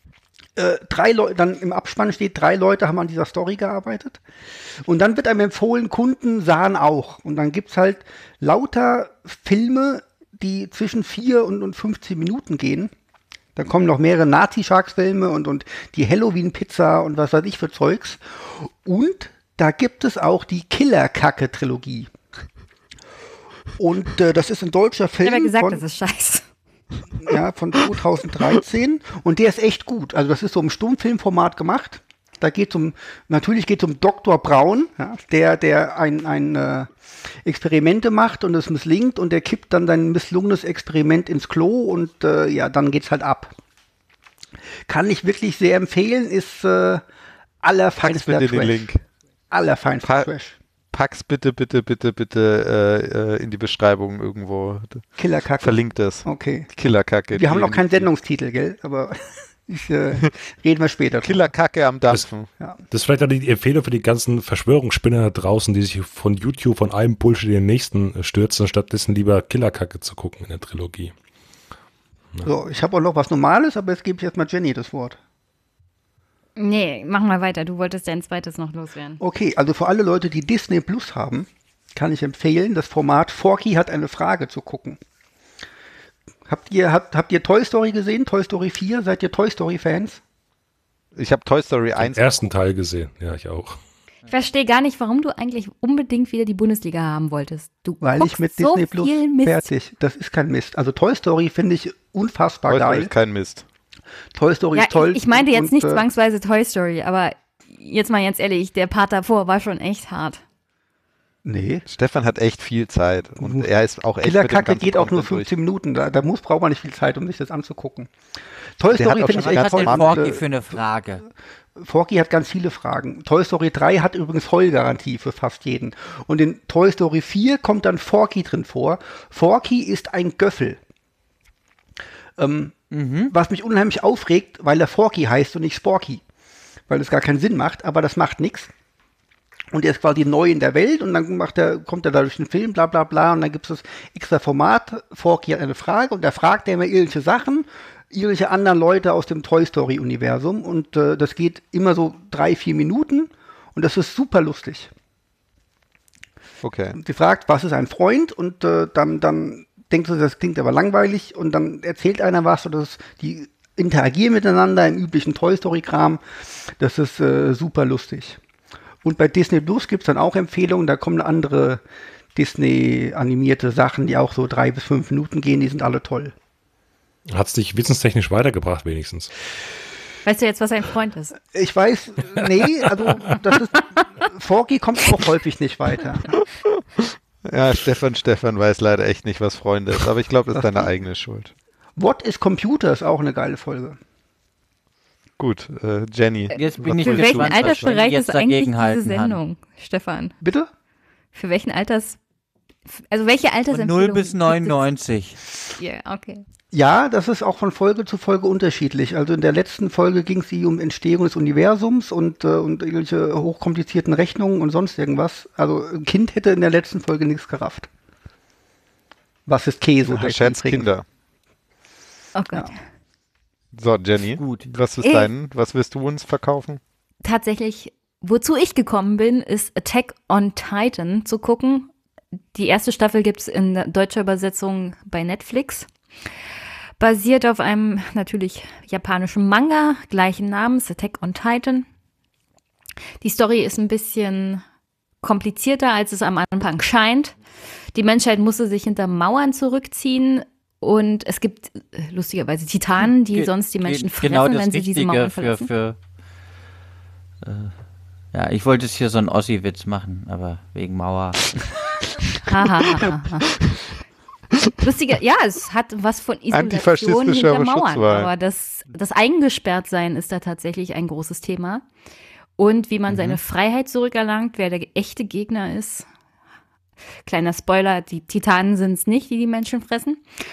3 Leute, dann im Abspann steht, 3 Leute haben an dieser Story gearbeitet. Und dann wird einem empfohlen, Kunden sahen auch. Und dann gibt's halt lauter Filme, die zwischen 4 und 15 Minuten gehen. Dann kommen noch mehrere Nazi-Sharks-Filme und die Halloween-Pizza und was weiß ich für Zeugs. Und da gibt es auch die Killer-Kacke-Trilogie. Und das ist ein deutscher Ich Film habe ja gesagt, von, das ist scheiße. ja, von 2013 und der ist echt gut. Also das ist so im Stummfilmformat gemacht. Da geht natürlich geht es um Dr. Braun, ja, der ein Experimente macht und es misslingt und der kippt dann sein misslungenes Experiment ins Klo und ja, dann geht's halt ab. Kann ich wirklich sehr empfehlen, ist Pack's allerfeinster bitte den Trash. Link. Allerfeinster Trash. Pack's bitte in die Beschreibung irgendwo. Killerkacke. Verlinkt es. Okay. Killerkacke. Wir haben noch keinen Sendungstitel, gell? Aber reden wir später. Killerkacke am Dampfen. Ja. Das ist vielleicht auch die Empfehlung für die ganzen Verschwörungsspinner da draußen, die sich von YouTube von einem Bullshit in den nächsten stürzen, stattdessen lieber Killerkacke zu gucken in der Trilogie. So, ich habe auch noch was Normales, aber jetzt gebe ich erstmal Jenny das Wort. Nee, mach mal weiter. Du wolltest ja ein zweites noch loswerden. Okay, also für alle Leute, die Disney Plus haben, kann ich empfehlen, das Format Forky hat eine Frage zu gucken. Habt ihr Toy Story gesehen? Toy Story 4? Seid ihr Toy Story Fans? Ich habe Toy Story Den 1. ersten Teil gesehen. Ja, ich auch. Ich verstehe gar nicht, warum du eigentlich unbedingt wieder die Bundesliga haben wolltest. Du Weil guckst ich mit so Disney Plus viel Mist. fertig. Das ist kein Mist. Also Toy Story finde ich unfassbar Toy Story geil. ist kein Mist. Toy Story Ja, ist toll. ich meinte jetzt und, nicht zwangsweise Toy Story, aber jetzt mal ganz ehrlich, der Part davor war schon echt hart. Nee. Stefan hat echt viel Zeit und er ist auch echt mit dem Killerkacke ganzen geht auch nur Content 15 Minuten. Da braucht man nicht viel Zeit, um sich das anzugucken. Toy Der Story hat auch finde ich schon echt Was toll. hat denn Und, Forky für eine Frage? Forky hat ganz viele Fragen. Toy Story 3 hat übrigens Heulgarantie für fast jeden. Und in Toy Story 4 kommt dann Forky drin vor. Forky ist ein Göffel. Was mich unheimlich aufregt, weil er Forky heißt und nicht Sporky. Weil das gar keinen Sinn macht, aber das macht nichts. Und er ist quasi neu in der Welt und dann kommt er da durch den Film, bla bla bla, und dann gibt es das extra Format. Forky hat eine Frage und da fragt er immer irgendwelche Sachen, irgendwelche anderen Leute aus dem Toy Story Universum und das geht immer so 3-4 Minuten und das ist super lustig. Okay. Und sie fragt, was ist ein Freund? Und dann denkst du, das klingt aber langweilig und dann erzählt einer was oder die interagieren miteinander im üblichen Toy-Story-Kram. Das ist super lustig. Und bei Disney Plus gibt es dann auch Empfehlungen, da kommen andere Disney-animierte Sachen, die auch so 3 bis 5 Minuten gehen, die sind alle toll. Hat es dich wissenstechnisch weitergebracht wenigstens? Weißt du jetzt, was ein Freund ist? Ich weiß, nee, also das ist, Forky kommt auch häufig nicht weiter. Ja, Stefan weiß leider echt nicht, was Freunde ist, aber ich glaube, das ist deine eigene Schuld. What is Computer ist auch eine geile Folge. Gut, Jenny. Jetzt bin ich Für welchen gespannt, was Altersbereich Jenny jetzt ist eigentlich dagegen diese halten kann. Sendung, Stefan? Bitte? Für welchen also welche Von Altersempfehlung? 0 bis 99. Ja, okay. Ja, das ist auch von Folge zu Folge unterschiedlich. Also in der letzten Folge ging es um Entstehung des Universums und irgendwelche hochkomplizierten Rechnungen und sonst irgendwas. Also ein Kind hätte in der letzten Folge nichts gerafft. Was ist Käse? Unterschätzt Kinder. Oh Gott. Ja. So, Jenny, Gut. was willst du uns verkaufen? Tatsächlich, wozu ich gekommen bin, ist Attack on Titan zu gucken. Die erste Staffel gibt es in deutscher Übersetzung bei Netflix. Basiert auf einem natürlich japanischen Manga, gleichen Namens, Attack on Titan. Die Story ist ein bisschen komplizierter, als es am Anfang scheint. Die Menschheit musste sich hinter Mauern zurückziehen und es gibt lustigerweise Titanen, die sonst die Menschen fressen, genau das wenn sie diese Richtige Mauern verlassen. Ja, ich wollte es hier so einen Ossi-Witz machen, aber wegen Mauer. Lustiger, ja, es hat was von Isolation Antifaschistischer hinter Mauern, Schutzwall. aber das Eingesperrtsein ist da tatsächlich ein großes Thema. Und wie man seine Freiheit zurückerlangt, wer der echte Gegner ist. Kleiner Spoiler, die Titanen sind es nicht, die die Menschen fressen.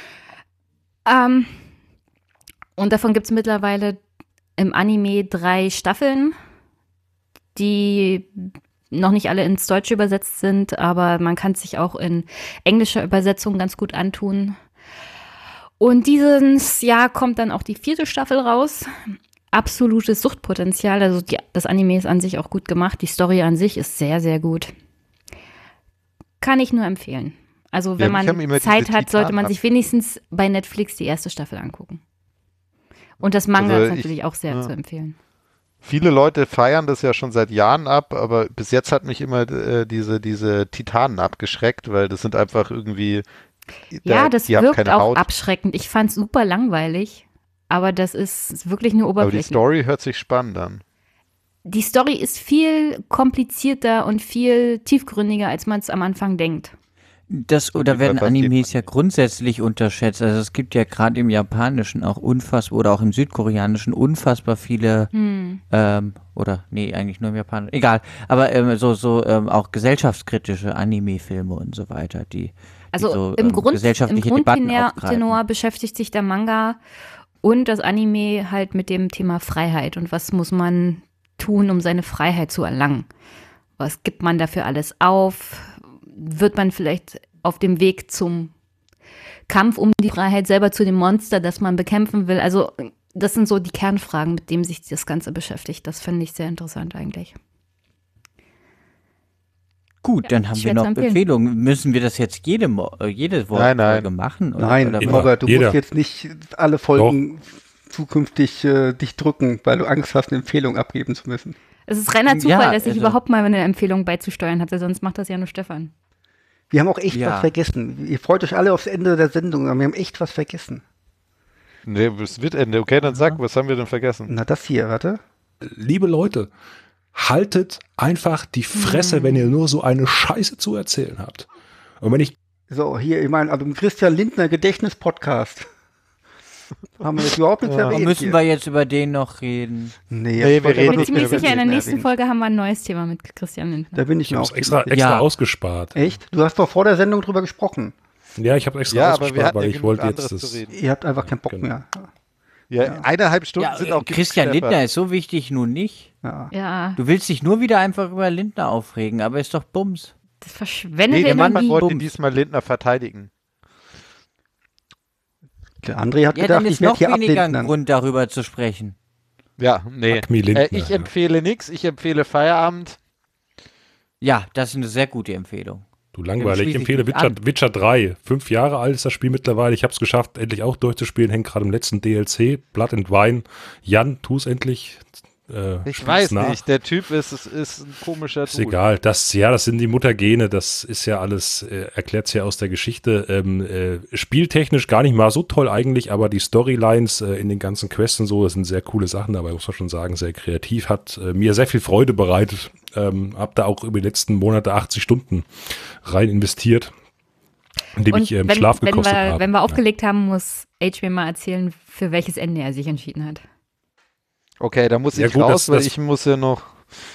Und davon gibt es mittlerweile im Anime 3 Staffeln, die noch nicht alle ins Deutsche übersetzt sind, aber man kann es sich auch in englischer Übersetzung ganz gut antun. Und dieses Jahr kommt dann auch die 4. Staffel raus. Absolutes Suchtpotenzial, also das Anime ist an sich auch gut gemacht. Die Story an sich ist sehr, sehr gut. Kann ich nur empfehlen. Also wenn man Zeit hat, sollte man sich wenigstens bei Netflix die erste Staffel angucken. Und das Manga ist natürlich auch sehr zu empfehlen. Viele Leute feiern das ja schon seit Jahren ab, aber bis jetzt hat mich immer diese Titanen abgeschreckt, weil das sind einfach irgendwie das wirkt auch abschreckend. Ich fand es super langweilig, aber das ist wirklich nur oberflächlich. Aber die Story hört sich spannend an. Die Story ist viel komplizierter und viel tiefgründiger, als man es am Anfang denkt. Werden Animes ja grundsätzlich unterschätzt. Also es gibt ja gerade im Japanischen auch oder auch im Südkoreanischen unfassbar viele eigentlich nur im Japanischen, egal, aber auch gesellschaftskritische Anime-Filme und so weiter, die im Grundtenor beschäftigt sich der Manga und das Anime halt mit dem Thema Freiheit und was muss man tun, um seine Freiheit zu erlangen. Was gibt man dafür alles auf? Wird man vielleicht auf dem Weg zum Kampf um die Freiheit selber zu dem Monster, das man bekämpfen will? Also das sind so die Kernfragen, mit denen sich das Ganze beschäftigt. Das finde ich sehr interessant eigentlich. Gut, dann haben wir noch Empfehlungen. Müssen wir das jetzt jede Folge machen? Nein, Robert, du musst jetzt nicht alle Folgen zukünftig dich drücken, weil du Angst hast, eine Empfehlung abgeben zu müssen. Es ist reiner Zufall, dass ich überhaupt mal eine Empfehlung beizusteuern hatte, sonst macht das ja nur Stefan. Wir haben auch echt was vergessen. Ihr freut euch alle aufs Ende der Sendung, aber wir haben echt was vergessen. Nee, es wird Ende. Okay, dann sag, was haben wir denn vergessen? Na, das hier, warte. Liebe Leute, haltet einfach die Fresse, wenn ihr nur so eine Scheiße zu erzählen habt. Und wenn ich... So, hier, ich meine, also im Christian Lindner Gedächtnis-Podcast. Haben wir jetzt überhaupt nichts erwähnt. Müssen wir jetzt über den noch reden? Nee, wir reden. Ich bin ziemlich sicher, in der nächsten Folge haben wir ein neues Thema mit Christian Lindner. Da bin ich auch extra ausgespart. Echt? Du hast doch vor der Sendung drüber gesprochen. Ja, ich habe extra ausgespart, weil ich wollte jetzt das... Ihr habt einfach keinen Bock mehr. Ja, 1,5 Stunden sind auch... Christian Lindner ist so wichtig nun nicht. Ja. Du willst dich nur wieder einfach über Lindner aufregen, aber ist doch Bums. Das verschwendet der Mann wollte diesmal Lindner verteidigen. Der André hat gedacht, dann ist ich werde hier noch weniger ablehnen. ein Grund, darüber zu sprechen. Ja, nee. Ich empfehle nichts, ich empfehle Feierabend. Ja, das ist eine sehr gute Empfehlung. Du langweilig. Ich empfehle Witcher 3. 5 Jahre alt ist das Spiel mittlerweile. Ich habe es geschafft, endlich auch durchzuspielen. Hängt gerade im letzten DLC. Blood and Wine. Jan, tu es endlich. Ich weiß nicht. Der Typ ist ein komischer Dude. Ist egal. Das sind die Muttergene. Das ist ja alles, erklärt es ja aus der Geschichte. Spieltechnisch gar nicht mal so toll eigentlich, aber die Storylines in den ganzen Quests und so, das sind sehr coole Sachen dabei, muss man schon sagen. Sehr kreativ. Hat mir sehr viel Freude bereitet. Hab da auch über die letzten Monate 80 Stunden rein investiert, indem ich Schlaf gekostet habe. Wenn wir aufgelegt haben, muss H mir mal erzählen, für welches Ende er sich entschieden hat. Okay, da muss ich raus, weil ich muss ja noch.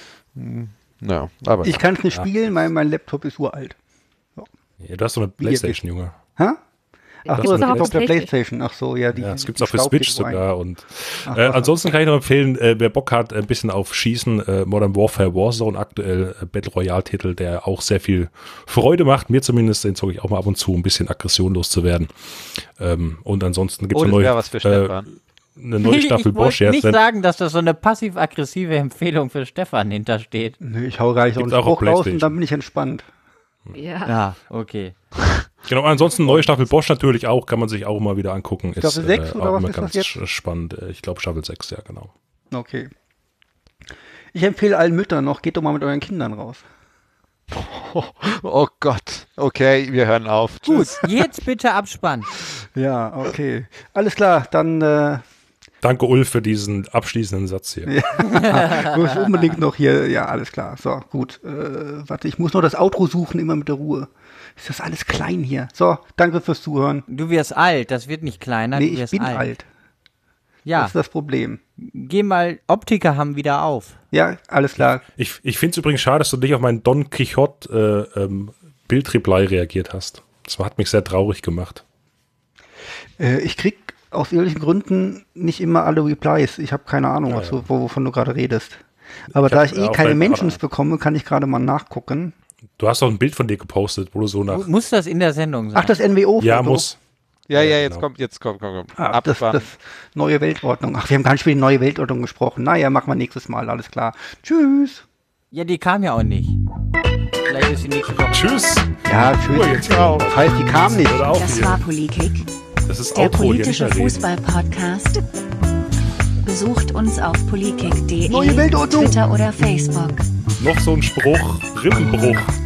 Ich kann es nicht spielen, mein Laptop ist uralt. So. Ja, du hast doch eine Playstation, Junge. Hä? Ach so, das das gibt's auf der Playstation. Ach so, ja. Das gibt es auch für Switch sogar. Und ansonsten kann ich noch empfehlen, wer Bock hat, ein bisschen auf Schießen, Modern Warfare Warzone, aktuell Battle Royale-Titel, der auch sehr viel Freude macht. Mir zumindest, den zocke ich auch mal ab und zu, ein bisschen aggressionlos zu werden. Und ansonsten gibt es eine neue Staffel Bosch. Ich wollte nicht sagen, dass da so eine passiv-aggressive Empfehlung für Stefan hintersteht. Nee, ich hau gleich so einen Spruch raus und dann bin ich entspannt. Ja, okay. Genau, ansonsten neue Staffel Bosch natürlich auch, kann man sich auch mal wieder angucken. Staffel 6 oder was ist ganz das jetzt? Spannend. Ich glaube Staffel 6, ja genau. Okay. Ich empfehle allen Müttern noch, geht doch mal mit euren Kindern raus. Oh Gott. Okay, wir hören auf. Tschüss. Gut, jetzt bitte Abspann. Ja, okay. Alles klar, dann danke Ulf für diesen abschließenden Satz hier. Ja. Muss unbedingt noch hier, ja, alles klar. So, gut. Warte, ich muss noch das Outro suchen, immer mit der Ruhe. Ist das alles klein hier? So, danke fürs Zuhören. Du wirst alt, das wird nicht kleiner, Nee, du wirst ich bin alt. Ja. Das ist das Problem. Geh mal, Optiker haben wieder auf. Ja, alles klar. Ich finde es übrigens schade, dass du nicht auf meinen Don Quixote Bildreply reagiert hast. Das hat mich sehr traurig gemacht. Ich krieg aus irgendwelchen Gründen nicht immer alle Replies. Ich habe keine Ahnung, Ja. wovon du gerade redest. Aber da ich keine Mentions bekomme, kann ich gerade mal nachgucken. Du hast doch ein Bild von dir gepostet, wo du so nach... Muss das in der Sendung sein? Ach, das NWO-Foto? Ja, muss. Ja, genau. jetzt kommt. Ah, das neue Weltordnung. Ach, wir haben gar nicht über die neue Weltordnung gesprochen. Naja, machen wir nächstes Mal, alles klar. Tschüss. Ja, die kam ja auch nicht. Vielleicht ist die nächste Woche. Tschüss. Ja, tschüss. Jetzt auf. Das heißt, die kam nicht. Oder auch Das hier. war Polikick, Das ist der Outro, hier nicht politische mehr reden. Fußball-Podcast. Besucht uns auf polikick.de, Neue Weltordnung. Twitter oder Facebook. Noch so ein Spruch, Rippenbruch.